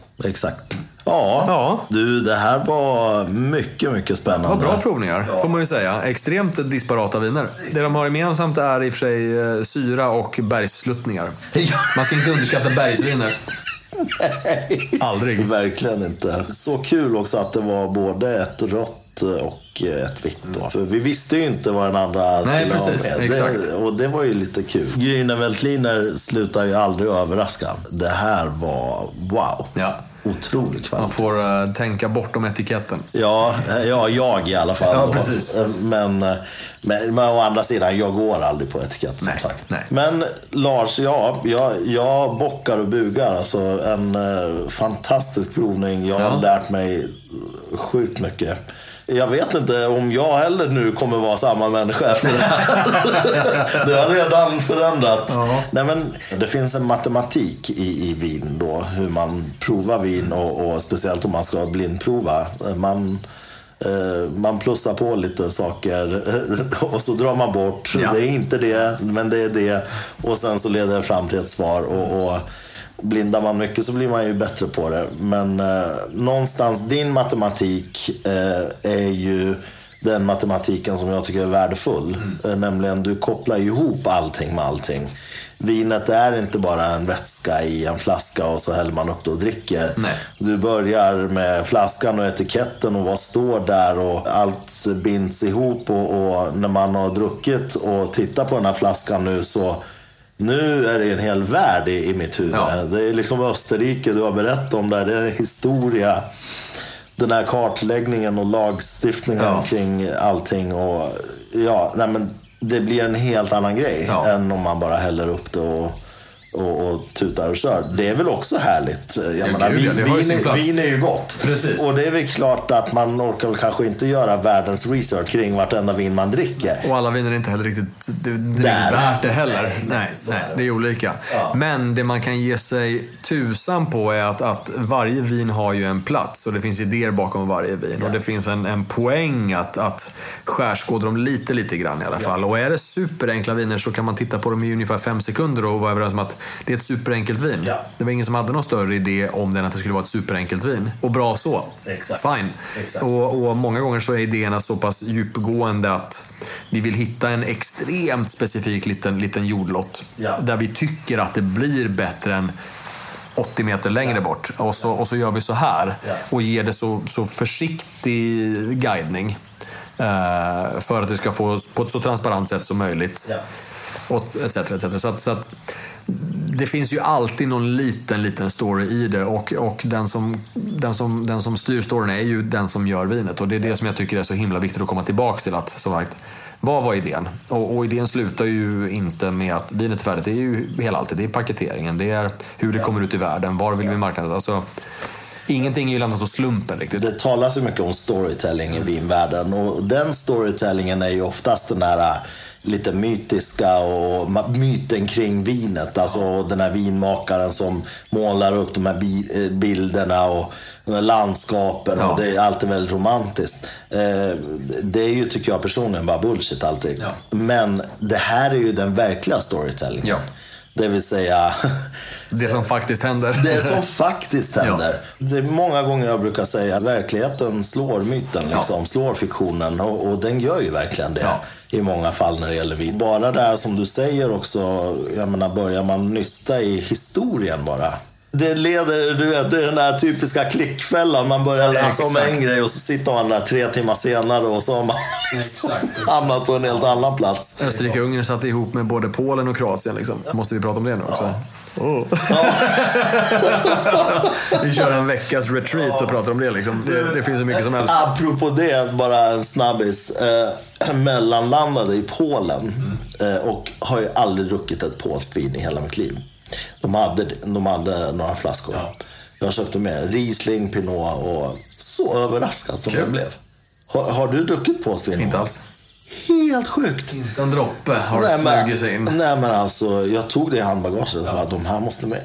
Ja, du, det här var mycket, mycket spännande. Det var bra provningar, får man ju säga. Extremt disparata viner. Det de har gemensamt är i och för sig syra och bergssluttningar. Man ska inte underskatta bergsviner. Nej, aldrig. Verkligen inte. Så kul också att det var både ett rött och ett vitt då. För vi visste ju inte vad den andra skulle ha med. Exakt. Och det var ju lite kul. Grüner Veltliner slutar ju aldrig överraska. Det här var wow. Ja. Otrolig kvalitet. Man får tänka bortom etiketten. Ja, jag i alla fall. Ja, precis. Men å andra sidan, jag går aldrig på etikett som sagt. Nej. Men Lars, jag bockar och bugar. Alltså en fantastisk provning. Jag har lärt mig sjukt mycket. Jag vet inte om jag heller nu kommer vara samma människa efter det här. Det har redan förändrat. Nej, men det finns en matematik i vin då. Hur man provar vin och speciellt om man ska blindprova. Man plussar på lite saker och så drar man bort. Det är inte det, men det är det. Och sen så leder det fram till ett svar och blindar man mycket så blir man ju bättre på det. Men någonstans din matematik är ju den matematiken som jag tycker är värdefull. Nämligen du kopplar ihop allting med allting. Vinet är inte bara en vätska i en flaska och så häller man upp det och dricker. Nej. Du börjar med flaskan och etiketten och vad står där och allt binds ihop och när man har druckit och tittar på den här flaskan nu så nu är det en hel värld i mitt huvud. Ja. Det är liksom Österrike du har berättat om där. Det är historia. Den här kartläggningen och lagstiftningen kring allting. Och men det blir en helt annan grej än om man bara häller upp det och tutar och kör. Det är väl också härligt. Jag menar, vin är ju gott. Precis. Och det är väl klart att man orkar väl kanske inte göra världens research kring vartenda vin man dricker. Och alla viner är inte heller riktigt det är värt det heller. Nej, det är olika. Ja. Men det man kan ge sig tusan på är att varje vin har ju en plats och det finns idéer bakom varje vin. Ja. Och det finns en poäng att skärskåda dem lite grann i alla fall. Och är det superenkla viner så kan man titta på dem i ungefär 5 sekunder och vara överens om att det är ett superenkelt vin. Ja. Det var ingen som hade någon större idé om den att det skulle vara ett superenkelt vin. Och bra så. Exakt. Fine. Exakt. Och många gånger så är idéerna så pass djupgående att vi vill hitta en extremt specifik liten jordlott. Ja. Där vi tycker att det blir bättre än 80 meter längre bort. Och så gör vi så här. Ja. Och ger det så försiktig guidning. För att det ska få på ett så transparent sätt som möjligt. Ja. Och etc. Så att det finns ju alltid någon liten story i det och den som styr storyn är ju den som gör vinet och det är det som jag tycker är så himla viktigt att komma tillbaka till att så sagt, vad var idén? Och idén slutar ju inte med att vinet är färdigt, det är ju hela allt, det är paketeringen, det är hur det kommer ut i världen, var vill vi marknaden, alltså ingenting är ju lämnat åt slumpen riktigt. Det talas ju mycket om storytelling i vinvärlden och den storytellingen är ju oftast den här lite mytiska och myten kring vinet, alltså den här vinmakaren som målar upp de här bilderna och de här landskapen och det är alltid väldigt romantiskt. Det är ju, tycker jag personligen, bara bullshit alltid. Ja. Men det här är ju den verkliga storytellingen. Ja. Det vill säga det som faktiskt händer. Det som faktiskt händer. Ja. Det är många gånger jag brukar säga att verkligheten slår myten, liksom, slår fiktionen. Och den gör ju verkligen det i många fall när det gäller vin. Bara där som du säger också, jag menar, börjar man nysta i historien bara. Det leder, du vet, det är den där typiska klickfällan. Man börjar läsa om en grej och så sitter man där 3 timmar senare och så har man hamnat på en helt annan plats. Österrike och Ungern satt ihop med både Polen och Kroatien liksom. Måste vi prata om det nu också? Vi kör en veckas retreat och pratar om det liksom. Det finns så mycket som helst. Apropå det, bara en snabbis. Mellanlandade i Polen och har ju aldrig druckit ett polskt vin i hela mitt liv. De hade några flaskor. Jag köpte med Riesling, Pinot och så överraskad som jag blev. Har du druckit polskt vin? Inte alls. Helt sjukt. Inte en droppe har smugit sig in. Nej, men alltså, jag tog det i handbagaget. Bara, de här måste med.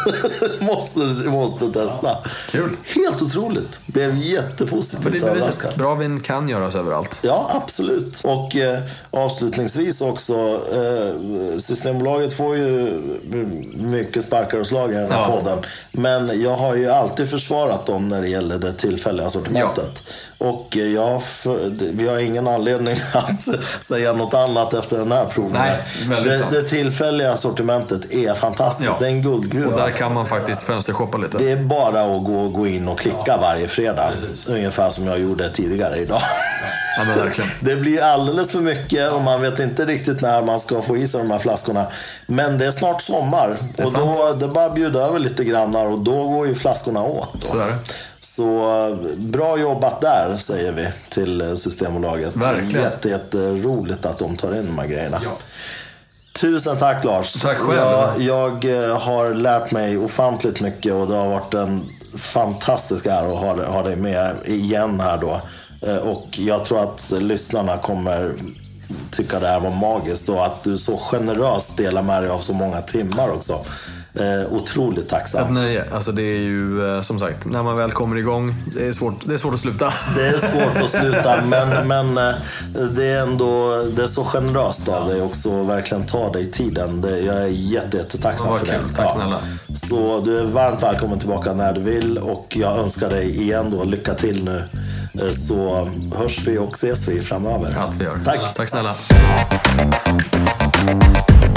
måste testa. Kul. Helt otroligt. Blev jättepositivt. För det bevisat. Bra vin kan göras överallt. Ja, absolut. Och avslutningsvis också, Systembolaget får ju mycket sparkar och slag i den här podden. Men jag har ju alltid försvarat dem när det gäller det tillfälliga sortimentet. Och vi har ingen anledning att säga något annat efter den här proven. Nej, det tillfälliga sortimentet är fantastiskt. Det är en guldgruva. Och där kan man faktiskt fönstershoppa lite. Det är bara att gå in och klicka varje fredag. Ungefär som jag gjorde tidigare idag. Ja, men verkligen. Det blir alldeles för mycket och man vet inte riktigt när man ska få i sig de här flaskorna. Men det är snart sommar. Och då det bara bjuda över lite grannar och då går ju flaskorna åt. Så är det. Så bra jobbat där, säger vi till Systembolaget. Verkligen. Jätteroligt att de tar in de här grejerna. Ja. Tusen tack, Lars. Tack själv. Jag har lärt mig ofantligt mycket och det har varit en fantastisk ära att ha dig med igen här då. Och jag tror att lyssnarna kommer tycka det här var magiskt och att du så generöst delar med dig av så många timmar också. Otroligt tacksam. Ett nöje. Alltså det är ju som sagt, när man väl kommer igång, det är svårt att sluta. Det är svårt att sluta, men det är ändå, det är så generöst av dig också, verkligen ta dig tiden. Jag är jättetacksam för det. Tack snälla. Så du är varmt välkommen tillbaka när du vill och jag önskar dig igen då lycka till nu. Så hörs vi och ses vi framöver. Att vi gör. Tack. Tack snälla.